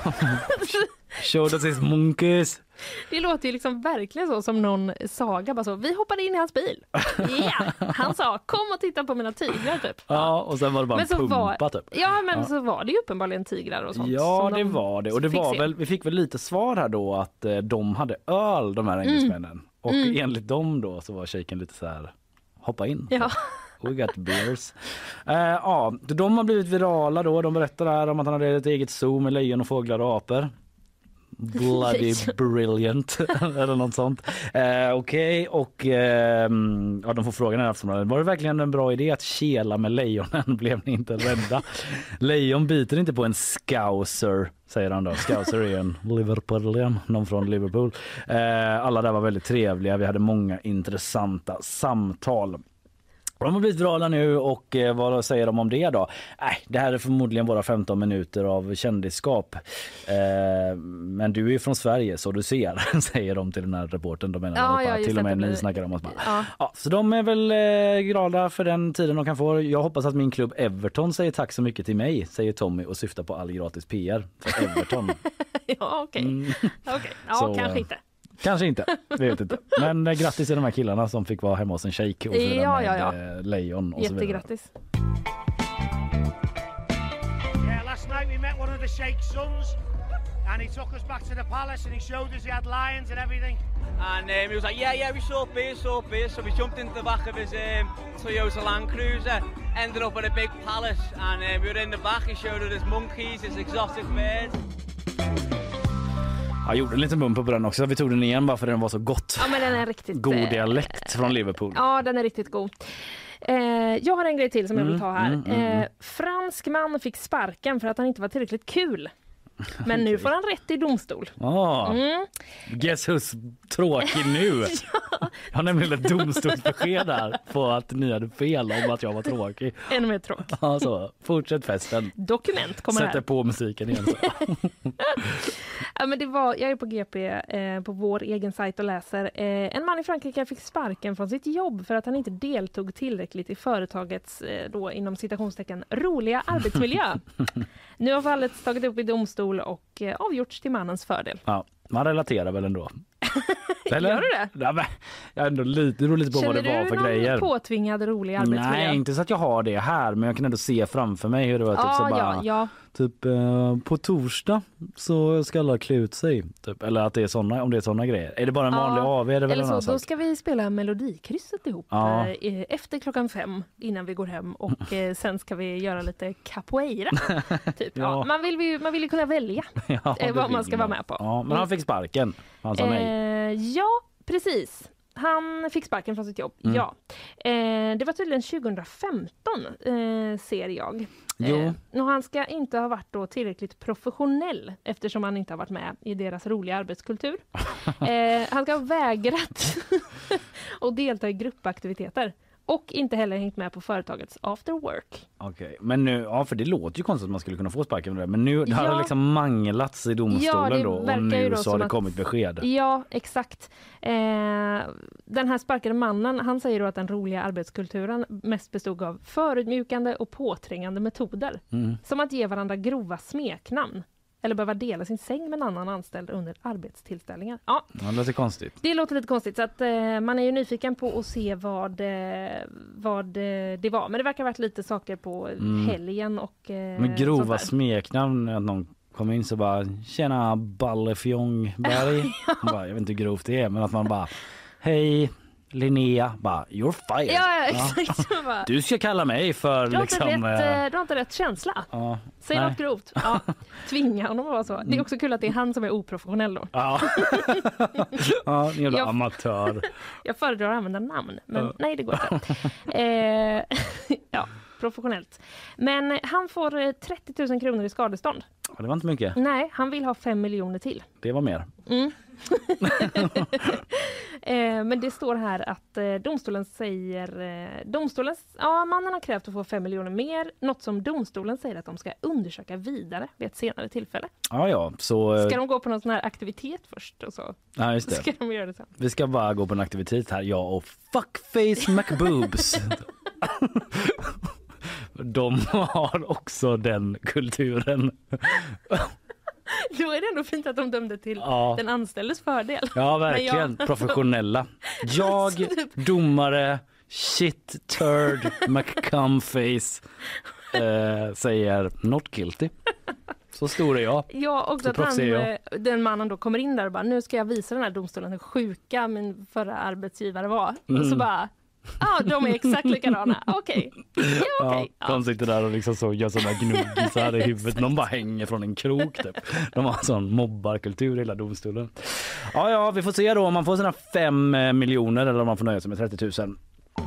Speaker 2: Showed us his monkeys.
Speaker 3: Det låter ju liksom verkligen så som någon saga. Bara så, vi hoppade in i hans bil. Ja, yeah. Han sa, kom och titta på mina tigrar typ.
Speaker 2: Ja, och sen var det bara en pumpa
Speaker 3: var,
Speaker 2: typ.
Speaker 3: Ja, men
Speaker 2: ja.
Speaker 3: så var det ju uppenbarligen tigrar och sånt.
Speaker 2: Ja, det
Speaker 3: de
Speaker 2: var det. Och det var väl, vi fick väl lite svar här då att eh, de hade öl, de här engelsmännen. Mm. Och mm. enligt dem då så var shaken lite så här, hoppa in.
Speaker 3: Ja.
Speaker 2: We got beers. Uh, ja, de har blivit virala då. De berättar här om att han hade ett eget zoo med lejon och fåglar och apor. Bloody brilliant eller något sånt. Uh, Okej, okay. och uh, ja, de får frågan här efter. Var det verkligen en bra idé att kela med lejonen? Blev ni inte rädda? Lejon biter inte på en scouser, säger han då. Scouser är en Liverpoolian, någon från Liverpool. Uh, alla där var väldigt trevliga. Vi hade många intressanta samtal. De har blivit virala nu och eh, vad säger de om det då? Äh, det här är förmodligen våra femton minuter av kändisskap. Eh, men du är ju från Sverige så du ser, säger de till den här reporten. De menar
Speaker 3: ja, ja,
Speaker 2: till och med ni snackar om oss. Ja. Ja, så de är väl eh, glada för den tiden de kan få. Jag hoppas att min klubb Everton säger tack så mycket till mig, säger Tommy och syftar på all gratis P R för Everton.
Speaker 3: Ja, okej. Okay. Mm. Okay. Ja, så, kanske inte.
Speaker 2: Kanske inte, vet inte. Men eh, grattis till de här killarna som fick vara hemma hos en shejk och fira
Speaker 3: ja,
Speaker 2: med
Speaker 3: ja, ja.
Speaker 2: Eh, lejon och
Speaker 3: jättegrattis.
Speaker 2: Så vidare.
Speaker 17: Yeah, last night we met one of the Sheikh's sons and he took us back to the palace and he showed us he had lions and everything.
Speaker 16: And um, he was like, yeah, yeah, we saw beers, saw beers. So we jumped into the back of his um, Toyota Land Cruiser, ended up at a big palace and um, we were in the back, he showed us his monkeys, his exotic birds.
Speaker 2: Jag gjorde en liten bump på den också. Vi tog den igen bara för den var så gott.
Speaker 3: Ja, men den är riktigt
Speaker 2: god dialekt eh, från Liverpool.
Speaker 3: Ja, den är riktigt god. Eh, jag har en grej till som
Speaker 2: mm,
Speaker 3: jag vill ta här.
Speaker 2: Mm, mm,
Speaker 3: eh, fransk man fick sparken för att han inte var tillräckligt kul. Men nu får han rätt i domstol.
Speaker 2: Ah,
Speaker 3: mm.
Speaker 2: Guess who's tråkig nu? Ja. Jag har nämligen ett domstolsbesked där på att ni hade fel om att jag var tråkig.
Speaker 3: Ännu mer tråkig.
Speaker 2: Ja, så. Fortsätt festen.
Speaker 3: Dokument kommer
Speaker 2: Sätter
Speaker 3: här.
Speaker 2: på musiken igen. Så.
Speaker 3: Ja, men det var, jag är på G P eh, på vår egen sajt och läser. Eh, en man i Frankrike fick sparken från sitt jobb för att han inte deltog tillräckligt i företagets eh, då inom citationstecken roliga arbetsmiljö. Nu har fallet tagit upp i domstol och eh, avgjorts till mannens fördel.
Speaker 2: Ja, man relaterar väl ändå. Eller?
Speaker 3: Gör du det?
Speaker 2: Ja, men, jag ändå lite, det beror lite på
Speaker 3: Känner
Speaker 2: vad det var för grejer.
Speaker 3: Känner du någon påtvingad rolig arbetsmiljö?
Speaker 2: Nej, inte så att jag har det här, men jag kan ändå se framför mig hur det var.
Speaker 3: Ja,
Speaker 2: typ, så bara,
Speaker 3: ja, ja.
Speaker 2: typ eh, på torsdag så ska alla klä ut sig. Typ. Eller att det är såna, om det är såna grejer. Är det bara en
Speaker 3: ja.
Speaker 2: vanlig A V? Är det
Speaker 3: eller
Speaker 2: väl
Speaker 3: så, då ska vi spela melodikrysset ihop
Speaker 2: ja.
Speaker 3: eh, efter klockan fem innan vi går hem och eh, sen ska vi göra lite capoeira. Typ. ja. Ja, man, vill ju, man vill ju kunna välja
Speaker 2: ja,
Speaker 3: eh, vad man ska man. vara med på.
Speaker 2: Ja, men han fick sparken. Han sa nej.
Speaker 3: Eh, ja, precis. Han fick sparken från sitt jobb, mm. ja. Eh, det var tydligen tjugohundrafemton, eh, ser jag. Eh, och han ska inte ha varit då tillräckligt professionell eftersom han inte har varit med i deras roliga arbetskultur. Eh, han ska ha vägrat att delta i gruppaktiviteter. Och inte heller hängt med på företagets after work.
Speaker 2: Okej, okay. Men nu, ja, för det låter ju konstigt att man skulle kunna få sparken med det. Men nu
Speaker 3: ja.
Speaker 2: har det liksom manglats i domstolen
Speaker 3: ja,
Speaker 2: då. Och nu då så har det kommit att, besked.
Speaker 3: Ja, exakt. Eh, den här sparkade mannen, han säger då att den roliga arbetskulturen mest bestod av förutmjukande och påträngande metoder. Mm. Som att ge varandra grova smeknamn. eller behöva dela sin säng med en annan anställd under arbetstillställningar. Ja,
Speaker 2: Ja, det låter konstigt.
Speaker 3: det låter lite konstigt så att eh, man är ju nyfiken på att se vad, eh, vad eh, det var. Men det verkar ha varit lite saker på
Speaker 2: Mm.
Speaker 3: helgen och eh,
Speaker 2: Men grova
Speaker 3: sånt där.
Speaker 2: smeknamn, att någon kommer in så bara tjena Ballefjongberg. bara, jag vet inte hur grovt det är, men att man bara hej Linnea, bara you're fired.
Speaker 3: Ja, ja, exakt. Så bara,
Speaker 2: Du ska kalla mig för
Speaker 3: du, har
Speaker 2: liksom...
Speaker 3: inte rätt,
Speaker 2: eh,
Speaker 3: eh, du har inte rätt känsla.
Speaker 2: ja,
Speaker 3: Säg
Speaker 2: nej.
Speaker 3: något grovt. Ja, tvinga honom att vara så. Det är också kul att det är han som är oprofessionell då.
Speaker 2: Ja, ja en jävla
Speaker 3: Jag-
Speaker 2: amatör.
Speaker 3: Jag föredrar att använda namn, men
Speaker 2: Ja.
Speaker 3: nej det går inte. eh, ja, professionellt. Men han får eh, trettio tusen kronor i skadestånd.
Speaker 2: Ja, det var inte mycket.
Speaker 3: Nej, han vill ha fem miljoner till.
Speaker 2: Det var mer.
Speaker 3: Mm. eh, men det står här att eh, domstolen säger eh, domstolen, ja, mannen har krävt att få fem miljoner mer, något som domstolen säger att de ska undersöka vidare vid ett senare tillfälle.
Speaker 2: Ja, ja. Så... eh,
Speaker 3: Ska de gå på någon sån här aktivitet först och så
Speaker 2: Ja, just det.
Speaker 3: ska de göra det sen.
Speaker 2: Vi ska bara gå på en aktivitet här, jag och Fuckface McBoobs. De har också den kulturen.
Speaker 3: Då är det ändå fint att de dömde till
Speaker 2: Ja.
Speaker 3: den anställdes fördel.
Speaker 2: Ja, verkligen.
Speaker 3: Men jag-
Speaker 2: Professionella. Jag, domare, shit, turd, McCumface eh, säger not guilty. Så stor är jag.
Speaker 3: Ja, också
Speaker 2: Så
Speaker 3: att han,
Speaker 2: proffsig är jag.
Speaker 3: eh, den mannen då kommer in där och bara, nu ska jag visa den här domstolen hur sjuka min förra arbetsgivare var. Och så
Speaker 2: Mm.
Speaker 3: bara, ja, de är exakt likadana. Okej. Ja, okej.
Speaker 2: Ja, de sitter där och liksom så gör sådana gnuggisar i huvudet. De bara hänger från en krok typ. De har sån mobbarkultur i hela domstolen. Ja, ja, vi får se då om man får sina fem miljoner eller om man får nöja sig med trettio tusen.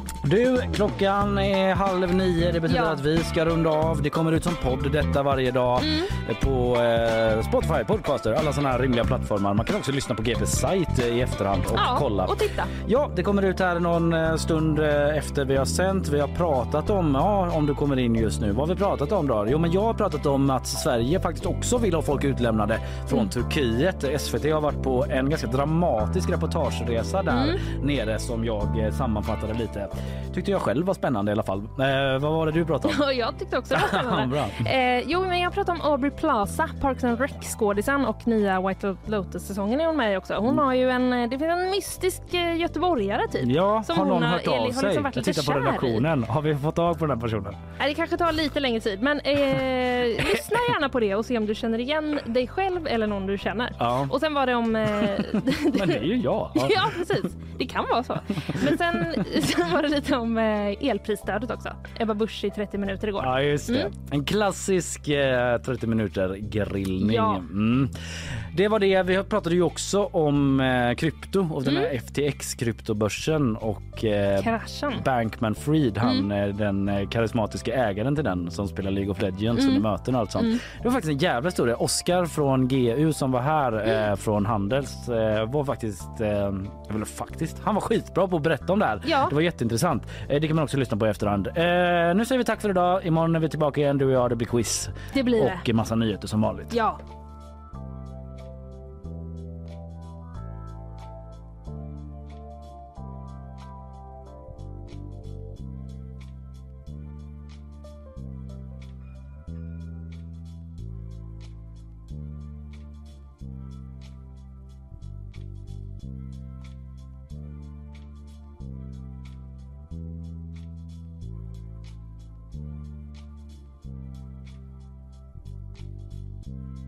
Speaker 2: Du, klockan är halv nio. Det betyder
Speaker 3: Ja.
Speaker 2: att vi ska runda av. Det kommer ut som podd detta varje dag
Speaker 3: Mm.
Speaker 2: på eh, Spotify, Podcaster, alla sådana här rimliga plattformar. Man kan också lyssna på G P:s sajt i efterhand och
Speaker 3: Ja,
Speaker 2: kolla.
Speaker 3: och titta.
Speaker 2: Ja, det kommer ut här någon eh, stund eh, efter vi har sänt. Vi har pratat om, ja, om du kommer in just nu. Vad har vi pratat om då? Jo, men jag har pratat om att Sverige faktiskt också vill ha folk utlämnade från
Speaker 3: Mm.
Speaker 2: Turkiet. S V T har varit på en ganska dramatisk reportageresa där
Speaker 3: Mm.
Speaker 2: nere som jag eh, sammanfattade lite. Tyckte jag själv var spännande i alla fall. Eh, vad var det du pratade om?
Speaker 3: Och jag tyckte också det var spännande.
Speaker 2: Bra.
Speaker 3: eh, jo, men jag pratade om Aubrey Plaza, Parks and Rec-skådisen, och nya White Lotus-säsongen är hon med också. Hon har ju en, det finns en mystisk eh, göteborgare typ.
Speaker 2: Ja,
Speaker 3: som
Speaker 2: har någon
Speaker 3: hon
Speaker 2: hört
Speaker 3: har,
Speaker 2: av
Speaker 3: har
Speaker 2: sig?
Speaker 3: liksom varit
Speaker 2: Jag
Speaker 3: lite
Speaker 2: tittar på
Speaker 3: kär i.
Speaker 2: redaktionen. Har vi fått tag på den här personen?
Speaker 3: Nej, det kanske tar lite längre tid, men eh, lyssna gärna på det och se om du känner igen dig själv eller någon du känner.
Speaker 2: Ja.
Speaker 3: Och sen var det om... Eh,
Speaker 2: Men det är ju jag. Ja.
Speaker 3: ja, precis. Det kan vara så. Men sen, sen var det lite om eh, elprisstödet också. Ebba Busch i trettio minuter igår.
Speaker 2: Ja, just det.
Speaker 3: Mm.
Speaker 2: En klassisk eh, trettio minuter grillning.
Speaker 3: Ja.
Speaker 2: Mm. Det var det. Vi pratade ju också om eh, krypto och den här
Speaker 3: Mm.
Speaker 2: F T X-kryptobörsen och eh,
Speaker 3: Kraschen.
Speaker 2: Bankman-Fried, han
Speaker 3: Mm.
Speaker 2: eh, den eh, karismatiska ägaren till den som spelar League of Legends
Speaker 3: Mm.
Speaker 2: under möten och allt sånt.
Speaker 3: Mm.
Speaker 2: Det var faktiskt en jävla historia. Oscar från G U som var här
Speaker 3: Mm.
Speaker 2: eh, från Handels eh, var faktiskt, eh, jag vill faktiskt, han var skitbra på att berätta om det här.
Speaker 3: Ja.
Speaker 2: Det var jätteintressant. Eh, det kan man också lyssna på i efterhand. Eh, nu säger vi tack för idag. Imorgon är vi tillbaka igen, du och jag. Det blir quiz
Speaker 3: Det blir det.
Speaker 2: och en massa nyheter som vanligt.
Speaker 3: Ja.